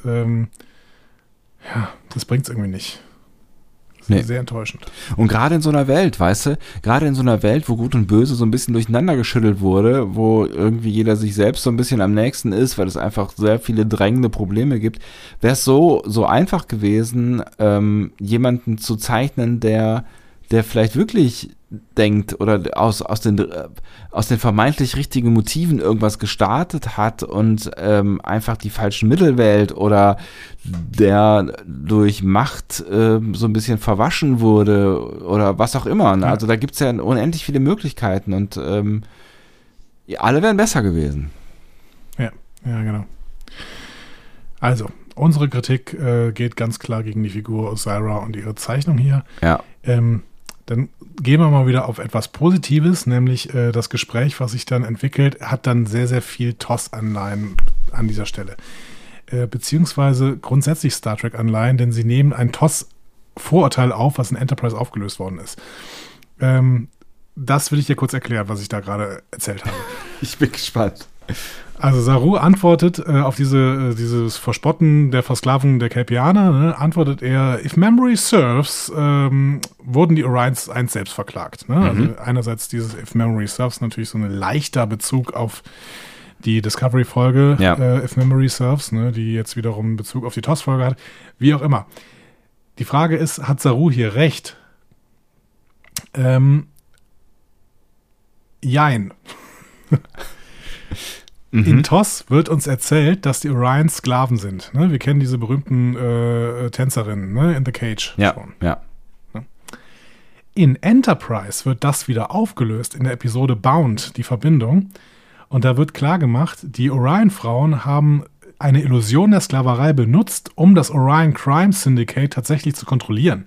das bringt es irgendwie nicht. Nee. Sehr enttäuschend. Und gerade in so einer Welt, weißt du, wo Gut und Böse so ein bisschen durcheinander geschüttelt wurde, wo irgendwie jeder sich selbst so ein bisschen am nächsten ist, weil es einfach sehr viele drängende Probleme gibt, wäre es so einfach gewesen, jemanden zu zeichnen, der vielleicht wirklich denkt oder aus den vermeintlich richtigen Motiven irgendwas gestartet hat und einfach die falschen Mittel wählt oder der durch Macht so ein bisschen verwaschen wurde oder was auch immer. Ne? Also da gibt es ja unendlich viele Möglichkeiten und alle wären besser gewesen. Ja, genau. Also, unsere Kritik geht ganz klar gegen die Figur Osira und ihre Zeichnung hier. Ja. Dann gehen wir mal wieder auf etwas Positives, nämlich das Gespräch, was sich dann entwickelt, hat dann sehr, sehr viel TOS-Anleihen an dieser Stelle. Beziehungsweise grundsätzlich Star Trek-Anleihen, denn sie nehmen ein TOS-Vorurteil auf, was in Enterprise aufgelöst worden ist. Das will ich dir kurz erklären, was ich da gerade erzählt habe. Ich bin gespannt. Also Saru antwortet auf dieses Verspotten der Versklavung der Kelpianer, ne, antwortet er, if memory serves, wurden die Orions einst selbst verklagt. Ne? Also einerseits dieses if memory serves, natürlich so ein leichter Bezug auf die Discovery-Folge, if memory serves, ne, die jetzt wiederum Bezug auf die TOS-Folge hat, wie auch immer. Die Frage ist, hat Saru hier recht? Jein. In TOS wird uns erzählt, dass die Orions Sklaven sind. Ne? Wir kennen diese berühmten Tänzerinnen, ne? In the Cage. Ja, schon. ja. Ne? In Enterprise wird das wieder aufgelöst in der Episode Bound, die Verbindung. Und da wird klar gemacht, die Orion-Frauen haben eine Illusion der Sklaverei benutzt, um das Orion Crime Syndicate tatsächlich zu kontrollieren.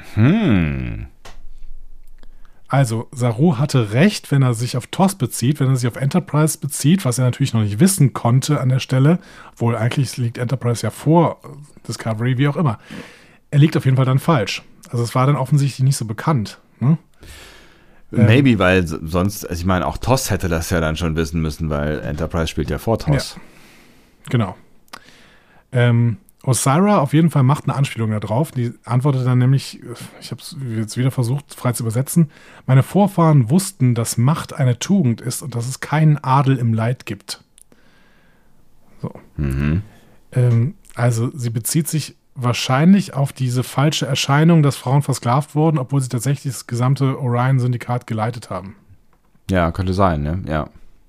Also, Saru hatte recht, wenn er sich auf TOS bezieht, wenn er sich auf Enterprise bezieht, was er natürlich noch nicht wissen konnte an der Stelle, obwohl eigentlich liegt Enterprise ja vor Discovery, wie auch immer. Er liegt auf jeden Fall dann falsch. Also es war dann offensichtlich nicht so bekannt. Ne? Maybe, weil sonst, also ich meine, auch TOS hätte das ja dann schon wissen müssen, weil Enterprise spielt ja vor TOS. Ja, genau. Osira auf jeden Fall macht eine Anspielung darauf. Die antwortet dann nämlich, ich habe es jetzt wieder versucht, frei zu übersetzen, meine Vorfahren wussten, dass Macht eine Tugend ist und dass es keinen Adel im Leid gibt. So. Also sie bezieht sich wahrscheinlich auf diese falsche Erscheinung, dass Frauen versklavt wurden, obwohl sie tatsächlich das gesamte Orion-Syndikat geleitet haben. Ja, könnte sein, ne? Ja.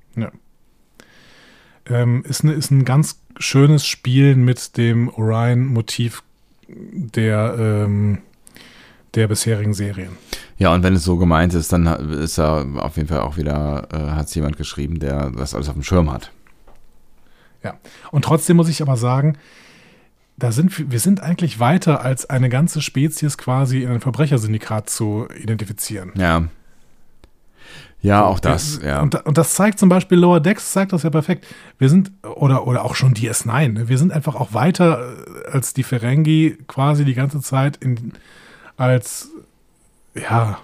Ist ein ganz schönes Spiel mit dem Orion-Motiv der bisherigen Serien. Ja, und wenn es so gemeint ist, dann ist er auf jeden Fall auch wieder, hat es jemand geschrieben, der das alles auf dem Schirm hat. Ja, und trotzdem muss ich aber sagen, wir sind eigentlich weiter als eine ganze Spezies quasi in ein Verbrechersyndikat zu identifizieren. Ja, auch das, ja. Und das zeigt zum Beispiel Lower Decks, zeigt das ja perfekt. Wir sind, oder auch schon DS9, ne? Wir sind einfach auch weiter als die Ferengi quasi die ganze Zeit als, ja,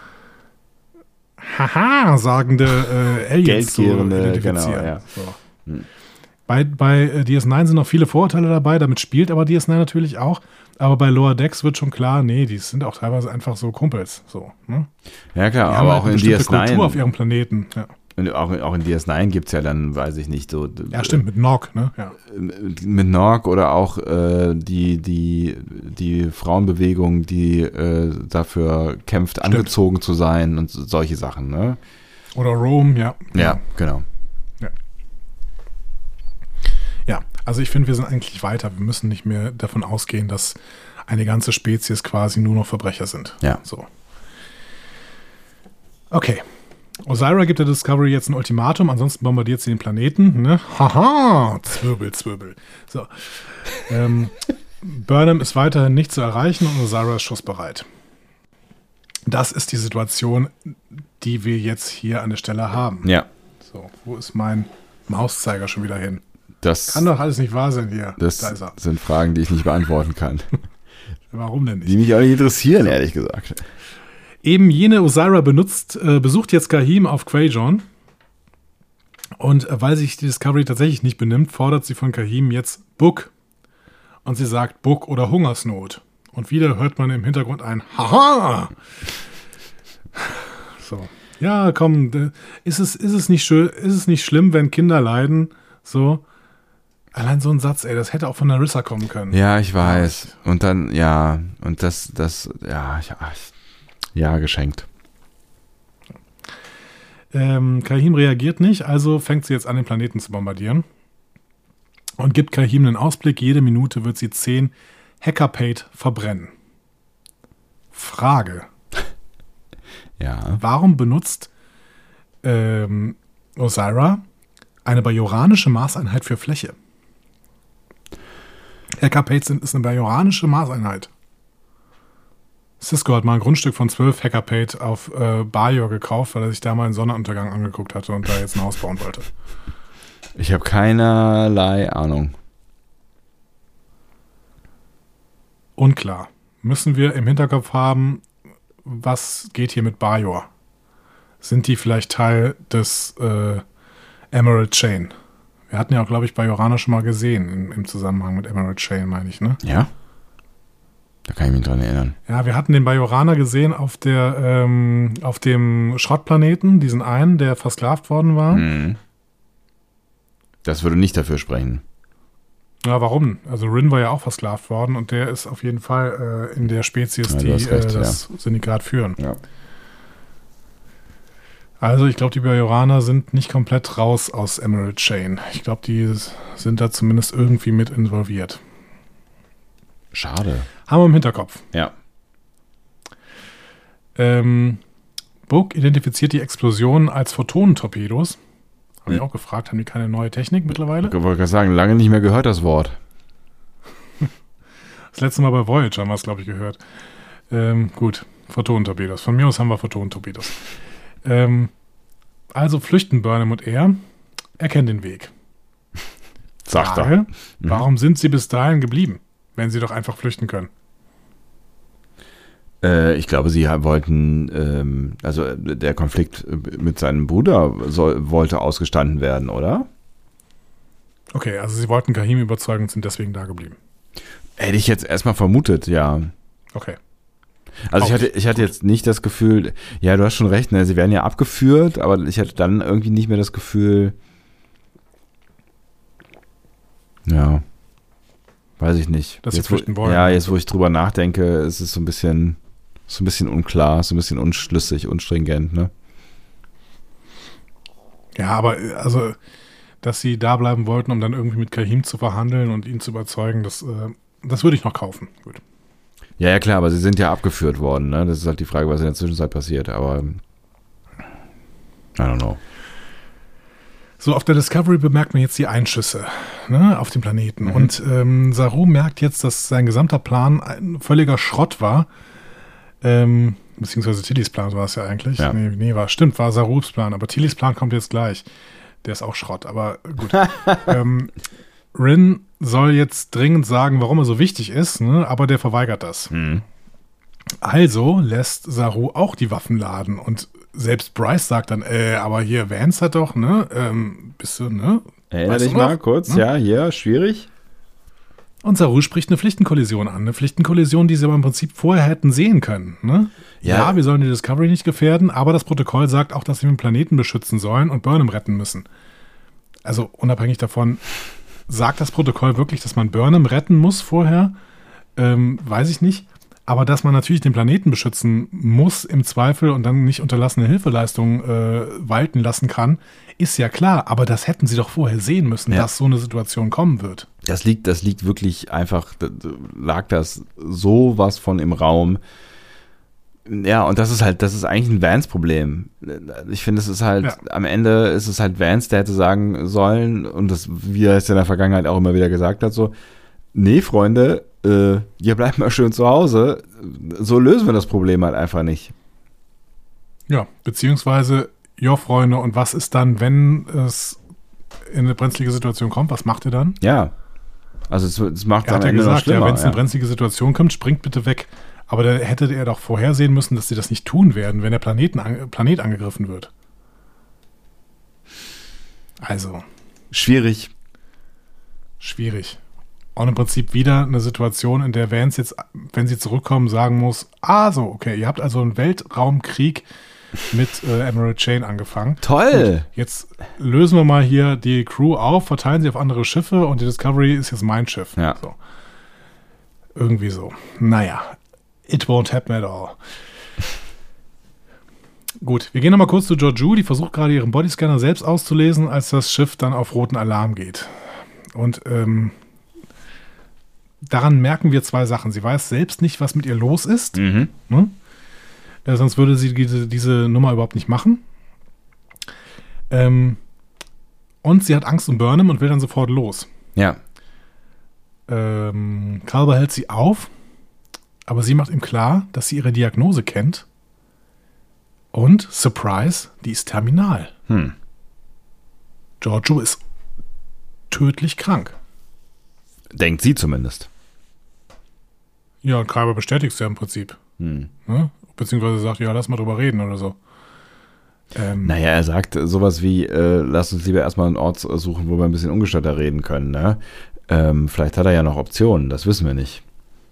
haha, sagende Aliens Geldgierende, zu identifizieren. genau, ja. So. Bei DS9 sind noch viele Vorurteile dabei, damit spielt aber DS9 natürlich auch. Aber bei Lower Decks wird schon klar, nee, die sind auch teilweise einfach so Kumpels. So, ne? Ja, klar, die aber haben auch eine in bestimmte DS9. Kultur auf ihrem Planeten. Ja, Und auch in DS9 gibt es ja dann, weiß ich nicht, so. ja stimmt, mit Nog, ne? Ja. Mit Nog oder auch die Frauenbewegung, die dafür kämpft, angezogen zu sein und solche Sachen, ne? Oder Rome, ja. Ja, genau. Ja, also ich finde, wir sind eigentlich weiter. Wir müssen nicht mehr davon ausgehen, dass eine ganze Spezies quasi nur noch Verbrecher sind. Ja. So. Okay. Osira gibt der Discovery jetzt ein Ultimatum, ansonsten bombardiert sie den Planeten. Ne? Haha, Zwirbel. So. Burnham ist weiterhin nicht zu erreichen und Osira ist schussbereit. Das ist die Situation, die wir jetzt hier an der Stelle haben. Ja. So, wo ist mein Mauszeiger schon wieder hin? Das Kann doch alles nicht wahr sein hier. Das Da ist er. sind Fragen, die ich nicht beantworten kann. Warum denn nicht? Die mich auch nicht interessieren, ehrlich gesagt. Eben jene Osira besucht jetzt Kahim auf Quajon. Und weil sich die Discovery tatsächlich nicht benimmt, fordert sie von Kahim jetzt Book. Und sie sagt Book oder Hungersnot. Und wieder hört man im Hintergrund ein Haha! So. Ja, komm, ist es nicht schön, ist es nicht schlimm, wenn Kinder leiden? So. Allein so ein Satz, ey, das hätte auch von Narissa kommen können. Ja, ich weiß. Und dann, ja, und ja, geschenkt. Kahim reagiert nicht, also fängt sie jetzt an, den Planeten zu bombardieren. Und gibt Kahim einen Ausblick, jede Minute wird sie 10 Hecapate verbrennen. Frage. Ja. Warum benutzt Osira eine bajoranische Maßeinheit für Fläche? Hecapate ist eine bajoranische Maßeinheit. Sisko hat mal ein Grundstück von 12 Hecapate auf Bajor gekauft, weil er sich da mal einen Sonnenuntergang angeguckt hatte und da jetzt ein Haus bauen wollte. Ich habe keinerlei Ahnung. Unklar. Müssen wir im Hinterkopf haben, was geht hier mit Bajor? Sind die vielleicht Teil des Emerald Chain? Wir hatten ja auch, glaube ich, Bajoraner schon mal gesehen im Zusammenhang mit Emerald Chain, meine ich, ne? Ja? Da kann ich mich dran erinnern. Ja, wir hatten den Bajoraner gesehen auf dem Schrottplaneten, diesen einen, der versklavt worden war. Mhm. Das würde nicht dafür sprechen. Ja, warum? Also Rin war ja auch versklavt worden und der ist auf jeden Fall in der Spezies, Ja, die du hast recht, das Syndikat führen. Ja. Also ich glaube, die Bajoraner sind nicht komplett raus aus Emerald Chain. Ich glaube, die sind da zumindest irgendwie mit involviert. Schade. Haben wir im Hinterkopf. Ja. Book identifiziert die Explosion als Photonentorpedos. Habe ich auch gefragt, haben die keine neue Technik mittlerweile? Ich wollte gerade sagen, lange nicht mehr gehört das Wort. Das letzte Mal bei Voyager haben wir es, glaube ich, gehört. Gut, Photonentorpedos. Von mir aus haben wir Photonentorpedos. Also flüchten Burnham und er kennen den Weg. Sagt er. Frage, warum sind sie bis dahin geblieben, wenn sie doch einfach flüchten können? Ich glaube, sie wollten, also der Konflikt mit seinem Bruder wollte ausgestanden werden, oder? Okay, also sie wollten Kahim überzeugen und sind deswegen da geblieben. Hätte ich jetzt erstmal vermutet, ja. Okay. Also ich hatte jetzt nicht das Gefühl, ja, du hast schon recht, ne, sie werden ja abgeführt, aber ich hatte dann irgendwie nicht mehr das Gefühl, ja, weiß ich nicht. Dass sie jetzt, flüchten wollen. Ja, jetzt wo ich drüber nachdenke, ist es so ein bisschen unklar, so ein bisschen unschlüssig, unstringent, ne? Ja, aber also, dass sie da bleiben wollten, um dann irgendwie mit Kahim zu verhandeln und ihn zu überzeugen, das würde ich noch kaufen. Gut. Ja, klar, aber sie sind ja abgeführt worden, ne? Das ist halt die Frage, was in der Zwischenzeit passiert, aber I don't know. So, auf der Discovery bemerkt man jetzt die Einschüsse, ne, auf dem Planeten. Und Saru merkt jetzt, dass sein gesamter Plan ein völliger Schrott war. Beziehungsweise Tillys Plan war es ja eigentlich. Ja. War Sarubs Plan, aber Tillys Plan kommt jetzt gleich. Der ist auch Schrott, aber gut. Rin soll jetzt dringend sagen, warum er so wichtig ist, ne? Aber der verweigert das. Also lässt Saru auch die Waffen laden und selbst Bryce sagt dann, aber hier, Vance hat doch, ne? Bist du, ne? Erinnere dich mal kurz, ja, hier, schwierig. Und Saru spricht eine Pflichtenkollision an. Eine Pflichtenkollision, die sie aber im Prinzip vorher hätten sehen können. Ne? Ja, wir sollen die Discovery nicht gefährden, aber das Protokoll sagt auch, dass sie den Planeten beschützen sollen und Burnham retten müssen. Also unabhängig davon, sagt das Protokoll wirklich, dass man Burnham retten muss vorher? Weiß ich nicht. Aber dass man natürlich den Planeten beschützen muss im Zweifel und dann nicht unterlassene Hilfeleistungen walten lassen kann, ist ja klar. Aber das hätten sie doch vorher sehen müssen, dass so eine Situation kommen wird. Das liegt wirklich einfach, lag das sowas von im Raum. Ja, und das ist eigentlich ein Vance-Problem. Ich finde, es ist halt, am Ende ist es halt Vance, der hätte sagen sollen, und das, wie er es in der Vergangenheit auch immer wieder gesagt hat, so, nee, Freunde, ihr bleibt mal schön zu Hause. So lösen wir das Problem halt einfach nicht. Ja, beziehungsweise, ja, Freunde, und was ist dann, wenn es in eine brenzlige Situation kommt? Was macht ihr dann? Ja, also es macht er am hat Ende gesagt, noch schlimmer. Ja, wenn es in eine brenzlige Situation kommt, springt bitte weg. Aber da hätte er doch vorhersehen müssen, dass sie das nicht tun werden, wenn der Planet angegriffen wird. Also. Schwierig. Und im Prinzip wieder eine Situation, in der Vance jetzt, wenn sie zurückkommen, sagen muss, okay, ihr habt also einen Weltraumkrieg mit Emerald Chain angefangen. Toll! Gut, jetzt lösen wir mal hier die Crew auf, verteilen sie auf andere Schiffe und die Discovery ist jetzt mein Schiff. Ja. So. Irgendwie so. Naja, it won't happen at all. Gut, wir gehen nochmal kurz zu Georgiou, die versucht gerade ihren Bodyscanner selbst auszulesen, als das Schiff dann auf roten Alarm geht. Und daran merken wir zwei Sachen. Sie weiß selbst nicht, was mit ihr los ist. Mhm. Ne? Sonst würde sie diese Nummer überhaupt nicht machen. Und sie hat Angst um Burnham und will dann sofort los. Ja. Culber hält sie auf, aber sie macht ihm klar, dass sie ihre Diagnose kennt. Und, Surprise, die ist terminal. Georgiou ist tödlich krank. Denkt sie zumindest. Ja, und Culber bestätigt es ja im Prinzip. Ne? Beziehungsweise sagt, ja, lass mal drüber reden oder so. Naja, er sagt sowas wie, lass uns lieber erstmal einen Ort suchen, wo wir ein bisschen ungestörter reden können. Ne? Vielleicht hat er ja noch Optionen, das wissen wir nicht.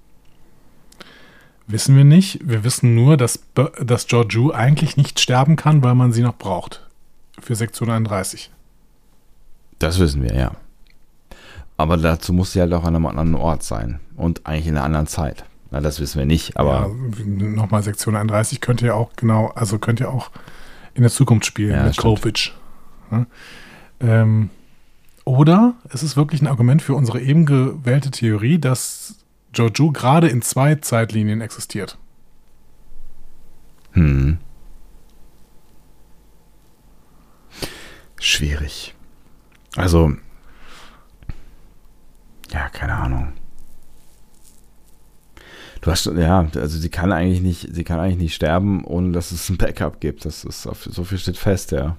Wissen wir nicht. Wir wissen nur, dass Georgiou eigentlich nicht sterben kann, weil man sie noch braucht. Für Sektion 31. Das wissen wir, ja. Aber dazu muss sie halt auch an einem anderen Ort sein. Und eigentlich in einer anderen Zeit. Na, das wissen wir nicht, aber... Ja, nochmal, Sektion 31 könnte ja auch in der Zukunft spielen mit Kolfitsch. Ja? Oder es ist wirklich ein Argument für unsere eben gewählte Theorie, dass Georgiou gerade in 2 Zeitlinien existiert. Schwierig. Also, ja, keine Ahnung. Also sie kann eigentlich nicht sterben, ohne dass es ein Backup gibt. So viel steht fest, ja.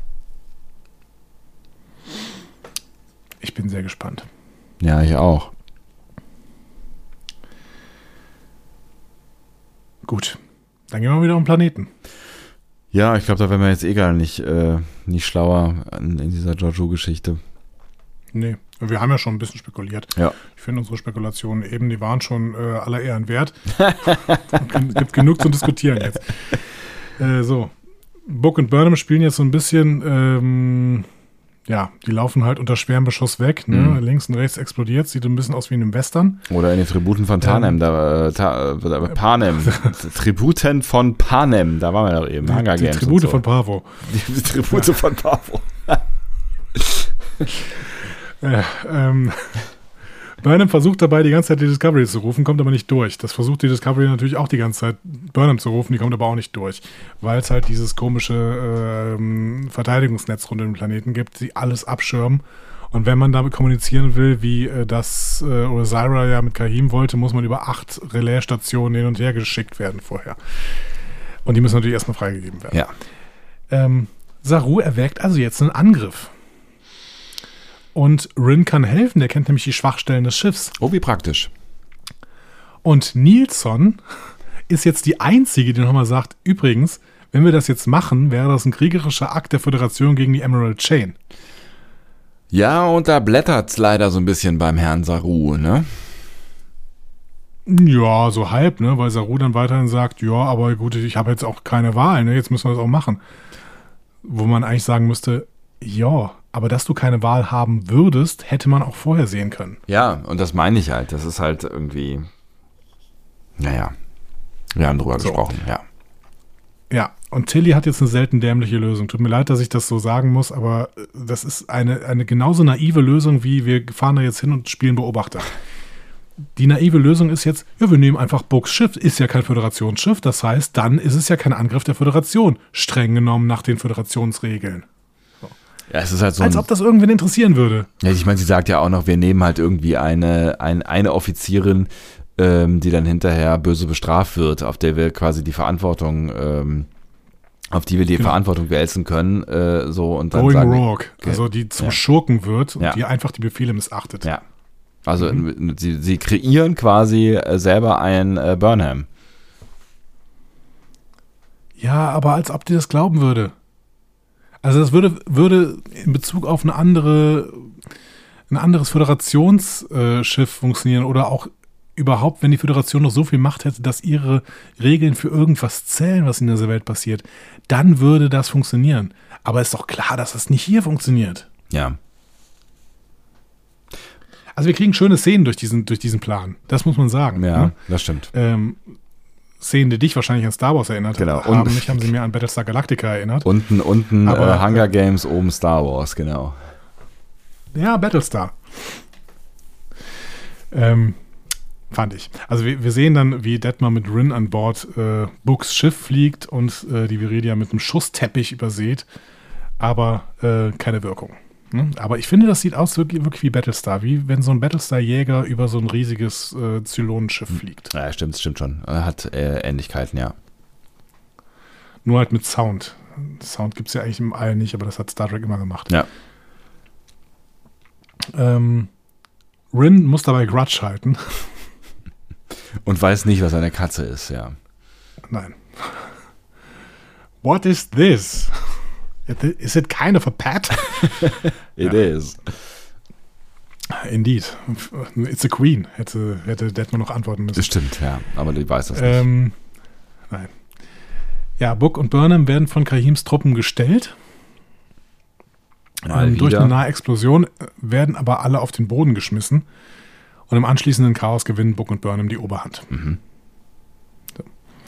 Ich bin sehr gespannt. Ja, ich auch. Gut, dann gehen wir wieder um Planeten. Ja, ich glaube, da werden wir jetzt gar nicht schlauer in dieser Georgiou-Geschichte. Nee, wir haben ja schon ein bisschen spekuliert. Ja. Ich finde unsere Spekulationen eben, die waren schon aller Ehren wert. Gibt genug zu diskutieren jetzt. So, Book und Burnham spielen jetzt so ein bisschen, die laufen halt unter schwerem Beschuss weg. Ne? Links und rechts explodiert, sieht ein bisschen aus wie in einem Western. Oder in den Tributen von Panem, Panem. Tributen von Panem, da waren wir doch eben. Die Tribute von Pavo. Die Tribute von Pavo. Burnham versucht dabei die ganze Zeit die Discovery zu rufen, kommt aber nicht durch. Das versucht die Discovery natürlich auch die ganze Zeit Burnham zu rufen, die kommt aber auch nicht durch. Weil es halt dieses komische Verteidigungsnetz rund um den Planeten gibt, die alles abschirmen Und wenn man damit kommunizieren will, wie das Osyra ja mit Kahim wollte, muss man über 8 Relaisstationen hin und her geschickt werden vorher. Und die müssen natürlich erstmal freigegeben werden. Ja. Saru erwägt also jetzt einen Angriff. Und Rin kann helfen, der kennt nämlich die Schwachstellen des Schiffs. Oh, wie praktisch. Und Nilsson ist jetzt die Einzige, die nochmal sagt, übrigens, wenn wir das jetzt machen, wäre das ein kriegerischer Akt der Föderation gegen die Emerald Chain. Ja, und da blättert's leider so ein bisschen beim Herrn Saru, ne? Ja, so halb, ne? Weil Saru dann weiterhin sagt, ja, aber gut, ich habe jetzt auch keine Wahl, ne? Jetzt müssen wir das auch machen. Wo man eigentlich sagen müsste, ja, aber dass du keine Wahl haben würdest, hätte man auch vorher sehen können. Ja, und das meine ich halt. Das ist halt irgendwie, naja, wir haben drüber gesprochen, ja. Ja, und Tilly hat jetzt eine selten dämliche Lösung. Tut mir leid, dass ich das so sagen muss, aber das ist eine genauso naive Lösung, wie wir fahren da jetzt hin und spielen Beobachter. Die naive Lösung ist jetzt, ja, wir nehmen einfach Books Schiff, ist ja kein Föderationsschiff, das heißt, dann ist es ja kein Angriff der Föderation, streng genommen nach den Föderationsregeln. Ja, es ist halt so als ob das irgendwen interessieren würde. Ja, ich meine, sie sagt ja auch noch, wir nehmen halt irgendwie eine Offizierin, die dann hinterher böse bestraft wird, auf der wir quasi die Verantwortung, Verantwortung wälzen können, so und dann Going sagen, rogue, also die zum Schurken wird und die einfach die Befehle missachtet. Ja, also sie kreieren quasi selber ein Burnham. Ja, aber als ob die das glauben würde. Also das würde in Bezug auf ein anderes Föderationsschiff funktionieren oder auch überhaupt, wenn die Föderation noch so viel Macht hätte, dass ihre Regeln für irgendwas zählen, was in dieser Welt passiert, dann würde das funktionieren. Aber ist doch klar, dass das nicht hier funktioniert. Ja. Also wir kriegen schöne Szenen durch diesen Plan. Das muss man sagen. Ja, ne? Das stimmt. Szenen, die dich wahrscheinlich an Star Wars erinnert haben. Mich haben sie mir an Battlestar Galactica erinnert. Unten Hunger Games, oben Star Wars, genau. Ja, Battlestar. Fand ich. Also wir sehen dann, wie Detmar mit Rin an Bord Books Schiff fliegt und die Viridia mit einem Schussteppich übersät, aber keine Wirkung. Ne? Aber ich finde, das sieht aus wirklich wie Battlestar, wie wenn so ein Battlestar-Jäger über so ein riesiges Zylonenschiff fliegt. Ja, stimmt schon. Hat Ähnlichkeiten, ja. Nur halt mit Sound. Sound gibt es ja eigentlich im All nicht, aber das hat Star Trek immer gemacht. Ja. Rin muss dabei Grudge halten. Und weiß nicht, was eine Katze ist, ja. Nein. What is this? Is it kind of a pet? It is. Indeed. It's a queen, hätte Detmar noch antworten müssen. Das stimmt, ja. Aber die weiß das nicht. Nein. Ja, Book und Burnham werden von Kahims Truppen gestellt. Durch eine nahe Explosion werden aber alle auf den Boden geschmissen. Und im anschließenden Chaos gewinnen Book und Burnham die Oberhand. Mhm. So.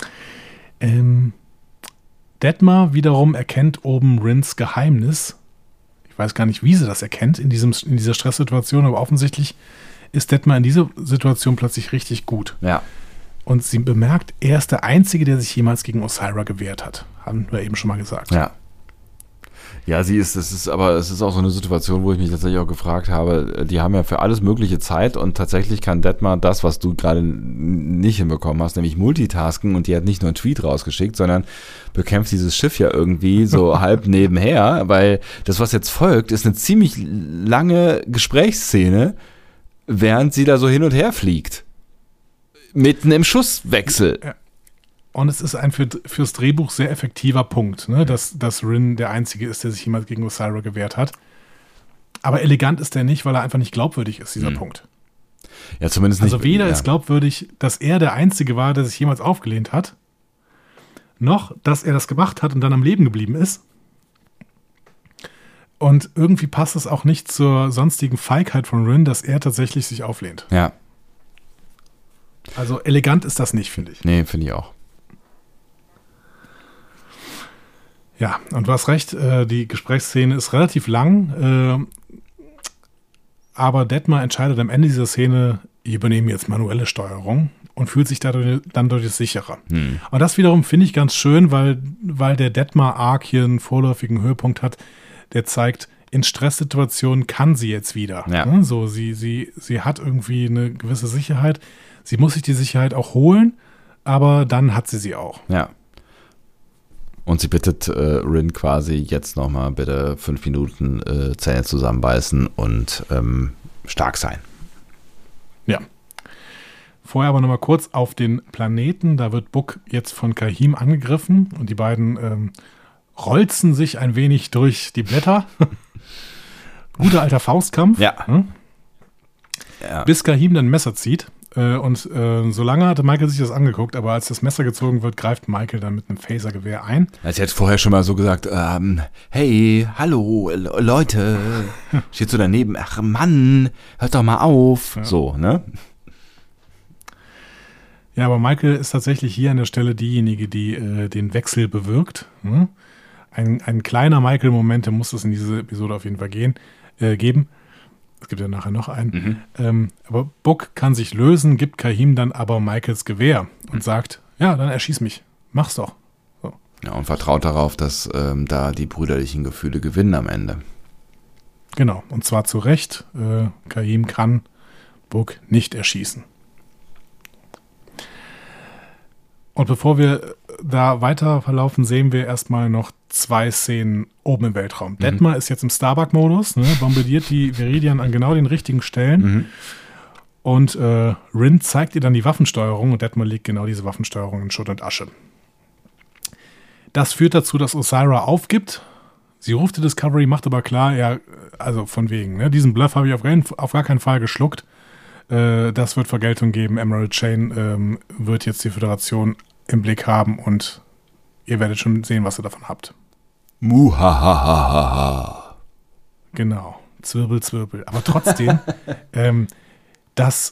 Detmar wiederum erkennt oben Rins Geheimnis. Ich weiß gar nicht, wie sie das erkennt in dieser Stresssituation, aber offensichtlich ist Detmar in dieser Situation plötzlich richtig gut. Ja. Und sie bemerkt, er ist der Einzige, der sich jemals gegen Osyra gewehrt hat. Haben wir eben schon mal gesagt. Ja. Ja, es ist auch so eine Situation, wo ich mich tatsächlich auch gefragt habe, die haben ja für alles mögliche Zeit und tatsächlich kann Detmar das, was du gerade nicht hinbekommen hast, nämlich Multitasken, und die hat nicht nur einen Tweet rausgeschickt, sondern bekämpft dieses Schiff ja irgendwie so halb nebenher, weil das, was jetzt folgt, ist eine ziemlich lange Gesprächsszene, während sie da so hin und her fliegt. Mitten im Schusswechsel. Ja. Und es ist ein fürs Drehbuch sehr effektiver Punkt, ne? dass Rin der Einzige ist, der sich jemals gegen Osyra gewehrt hat. Aber elegant ist er nicht, weil er einfach nicht glaubwürdig ist, dieser Punkt. Ja, zumindest nicht. Also weder ist glaubwürdig, dass er der Einzige war, der sich jemals aufgelehnt hat, noch, dass er das gemacht hat und dann am Leben geblieben ist. Und irgendwie passt es auch nicht zur sonstigen Feigheit von Rin, dass er tatsächlich sich auflehnt. Ja. Also elegant ist das nicht, finde ich. Nee, finde ich auch. Ja, und du hast recht, die Gesprächsszene ist relativ lang, aber Detmar entscheidet am Ende dieser Szene, ich übernehme jetzt manuelle Steuerung und fühlt sich dadurch sicherer. Und das wiederum finde ich ganz schön, weil der Detmar-Arc hier einen vorläufigen Höhepunkt hat, der zeigt, in Stresssituationen kann sie jetzt wieder. Ja. Ne? So, sie hat irgendwie eine gewisse Sicherheit. Sie muss sich die Sicherheit auch holen, aber dann hat sie auch. Ja. Und sie bittet Rin quasi jetzt nochmal bitte 5 Minuten Zähne zusammenbeißen und stark sein. Ja. Vorher aber nochmal kurz auf den Planeten. Da wird Book jetzt von Kahim angegriffen und die beiden rolzen sich ein wenig durch die Blätter. Guter alter Faustkampf. Ja. Ja. Bis Kahim dann ein Messer zieht. Und so lange hatte Michael sich das angeguckt, aber als das Messer gezogen wird, greift Michael dann mit einem Phasergewehr ein. Sie hat vorher schon mal so gesagt, hey, hallo, Leute, steht so daneben, ach Mann, hört doch mal auf. Ja. So, ne? Ja, aber Michael ist tatsächlich hier an der Stelle diejenige, die den Wechsel bewirkt. Hm? Ein kleiner Michael-Moment, der muss es in dieser Episode auf jeden Fall geben. Es gibt ja nachher noch einen. Aber Book kann sich lösen, gibt Kahim dann aber Michaels Gewehr und sagt, ja, dann erschieß mich. Mach's doch. So. Ja, und vertraut darauf, dass da die brüderlichen Gefühle gewinnen am Ende. Genau, und zwar zu Recht. Kahim kann Book nicht erschießen. Und bevor wir da weiter verlaufen, sehen wir erstmal noch 2 Szenen oben im Weltraum. Detmar ist jetzt im Starbuck-Modus, ne, bombardiert die Viridian an genau den richtigen Stellen. Und Rin zeigt ihr dann die Waffensteuerung und Detmar legt genau diese Waffensteuerung in Schutt und Asche. Das führt dazu, dass Osyraa aufgibt. Sie ruft die Discovery, macht aber klar, ja, also von wegen, ne, diesen Bluff habe ich auf gar keinen Fall geschluckt. Das wird Vergeltung geben. Emerald Chain wird jetzt die Föderation im Blick haben und ihr werdet schon sehen, was ihr davon habt. Muhahahaha. Genau. Zwirbel, Zwirbel. Aber trotzdem, das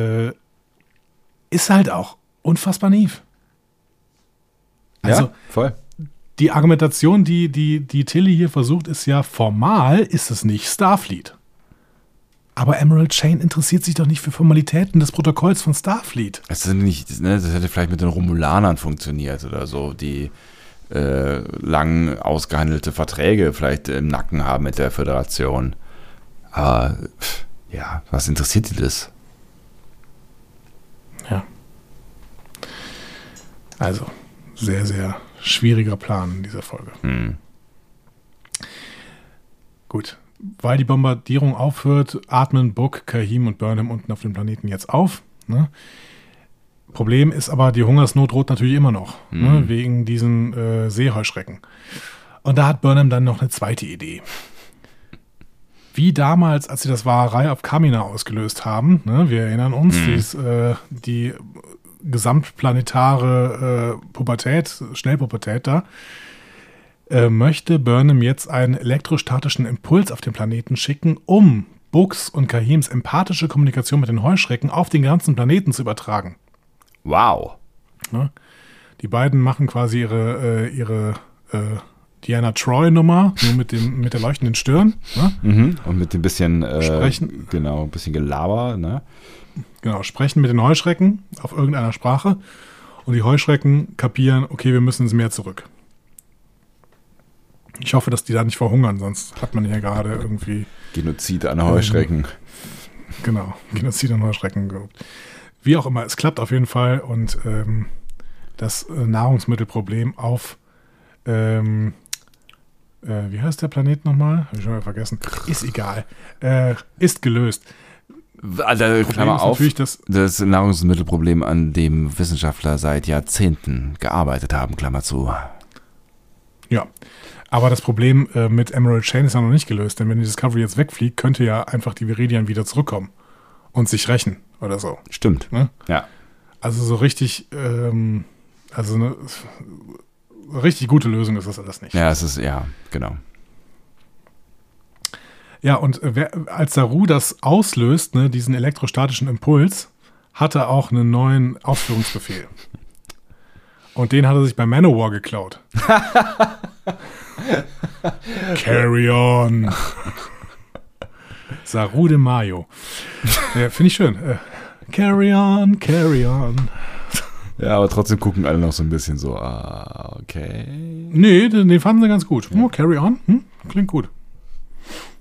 ist halt auch unfassbar naiv. Also, ja, voll. Die Argumentation, die Tilly hier versucht, ist ja, formal ist es nicht Starfleet. Aber Emerald Chain interessiert sich doch nicht für Formalitäten des Protokolls von Starfleet. Das hätte vielleicht mit den Romulanern funktioniert oder so, die lang ausgehandelte Verträge vielleicht im Nacken haben mit der Föderation. Aber ja, was interessiert die das? Ja. Also, sehr, sehr schwieriger Plan in dieser Folge. Gut. Weil die Bombardierung aufhört, atmen Book, Kahim und Burnham unten auf dem Planeten jetzt auf. Ne? Problem ist aber, die Hungersnot droht natürlich immer noch, ne? Wegen diesen Seeheuschrecken. Und da hat Burnham dann noch eine zweite Idee. Wie damals, als sie das Wahrerei auf Kamina ausgelöst haben, ne? Wir erinnern uns, die gesamtplanetare Pubertät, Schnellpubertät da, möchte Burnham jetzt einen elektrostatischen Impuls auf den Planeten schicken, um Books und Kahims empathische Kommunikation mit den Heuschrecken auf den ganzen Planeten zu übertragen. Wow. Ne? Die beiden machen quasi ihre Diana Troy-Nummer, nur mit der leuchtenden Stirn. Ne? Und mit dem bisschen Sprechen. Genau, ein bisschen Gelaber, ne? Genau, sprechen mit den Heuschrecken auf irgendeiner Sprache und die Heuschrecken kapieren, okay, wir müssen ins Meer zurück. Ich hoffe, dass die da nicht verhungern, sonst hat man ja gerade irgendwie Genozid an Heuschrecken. Genau, Genozid an Heuschrecken gehabt. Wie auch immer, es klappt auf jeden Fall und das Nahrungsmittelproblem auf wie heißt der Planet nochmal? Habe ich schon mal vergessen. Ist egal. Ist gelöst. Also, Klammer auf, das Nahrungsmittelproblem, an dem Wissenschaftler seit Jahrzehnten gearbeitet haben, Klammer zu. Ja, aber das Problem mit Emerald Chain ist ja noch nicht gelöst, denn wenn die Discovery jetzt wegfliegt, könnte ja einfach die Viridian wieder zurückkommen und sich rächen oder so. Stimmt, ne? Ja. Also so richtig, also eine richtig gute Lösung ist das alles nicht. Ja, es ist, ja, genau. Ja, und als Saru das auslöst, ne, diesen elektrostatischen Impuls, hat er auch einen neuen Ausführungsbefehl. Und den hat er sich bei Manowar geklaut. Carry on. Saru de Mayo. Ja, finde ich schön. Carry on, carry on. Ja, aber trotzdem gucken alle noch so ein bisschen so, okay. Nee, den fanden sie ganz gut. Oh, carry on, klingt gut.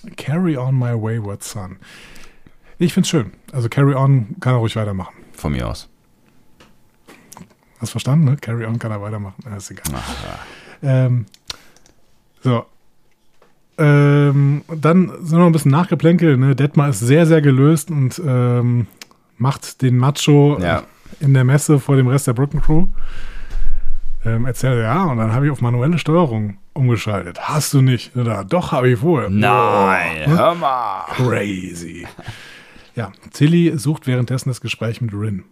Carry on my wayward son. Ich find's schön. Also Carry on kann er ruhig weitermachen. Von mir aus. Hast verstanden, ne? Carry on kann er weitermachen. Ja, ist egal. Ach, ja. So. Dann sind wir noch ein bisschen nachgeplänkelt. Ne? Detmar ist sehr, sehr gelöst und macht den Macho in der Messe vor dem Rest der Brückencrew. Erzählt er, und dann habe ich auf manuelle Steuerung umgeschaltet. Hast du nicht? Oder, doch, habe ich wohl. Nein, hör mal. Crazy. Ja, Tilly sucht währenddessen das Gespräch mit Rin.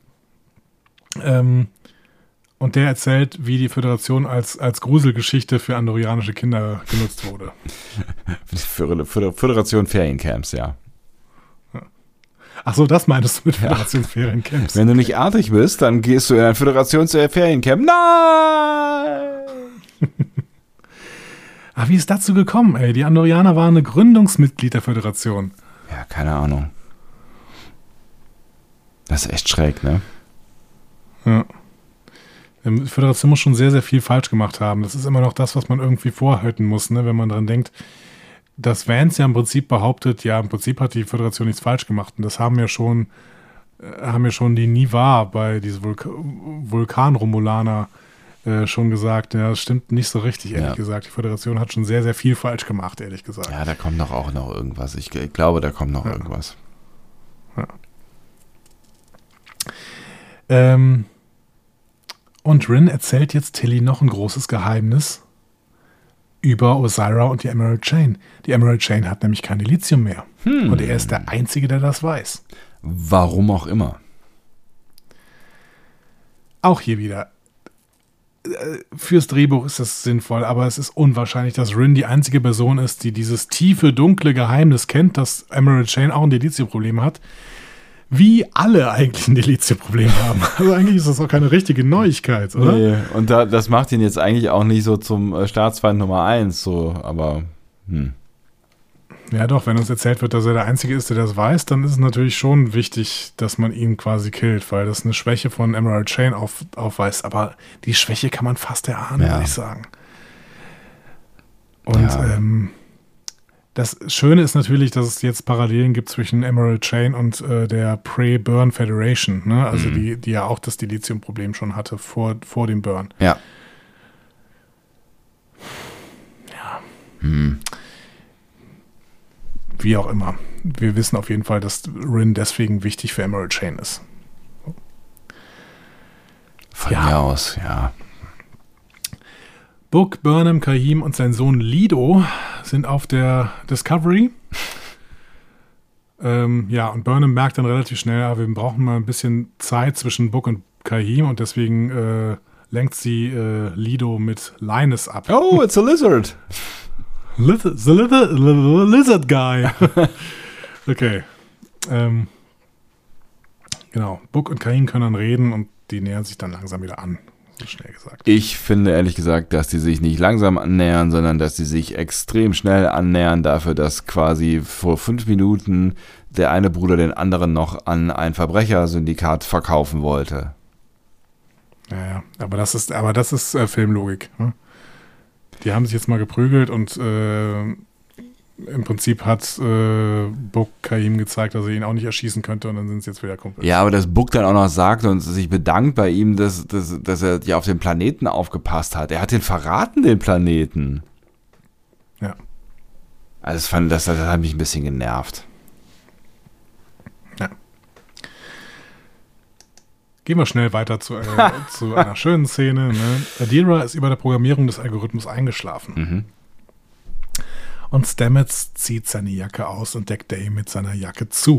Und der erzählt, wie die Föderation als Gruselgeschichte für andorianische Kinder genutzt wurde. Föderation Feriencamps, ja. Ach so, das meintest du mit Föderationsferiencamps. Wenn du nicht artig bist, dann gehst du in ein Föderationsferiencamp. Nein! Ach, wie ist dazu gekommen, ey? Die Andorianer waren eine Gründungsmitglied der Föderation. Ja, keine Ahnung. Das ist echt schräg, ne? Ja. Die Föderation muss schon sehr, sehr viel falsch gemacht haben. Das ist immer noch das, was man irgendwie vorhalten muss, ne? Wenn man dran denkt, dass Vance ja im Prinzip behauptet, ja, im Prinzip hat die Föderation nichts falsch gemacht. Und das haben ja schon die Nivar bei diesen Vulkan-Romulaner schon gesagt. Ja, das stimmt nicht so richtig, ehrlich gesagt. Die Föderation hat schon sehr, sehr viel falsch gemacht, ehrlich gesagt. Ja, da kommt doch auch noch irgendwas. Ich glaube, da kommt noch irgendwas. Ja. Und Rin erzählt jetzt Tilly noch ein großes Geheimnis über Osira und die Emerald Chain. Die Emerald Chain hat nämlich kein Dilithium mehr. Und er ist der Einzige, der das weiß. Warum auch immer. Auch hier wieder. Fürs Drehbuch ist das sinnvoll, aber es ist unwahrscheinlich, dass Rin die einzige Person ist, die dieses tiefe, dunkle Geheimnis kennt, dass Emerald Chain auch ein Dilithium-Problem hat. Wie alle eigentlich ein Dilithium-Problem haben. Also eigentlich ist das auch keine richtige Neuigkeit, oder? Nee, und das macht ihn jetzt eigentlich auch nicht so zum Staatsfeind Nummer 1, so, aber Ja doch, wenn uns erzählt wird, dass er der Einzige ist, der das weiß, dann ist es natürlich schon wichtig, dass man ihn quasi killt, weil das eine Schwäche von Emerald Chain aufweist. Aber die Schwäche kann man fast erahnen, würde ich sagen. Und das Schöne ist natürlich, dass es jetzt Parallelen gibt zwischen Emerald Chain und der Pre-Burn Federation, ne? Also die ja auch das Dilithium-Problem schon hatte vor dem Burn. Ja. Wie auch immer. Wir wissen auf jeden Fall, dass Rin deswegen wichtig für Emerald Chain ist. Von mir aus, ja. Book, Burnham, Kahim und sein Sohn Lido sind auf der Discovery. Und Burnham merkt dann relativ schnell, wir brauchen mal ein bisschen Zeit zwischen Book und Kahim und deswegen lenkt sie Lido mit Linus ab. Oh, it's a lizard. The lizard guy. Okay. Genau. Book und Kahim können dann reden und die nähern sich dann langsam wieder an. So schnell gesagt. Ich finde ehrlich gesagt, dass die sich nicht langsam annähern, sondern dass die sich extrem schnell annähern dafür, dass quasi vor 5 Minuten der eine Bruder den anderen noch an ein Verbrechersyndikat verkaufen wollte. Ja, aber das ist Filmlogik. Ne? Die haben sich jetzt mal geprügelt und im Prinzip hat Book Kahim gezeigt, dass er ihn auch nicht erschießen könnte und dann sind es jetzt wieder Kumpels. Ja, aber dass Book dann auch noch sagt und sich bedankt bei ihm, dass er ja auf den Planeten aufgepasst hat. Er hat den verraten, den Planeten. Ja. Also das hat mich ein bisschen genervt. Ja. Gehen wir schnell weiter zu einer schönen Szene. Ne? Adira ist über der Programmierung des Algorithmus eingeschlafen. Und Stamets zieht seine Jacke aus und deckt Day mit seiner Jacke zu.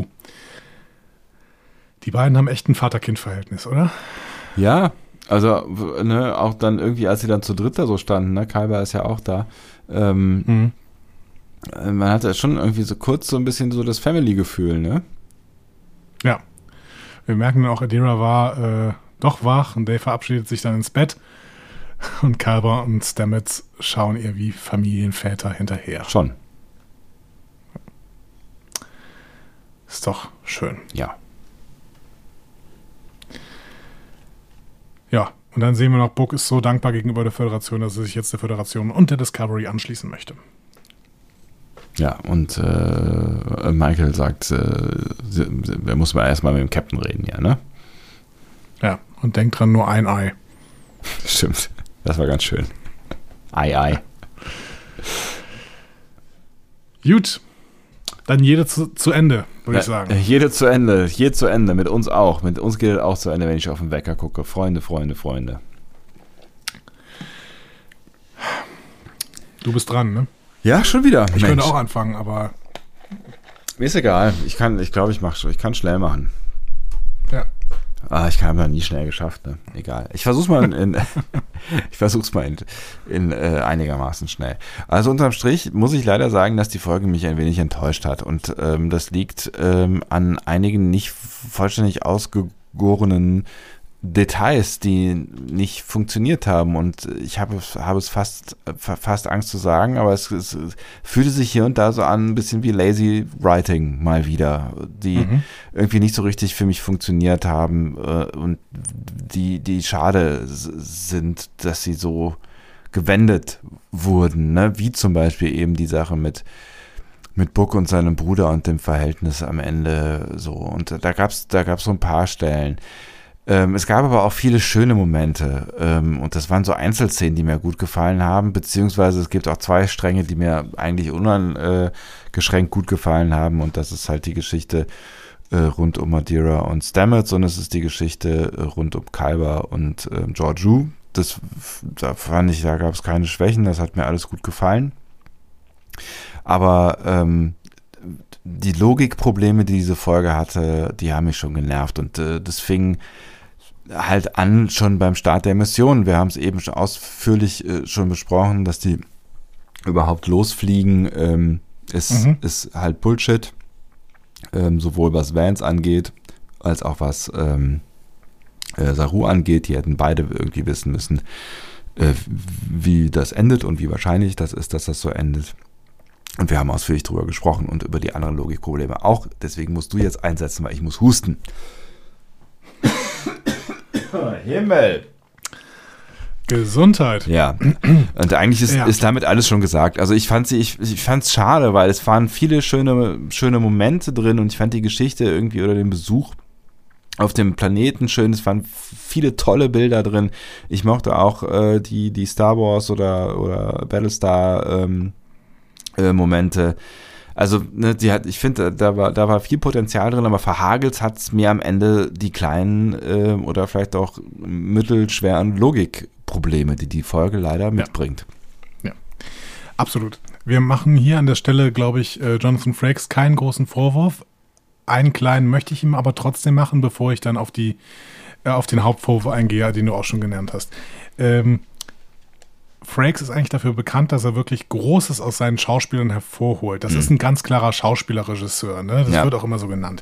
Die beiden haben echt ein Vater-Kind-Verhältnis, oder? Ja, also auch dann irgendwie, als sie dann zu dritt da so standen, ne? Kyber ist ja auch da. Man hat ja schon irgendwie so kurz so ein bisschen so das Family-Gefühl, ne? Ja. Wir merken dann auch, Adira war doch wach und Day verabschiedet sich dann ins Bett. Und Kyber und Stamets schauen ihr wie Familienväter hinterher. Schon. Ist doch schön. Ja. Ja, und dann sehen wir noch, Book ist so dankbar gegenüber der Föderation, dass er sich jetzt der Föderation und der Discovery anschließen möchte. Ja, und Michael sagt, er muss mal erstmal mit dem Captain reden, ja, ne? Ja, und denkt dran, nur ein Ei. Stimmt, das war ganz schön. Ei. Gut, dann jede zu Ende, würde ich sagen. Jede zu Ende, mit uns auch. Mit uns geht es auch zu Ende, wenn ich auf den Wecker gucke. Freunde. Du bist dran, ne? Ja, schon wieder. Ich könnte auch anfangen, aber... Mir ist egal. Ich kann schnell machen. Ja. Ich habe ja nie schnell geschafft, ne? Egal. Ich versuch's mal in einigermaßen schnell. Also unterm Strich muss ich leider sagen, dass die Folge mich ein wenig enttäuscht hat. Und das liegt an einigen nicht vollständig ausgegorenen Details, die nicht funktioniert haben. Und ich habe es fast Angst zu sagen, aber es fühlte sich hier und da so an, ein bisschen wie Lazy Writing mal wieder, die irgendwie nicht so richtig für mich funktioniert haben und die schade sind, dass sie so gewendet wurden, ne? Wie zum Beispiel eben die Sache mit Book und seinem Bruder und dem Verhältnis am Ende so. Und da gab's so ein paar Stellen. Es gab aber auch viele schöne Momente und das waren so Einzelszenen, die mir gut gefallen haben, beziehungsweise es gibt auch zwei Stränge, die mir eigentlich uneingeschränkt gut gefallen haben, und das ist halt die Geschichte rund um Madeira und Stamets, und es ist die Geschichte rund um Kalber und Georgiou. Da gab es keine Schwächen, das hat mir alles gut gefallen. Aber die Logikprobleme, die diese Folge hatte, die haben mich schon genervt, und das fing halt an schon beim Start der Mission. Wir haben es eben schon ausführlich schon besprochen, dass die überhaupt losfliegen, ist halt Bullshit, sowohl was Vance angeht, als auch was Saru angeht. Die hätten beide irgendwie wissen müssen, wie das endet und wie wahrscheinlich das ist, dass das so endet. Und wir haben ausführlich drüber gesprochen und über die anderen Logikprobleme auch. Deswegen musst du jetzt einsetzen, weil ich muss husten. Himmel! Gesundheit. Ja, und eigentlich ist damit alles schon gesagt. Also ich fand's schade, weil es waren viele schöne Momente drin, und ich fand die Geschichte irgendwie oder den Besuch auf dem Planeten schön. Es waren viele tolle Bilder drin. Ich mochte auch die Star Wars oder Battlestar Momente. Also, ne, ich finde, da war viel Potenzial drin, aber verhagelt hat es mir am Ende die kleinen oder vielleicht auch mittelschweren Logikprobleme, die Folge leider mitbringt. Ja, absolut. Wir machen hier an der Stelle, glaube ich, Jonathan Frakes keinen großen Vorwurf. Einen kleinen möchte ich ihm aber trotzdem machen, bevor ich dann auf den Hauptvorwurf eingehe, den du auch schon genannt hast. Frakes ist eigentlich dafür bekannt, dass er wirklich Großes aus seinen Schauspielern hervorholt. Das ist ein ganz klarer Schauspielerregisseur, ne? Das wird auch immer so genannt.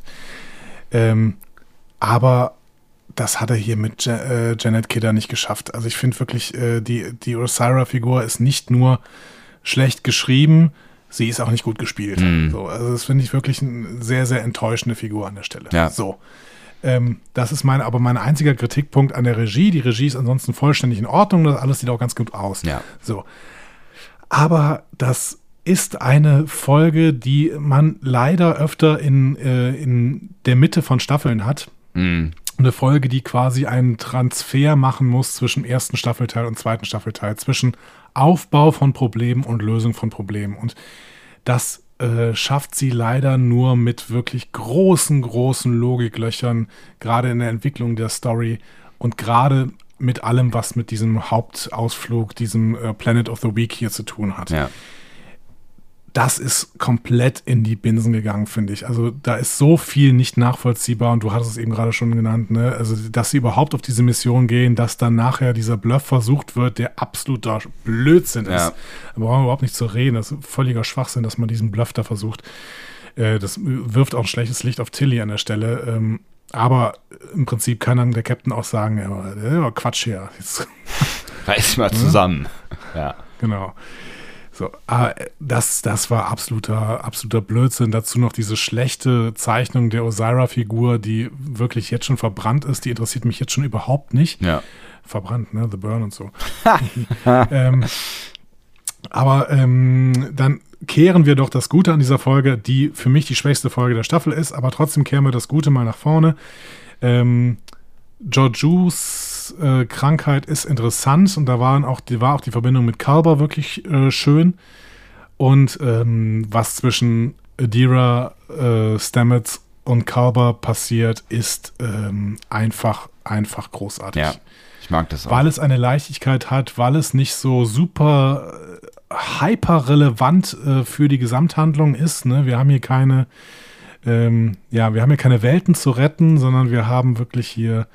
Aber das hat er hier mit Janet Kidder nicht geschafft. Also ich finde wirklich, die Osyraa-Figur ist nicht nur schlecht geschrieben, sie ist auch nicht gut gespielt. So, also das finde ich wirklich eine sehr, sehr enttäuschende Figur an der Stelle. Ja. So. Das ist mein einziger Kritikpunkt an der Regie. Die Regie ist ansonsten vollständig in Ordnung, das alles sieht auch ganz gut aus. Ja. So. Aber das ist eine Folge, die man leider öfter in der Mitte von Staffeln hat. Eine Folge, die quasi einen Transfer machen muss zwischen ersten Staffelteil und zweiten Staffelteil, zwischen Aufbau von Problemen und Lösung von Problemen. Und das schafft sie leider nur mit wirklich großen Logiklöchern, gerade in der Entwicklung der Story und gerade mit allem, was mit diesem Hauptausflug, diesem Planet of the Week hier zu tun hat. Ja. Das ist komplett in die Binsen gegangen, finde ich. Also da ist so viel nicht nachvollziehbar, und du hattest es eben gerade schon genannt, ne? Also dass sie überhaupt auf diese Mission gehen, dass dann nachher dieser Bluff versucht wird, der absoluter Blödsinn ist. Da brauchen wir überhaupt nicht zu reden. Das ist völliger Schwachsinn, dass man diesen Bluff da versucht. Das wirft auch ein schlechtes Licht auf Tilly an der Stelle. Aber im Prinzip kann dann der Captain auch sagen, ja, Quatsch hier. Reiß mal zusammen. Ja. Genau. So, das war absoluter Blödsinn. Dazu noch diese schlechte Zeichnung der Osyraa-Figur, die wirklich jetzt schon verbrannt ist. Die interessiert mich jetzt schon überhaupt nicht. Ja. Verbrannt, ne? The Burn und so. Aber dann kehren wir doch das Gute an dieser Folge, die für mich die schwächste Folge der Staffel ist, aber trotzdem kehren wir das Gute mal nach vorne. Georgious Krankheit ist interessant und da war auch die Verbindung mit Culber wirklich schön. Und was zwischen Adira, Stamets und Culber passiert, ist einfach großartig. Ja, ich mag das auch. Weil es eine Leichtigkeit hat, weil es nicht so super hyper-relevant für die Gesamthandlung ist. Ne? Wir haben hier keine Welten zu retten, sondern wir haben wirklich hier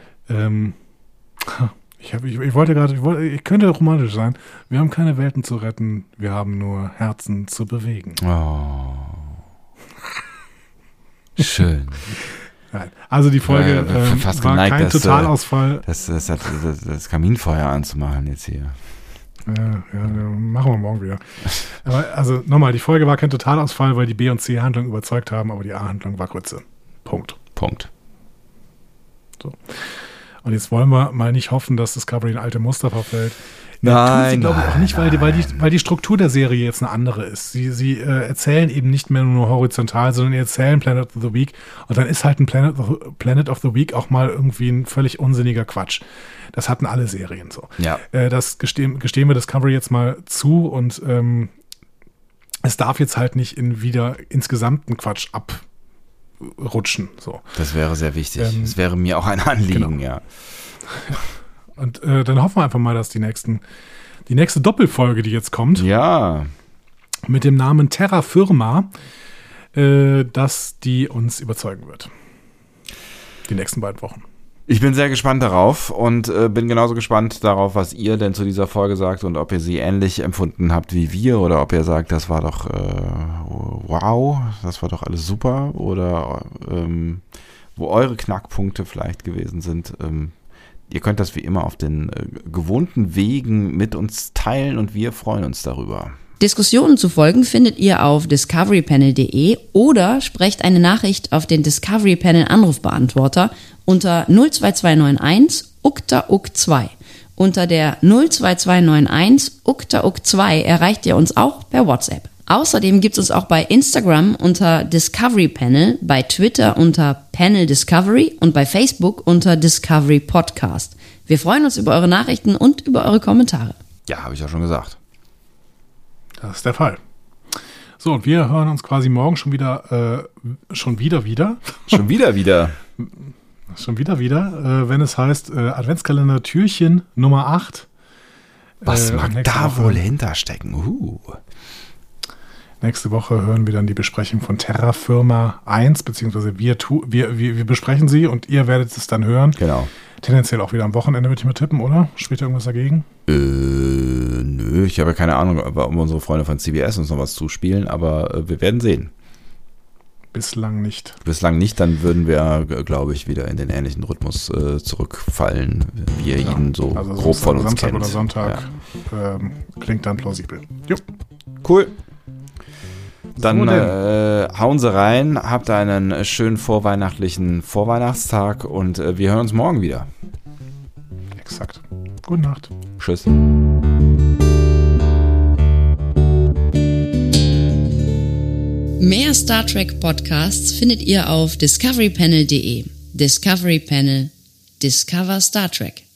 ich könnte romantisch sein. Wir haben keine Welten zu retten, wir haben nur Herzen zu bewegen. Oh. Schön. Nein. Also die Folge fast war geneigt, kein Totalausfall. Das Kaminfeuer anzumachen jetzt hier. Ja, machen wir morgen wieder. Aber also nochmal, die Folge war kein Totalausfall, weil die B- und C-Handlung überzeugt haben, aber die A-Handlung war Grütze. Punkt. So. Und jetzt wollen wir mal nicht hoffen, dass Discovery in alte Muster verfällt. Nein, glaube ich auch nicht, weil die Struktur der Serie jetzt eine andere ist. Sie erzählen eben nicht mehr nur horizontal, sondern erzählen Planet of the Week und dann ist halt ein Planet of the Week auch mal irgendwie ein völlig unsinniger Quatsch. Das hatten alle Serien so. Ja. Das gestehen wir Discovery jetzt mal zu und es darf jetzt halt nicht wieder insgesamt ein Quatsch abrutschen. So. Das wäre sehr wichtig. Das wäre mir auch ein Anliegen, genau. Ja. Und dann hoffen wir einfach mal, dass die nächste Doppelfolge, die jetzt kommt, Ja. mit dem Namen Terra Firma, dass die uns überzeugen wird. Die nächsten beiden Wochen. Ich bin sehr gespannt darauf und bin genauso gespannt darauf, was ihr denn zu dieser Folge sagt und ob ihr sie ähnlich empfunden habt wie wir oder ob ihr sagt, das war doch wow, das war doch alles super oder wo eure Knackpunkte vielleicht gewesen sind. Ihr könnt das wie immer auf den gewohnten Wegen mit uns teilen und wir freuen uns darüber. Diskussionen zu folgen findet ihr auf discoverypanel.de oder sprecht eine Nachricht auf den Discovery Panel Anrufbeantworter unter 02291 UKTA-UK2. Unter der 02291 UKTA-UK2 erreicht ihr uns auch per WhatsApp. Außerdem gibt es uns auch bei Instagram unter Discovery Panel, bei Twitter unter Panel Discovery und bei Facebook unter Discovery Podcast. Wir freuen uns über eure Nachrichten und über eure Kommentare. Ja, habe ich ja schon gesagt. Das ist der Fall. So, und wir hören uns quasi morgen schon wieder. Schon wieder, wenn es heißt Adventskalender Türchen Nummer 8. Was mag da wohl hinterstecken? Nächste Woche hören wir dann die Besprechung von Terra Firma 1, beziehungsweise wir besprechen sie und ihr werdet es dann hören. Genau. Tendenziell auch wieder am Wochenende, würde ich mal tippen, oder? Spricht irgendwas dagegen? Nö, ich habe ja keine Ahnung, ob unsere Freunde von CBS uns noch was zuspielen, aber wir werden sehen. Bislang nicht. Dann würden wir, glaube ich, wieder in den ähnlichen Rhythmus zurückfallen, wie ihr ihn so also grob von uns Samstag kennt. Oder Sonntag klingt dann plausibel. Jo. Cool. Dann hauen Sie rein, habt einen schönen vorweihnachtlichen Vorweihnachtstag und wir hören uns morgen wieder. Exakt. Gute Nacht. Tschüss. Mehr Star Trek Podcasts findet ihr auf discoverypanel.de. Discovery Panel. Discover Star Trek.